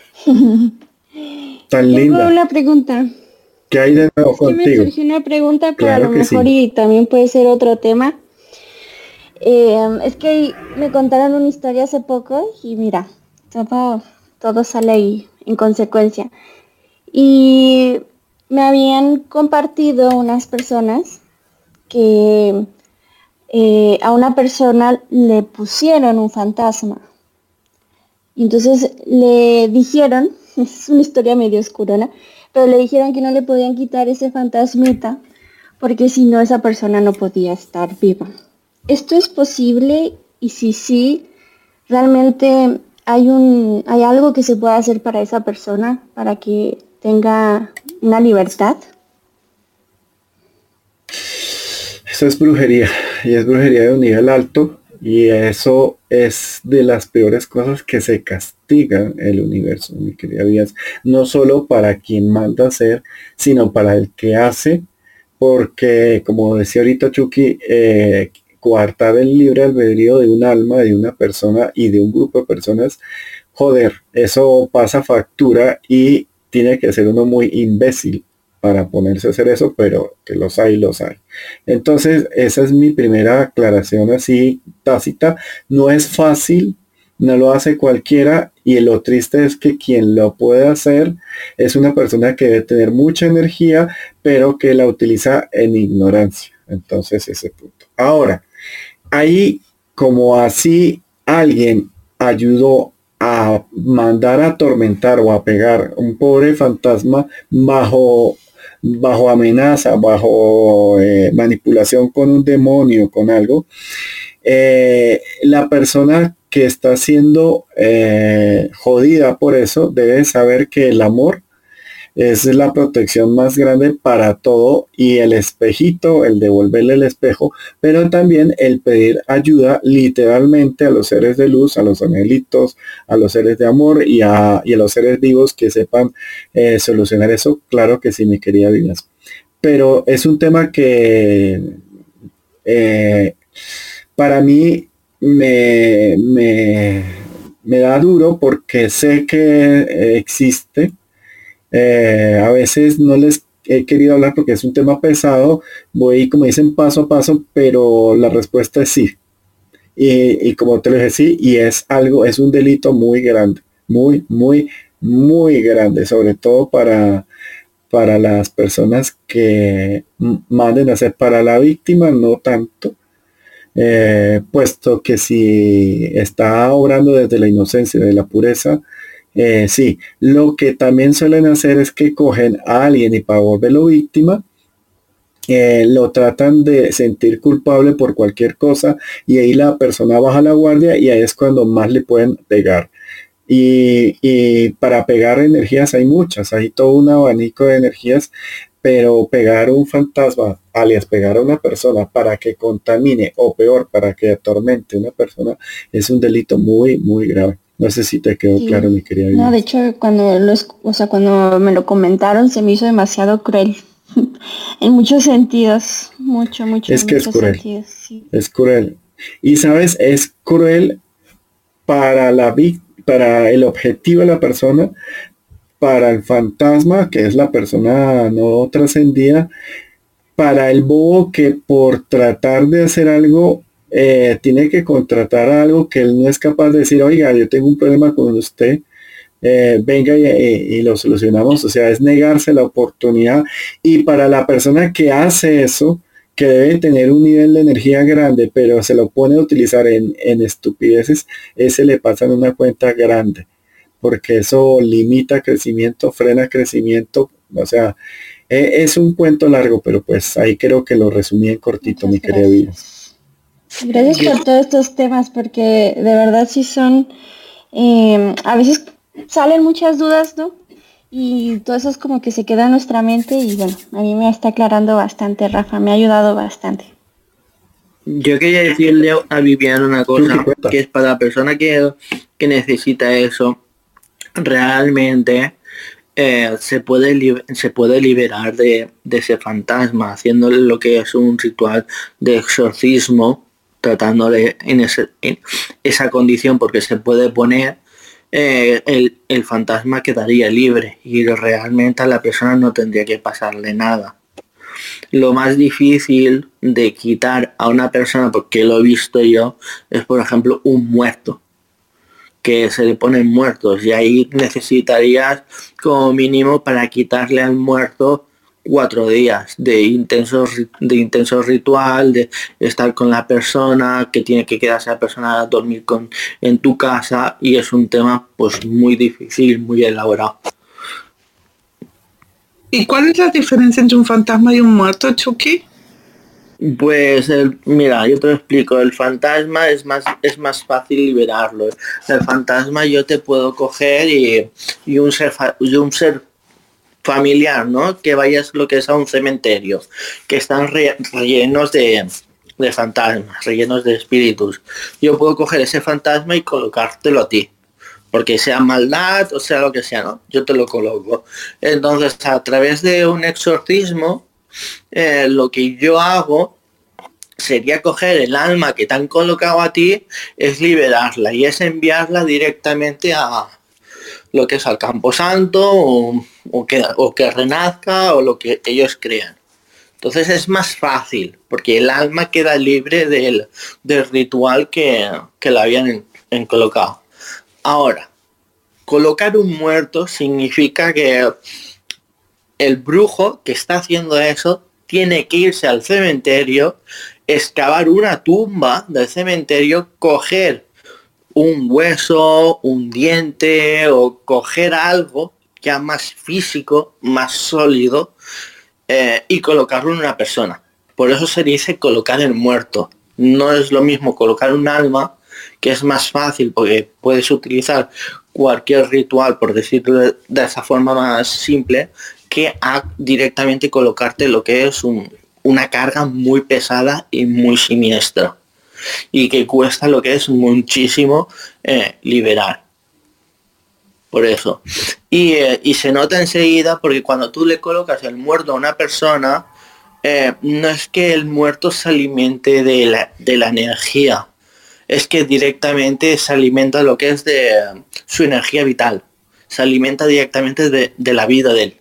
Tan linda. Tengo una pregunta. ¿Qué hay de nuevo contigo? Me surgió una pregunta, pero Claro a lo que mejor sí. y también puede ser otro tema. Es que me contaron una historia hace poco y mira, todo sale ahí en consecuencia. Y me habían compartido unas personas que a una persona le pusieron un fantasma. Y entonces le dijeron, es una historia medio oscurona, pero le dijeron que no le podían quitar ese fantasmita porque si no esa persona no podía estar viva. ¿Esto es posible? Y si sí, ¿realmente hay algo que se pueda hacer para esa persona para que tenga una libertad? Eso es brujería, y es brujería de un nivel alto, y eso es de las peores cosas que se castigan en el universo, mi querida Vías. No solo para quien manda hacer, sino para el que hace, porque como decía ahorita Chucky, coartar el libre albedrío de un alma, de una persona y de un grupo de personas, joder, eso pasa factura, y tiene que ser uno muy imbécil para ponerse a hacer eso, pero que los hay, los hay. Entonces, esa es mi primera aclaración así tácita. No es fácil, no lo hace cualquiera, y lo triste es que quien lo puede hacer es una persona que debe tener mucha energía, pero que la utiliza en ignorancia. Entonces, ese punto. Ahora, ahí, como así alguien ayudó a mandar a atormentar o a pegar un pobre fantasma bajo amenaza, bajo manipulación con un demonio, con algo, la persona que está siendo jodida por eso debe saber que el amor es la protección más grande para todo, y el espejito, el devolverle el espejo, pero también el pedir ayuda literalmente a los seres de luz, a los angelitos, a los seres de amor y a los seres vivos que sepan solucionar eso. Claro que sí, mi querida Vivian. Pero es un tema que para mí me da duro, porque sé que existe. A veces no les he querido hablar porque es un tema pesado, voy, como dicen, paso a paso, pero la respuesta es sí. Y como te lo dije, sí, y es un delito muy grande, muy, muy, muy grande, sobre todo para las personas que manden a hacer. Para la víctima no tanto, puesto que si está obrando desde la inocencia, de la pureza, sí. Lo que también suelen hacer es que cogen a alguien y para volverlo víctima, lo tratan de sentir culpable por cualquier cosa, y ahí la persona baja la guardia, y ahí es cuando más le pueden pegar. Y para pegar energías hay muchas, hay todo un abanico de energías, pero pegar un fantasma, alias pegar a una persona para que contamine o peor, para que atormente a una persona, es un delito muy, muy grave. No sé si te quedó claro, mi querida No, Vivi. de hecho, cuando me lo comentaron se me hizo demasiado cruel. En muchos sentidos, Es que es muchos cruel, sentidos, sí. es cruel. Y sabes, es cruel para para el objetivo de la persona, para el fantasma, que es la persona no trascendida, para el bobo que por tratar de hacer algo tiene que contratar algo que él no es capaz de decir, oiga, yo tengo un problema con usted, venga y lo solucionamos. O sea, es negarse la oportunidad. Y para la persona que hace eso, que debe tener un nivel de energía grande, pero se lo pone a utilizar en estupideces, ese le pasa en una cuenta grande, porque eso limita crecimiento, frena crecimiento. O sea, es un cuento largo, pero pues ahí creo que lo resumí en cortito, mi querida vida. Gracias por todos estos temas, porque de verdad sí son, a veces salen muchas dudas, ¿no? Y todo eso es como que se queda en nuestra mente y bueno, a mí me está aclarando bastante, Rafa, me ha ayudado bastante. Yo quería decirle a Viviana una cosa, que es para la persona que necesita eso, realmente se puede liberar de ese fantasma, haciéndole lo que es un ritual de exorcismo, tratándole en esa condición, porque se puede poner, el fantasma quedaría libre y realmente a la persona no tendría que pasarle nada. Lo más difícil de quitar a una persona, porque lo he visto yo, es por ejemplo un muerto, que se le ponen muertos, y ahí necesitarías como mínimo para quitarle al muerto 4 días de intenso ritual, de estar con la persona, que tiene que quedarse la persona a dormir en tu casa, y es un tema pues muy difícil, muy elaborado. ¿Y cuál es la diferencia entre un fantasma y un muerto, Chucky? Pues mira, yo te lo explico. El fantasma es más fácil liberarlo. El fantasma yo te puedo coger y un ser familiar, ¿no? Que vayas lo que es a un cementerio, que están rellenos de fantasmas, rellenos de espíritus. Yo puedo coger ese fantasma y colocártelo a ti, porque sea maldad o sea lo que sea, ¿no? Yo te lo coloco. Entonces, a través de un exorcismo, lo que yo hago sería coger el alma que te han colocado a ti, es liberarla y es enviarla directamente a lo que es al Camposanto o que renazca o lo que ellos crean. Entonces es más fácil porque el alma queda libre del ritual que la habían colocado. Ahora, colocar un muerto significa que el brujo que está haciendo eso tiene que irse al cementerio, excavar una tumba del cementerio, coger un hueso, un diente o coger algo ya más físico, más sólido, y colocarlo en una persona. Por eso se dice colocar el muerto. No es lo mismo colocar un alma, que es más fácil porque puedes utilizar cualquier ritual, por decirlo de esa forma más simple, que a directamente colocarte lo que es una carga muy pesada y muy siniestra, y que cuesta lo que es muchísimo liberar. Por eso. Y se nota enseguida, porque cuando tú le colocas el muerto a una persona, no es que el muerto se alimente de la energía, es que directamente se alimenta lo que es de su energía vital, se alimenta directamente de la vida de él.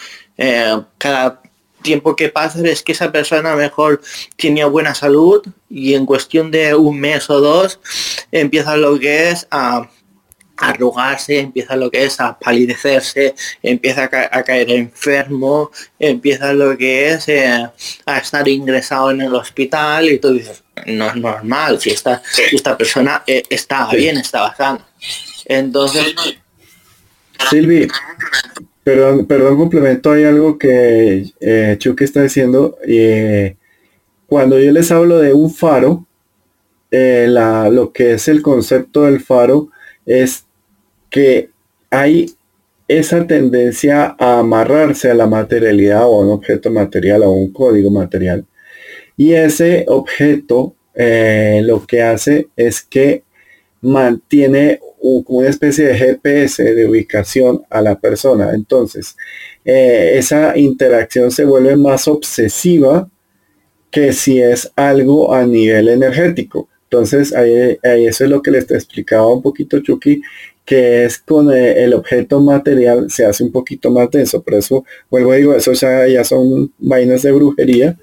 Cada tiempo que pasa es que esa persona mejor tenía buena salud y en cuestión de un mes o dos empieza lo que es a arrugarse, empieza lo que es a palidecerse, empieza a caer enfermo, empieza lo que es a estar ingresado en el hospital, y tú dices, no es normal, si esta persona estaba bien, estaba sana. Entonces, Silvi, perdón, complemento, hay algo que Chucky está diciendo. Cuando yo les hablo de un faro, lo que es el concepto del faro es que hay esa tendencia a amarrarse a la materialidad o a un objeto material o a un código material. Y ese objeto lo que hace es que mantiene como una especie de GPS de ubicación a la persona. Entonces, esa interacción se vuelve más obsesiva que si es algo a nivel energético. Entonces, ahí eso es lo que les explicaba un poquito Chucky, que es con el objeto material se hace un poquito más denso. Por eso, vuelvo a digo, eso ya son vainas de brujería.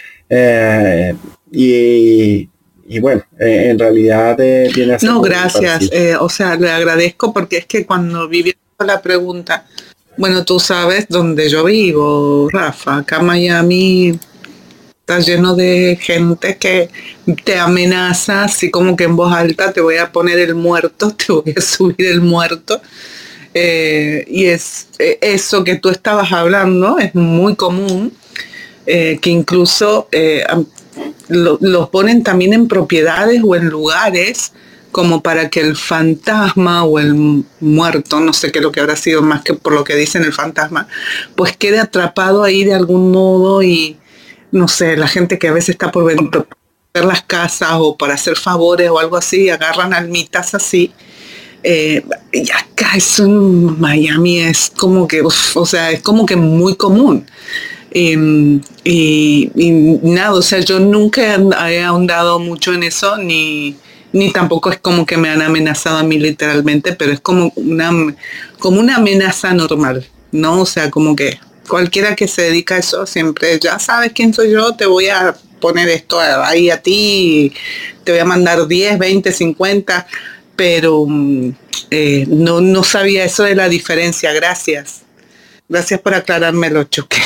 Y bueno, en realidad viene a ser... No, gracias. O sea, le agradezco porque es que cuando viví la pregunta, bueno, tú sabes dónde yo vivo, Rafa, acá en Miami está lleno de gente que te amenaza, así como que en voz alta te voy a poner el muerto, te voy a subir el muerto. Y es eso que tú estabas hablando, es muy común, que incluso lo ponen también en propiedades o en lugares como para que el fantasma o el muerto, no sé qué es lo que habrá sido más que por lo que dicen el fantasma, pues quede atrapado ahí de algún modo y no sé, la gente que a veces está por ver las casas o para hacer favores o algo así, agarran almitas así. Y acá eso en Miami es como que, o sea, es como que muy común. Y nada, o sea, yo nunca he ahondado mucho en eso, ni tampoco es como que me han amenazado a mí literalmente, pero es como una amenaza normal, ¿no? O sea, como que cualquiera que se dedica a eso siempre, ya sabes quién soy yo, te voy a poner esto ahí a ti, te voy a mandar 10, 20, 50, pero no sabía eso de la diferencia. Gracias por aclarármelo, Chuque.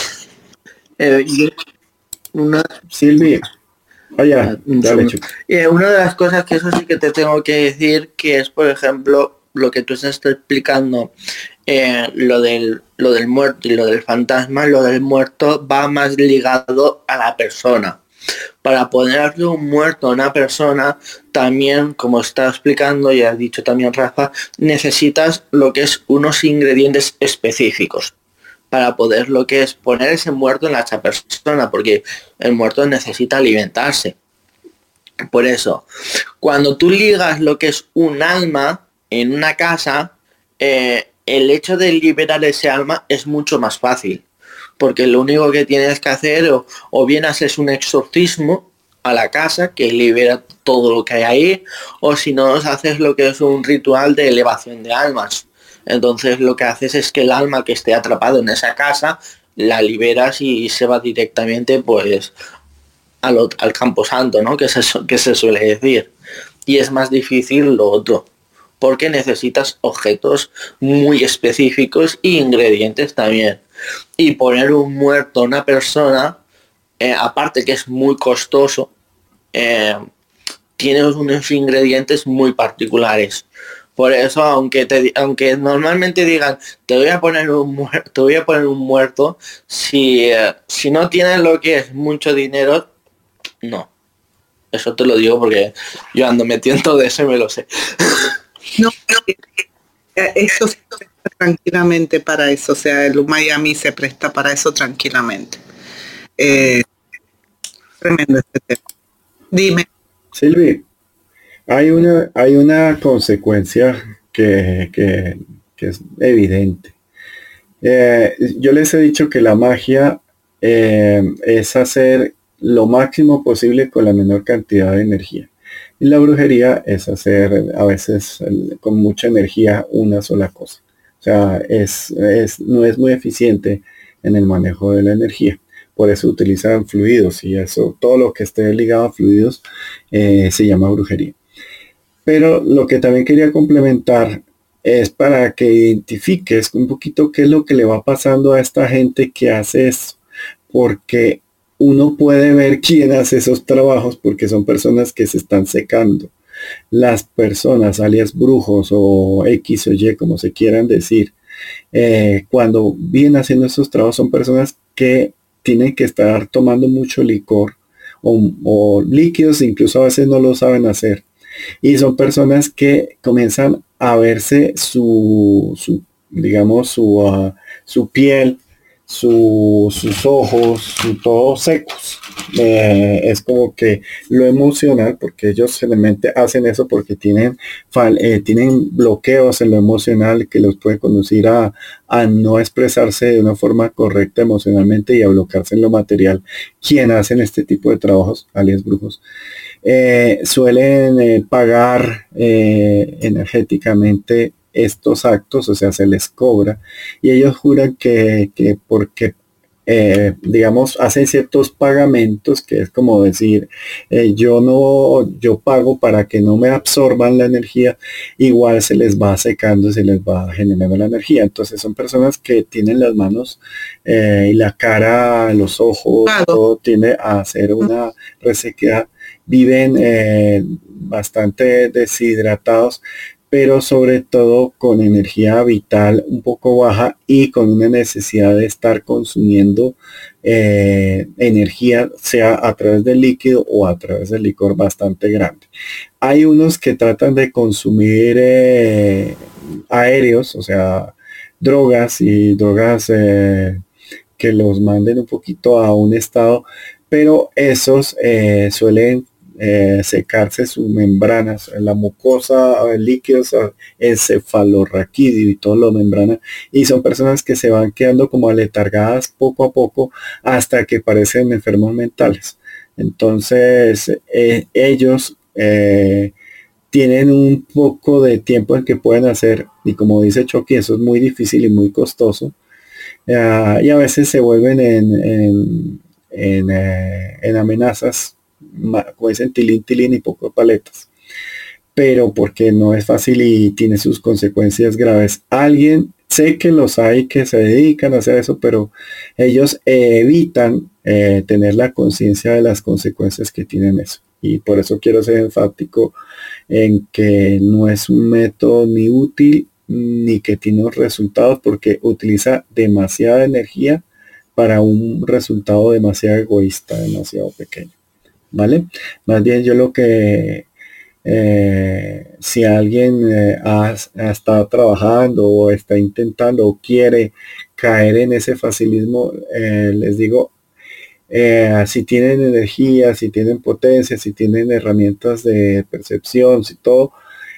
Silvia, vaya, dale, Chuque. Una de las cosas que eso sí que te tengo que decir, que es, por ejemplo, lo que tú estás explicando, lo del muerto y lo del fantasma. Lo del muerto va más ligado a la persona. Para ponerle un muerto a una persona, también, como está explicando y has dicho también Rafa, necesitas lo que es unos ingredientes específicos para poder lo que es poner ese muerto en la otra persona, porque el muerto necesita alimentarse. Por eso, cuando tú ligas lo que es un alma en una casa, el hecho de liberar ese alma es mucho más fácil, porque lo único que tienes que hacer o bien haces un exorcismo a la casa que libera todo lo que hay ahí, o si no haces lo que es un ritual de elevación de almas. Entonces lo que haces es que el alma que esté atrapado en esa casa la liberas y se va directamente pues al camposanto, ¿no? Que se suele decir. Y es más difícil lo otro, porque necesitas objetos muy específicos y ingredientes también. Y poner un muerto a una persona, aparte que es muy costoso, tiene unos ingredientes muy particulares. Por eso, aunque normalmente digan, te voy a poner un muerto, si no tienes lo que es mucho dinero, no. Eso te lo digo porque yo ando metiendo de eso y me lo sé. No, eso se presta tranquilamente para eso, o sea, el Miami se presta para eso tranquilamente. Tremendo este tema. Dime. Silvi, hay una consecuencia que es evidente. Yo les he dicho que la magia es hacer lo máximo posible con la menor cantidad de energía. Y la brujería es hacer a veces con mucha energía una sola cosa. O sea, no es muy eficiente en el manejo de la energía. Por eso utilizan fluidos y eso, todo lo que esté ligado a fluidos se llama brujería. Pero lo que también quería complementar es para que identifiques un poquito qué es lo que le va pasando a esta gente que hace eso. Porque uno puede ver quién hace esos trabajos porque son personas que se están secando. Las personas, alias brujos o X o Y, como se quieran decir, cuando vienen haciendo esos trabajos son personas que tienen que estar tomando mucho licor o líquidos, incluso a veces no lo saben hacer. Y son personas que comienzan a verse digamos, su piel, sus ojos, todo secos. Es como que lo emocional, porque ellos generalmente hacen eso porque tienen bloqueos en lo emocional que los puede conducir a no expresarse de una forma correcta emocionalmente y a bloquearse en lo material. Quien hacen este tipo de trabajos, alias brujos, suelen pagar energéticamente estos actos, o sea, se les cobra, y ellos juran que porque digamos, hacen ciertos pagamentos, que es como decir, yo pago para que no me absorban la energía, igual se les va secando, se les va generando la energía. Entonces son personas que tienen las manos y la cara, los ojos, todo tiende a hacer una resequedad, viven bastante deshidratados, pero sobre todo con energía vital un poco baja y con una necesidad de estar consumiendo energía, sea a través del líquido o a través del licor, bastante grande. Hay unos que tratan de consumir aéreos, o sea, drogas que los manden un poquito a un estado, pero esos suelen secarse sus membranas, la mucosa, líquidos, encefalorraquídeo y todo lo membrana, y son personas que se van quedando como aletargadas poco a poco hasta que parecen enfermos mentales. Entonces ellos tienen un poco de tiempo en que pueden hacer, y como dice Chucky, eso es muy difícil y muy costoso, y a veces se vuelven en amenazas, como dicen, tilín y poco paletas, pero porque no es fácil y tiene sus consecuencias graves. Sé que los hay que se dedican a hacer eso, pero ellos evitan tener la conciencia de las consecuencias que tienen eso, y por eso quiero ser enfático en que no es un método ni útil ni que tiene resultados, porque utiliza demasiada energía para un resultado demasiado egoísta, demasiado pequeño. ¿Vale? Más bien yo lo que si alguien ha estado trabajando o está intentando o quiere caer en ese facilismo, les digo, si tienen energía, si tienen potencia, si tienen herramientas de percepción, si todo,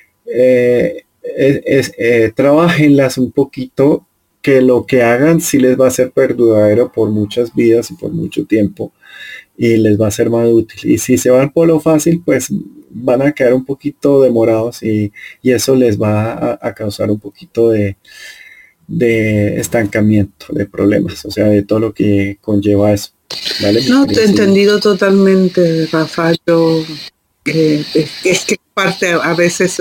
trabajenlas un poquito, que lo que hagan sí les va a ser perduradero por muchas vidas y por mucho tiempo, y les va a ser más útil. Y si se van por lo fácil, pues van a quedar un poquito demorados, y eso les va a causar un poquito de estancamiento, de problemas, o sea, de todo lo que conlleva eso. ¿Vale? No, te he entendido totalmente, Rafa. Yo es que parte a veces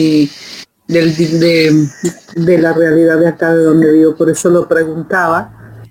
de la realidad de acá de donde vivo, por eso lo preguntaba.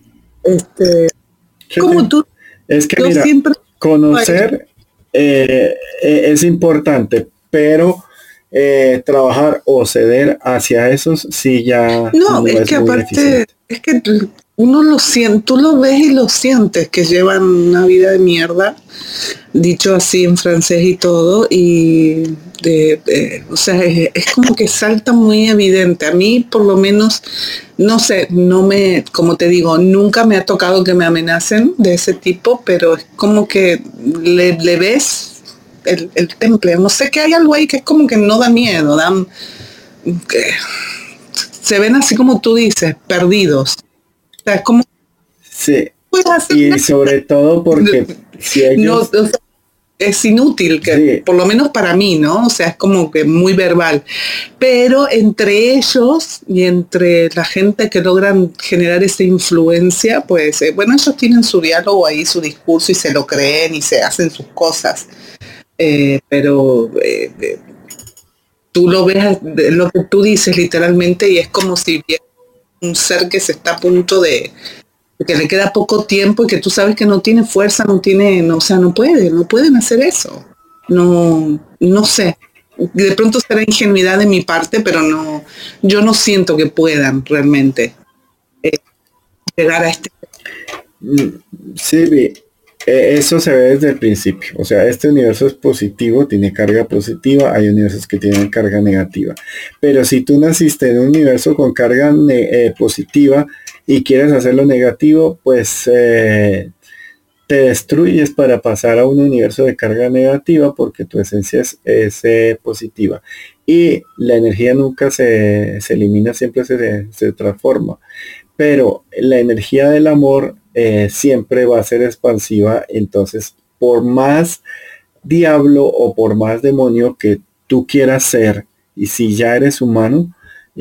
Como tú, es que mira, siempre conocer es importante, pero trabajar o ceder hacia esos sí ya no es que aparte eficiente. Es que uno lo siente, tú lo ves y lo sientes, que llevan una vida de mierda, dicho así en francés y todo, y o sea, es como que salta muy evidente. A mí por lo menos, no sé, como te digo, nunca me ha tocado que me amenacen de ese tipo, pero es como que le ves el temple, no sé, que hay algo ahí que es como que no da miedo, se ven así como tú dices, perdidos. O sea, es como... Sí, y sobre todo porque si ellos... No, o sea, es inútil, que sí. Por lo menos para mí, ¿no? O sea, es como que muy verbal. Pero entre ellos y entre la gente que logran generar esa influencia, pues, bueno, ellos tienen su diálogo ahí, su discurso, y se lo creen y se hacen sus cosas. Pero tú lo ves, lo que tú dices literalmente, y es como si viera un ser que se está a punto de que le queda poco tiempo y que tú sabes que no tiene fuerza, o sea, no pueden hacer eso. No sé. De pronto será ingenuidad de mi parte, pero yo no siento que puedan realmente llegar a este. Sí, Eso se ve desde el principio. O sea, este universo es positivo, tiene carga positiva, hay universos que tienen carga negativa. Pero si tú naciste en un universo con carga positiva y quieres hacerlo negativo, pues te destruyes para pasar a un universo de carga negativa porque tu esencia es positiva. Y la energía nunca se elimina, siempre se transforma. Pero la energía del amor siempre va a ser expansiva. Entonces, por más diablo o por más demonio que tú quieras ser, y si ya eres humano,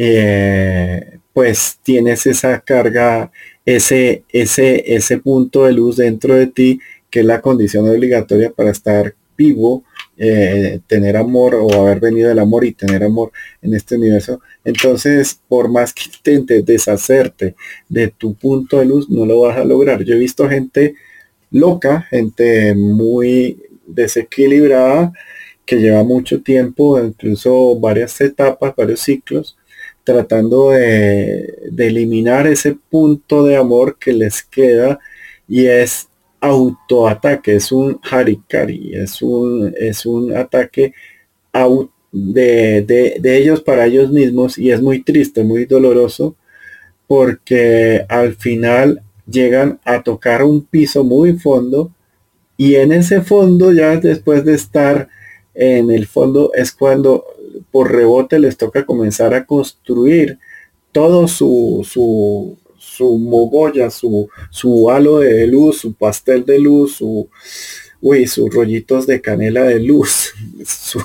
pues tienes esa carga, ese punto de luz dentro de ti, que es la condición obligatoria para estar vivo, tener amor o haber venido del amor y tener amor en este universo. Entonces, por más que intentes deshacerte de tu punto de luz, no lo vas a lograr. Yo he visto gente loca, gente muy desequilibrada, que lleva mucho tiempo, incluso varias etapas, varios ciclos, tratando de eliminar ese punto de amor que les queda, y es autoataque, es un harikari, es un ataque de ellos para ellos mismos, y es muy triste, muy doloroso, porque al final llegan a tocar un piso muy fondo, y en ese fondo, ya después de estar en el fondo, es cuando por rebote les toca comenzar a construir todo su mogolla, su halo de luz, su pastel de luz, sus rollitos de canela de luz, su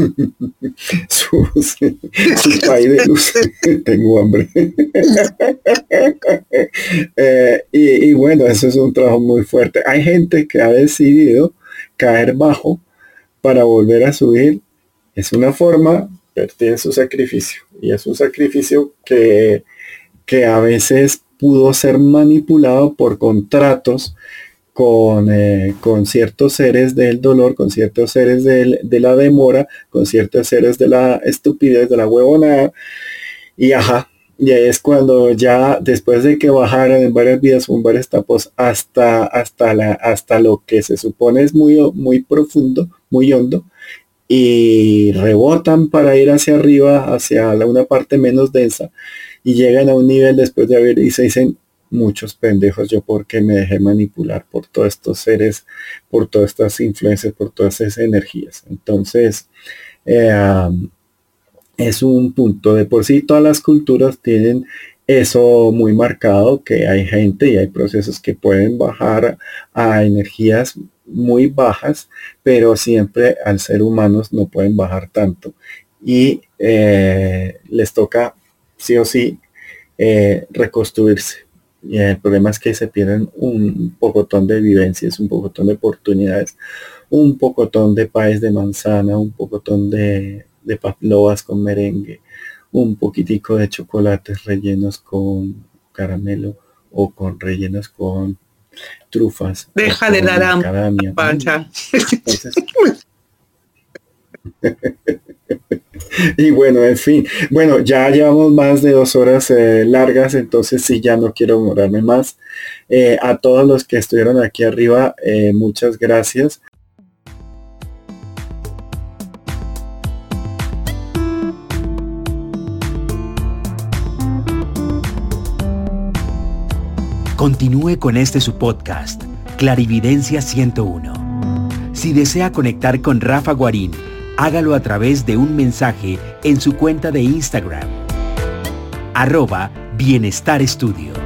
pay de luz. Tengo hambre. Y bueno, eso es un trabajo muy fuerte. Hay gente que ha decidido caer bajo para volver a subir. Es una forma, pero tiene su sacrificio, y es un sacrificio que a veces pudo ser manipulado por contratos con ciertos seres del dolor, con ciertos seres de la demora, con ciertos seres de la estupidez, de la huevonada, y y ahí es cuando ya después de que bajaran en varias vidas, con varias etapas, hasta lo que se supone es muy, muy profundo, muy hondo, y rebotan para ir hacia arriba, hacia una parte menos densa, y llegan a un nivel después de haber, y se dicen, muchos pendejos, yo porque me dejé manipular por todos estos seres, por todas estas influencias, por todas esas energías. Entonces, es un punto. De por sí todas las culturas tienen eso muy marcado, que hay gente y hay procesos que pueden bajar a energías muy bajas, pero siempre al ser humanos no pueden bajar tanto, y les toca sí o sí reconstruirse. Y el problema es que se pierden un pocotón de vivencias, un pocotón de oportunidades, un pocotón de país de manzana, un pocotón de pavlovas con merengue, un poquitico de chocolates rellenos con caramelo o con rellenos con trufas. Deja de dar macadamia. Entonces, y bueno, en fin, bueno, ya llevamos más de 2 horas largas, entonces sí, ya no quiero demorarme más. A todos los que estuvieron aquí arriba, muchas gracias. Continúe con este su podcast, Clarividencia 101. Si desea conectar con Rafa Guarín, hágalo a través de un mensaje en su cuenta de Instagram, @Bienestar Estudio.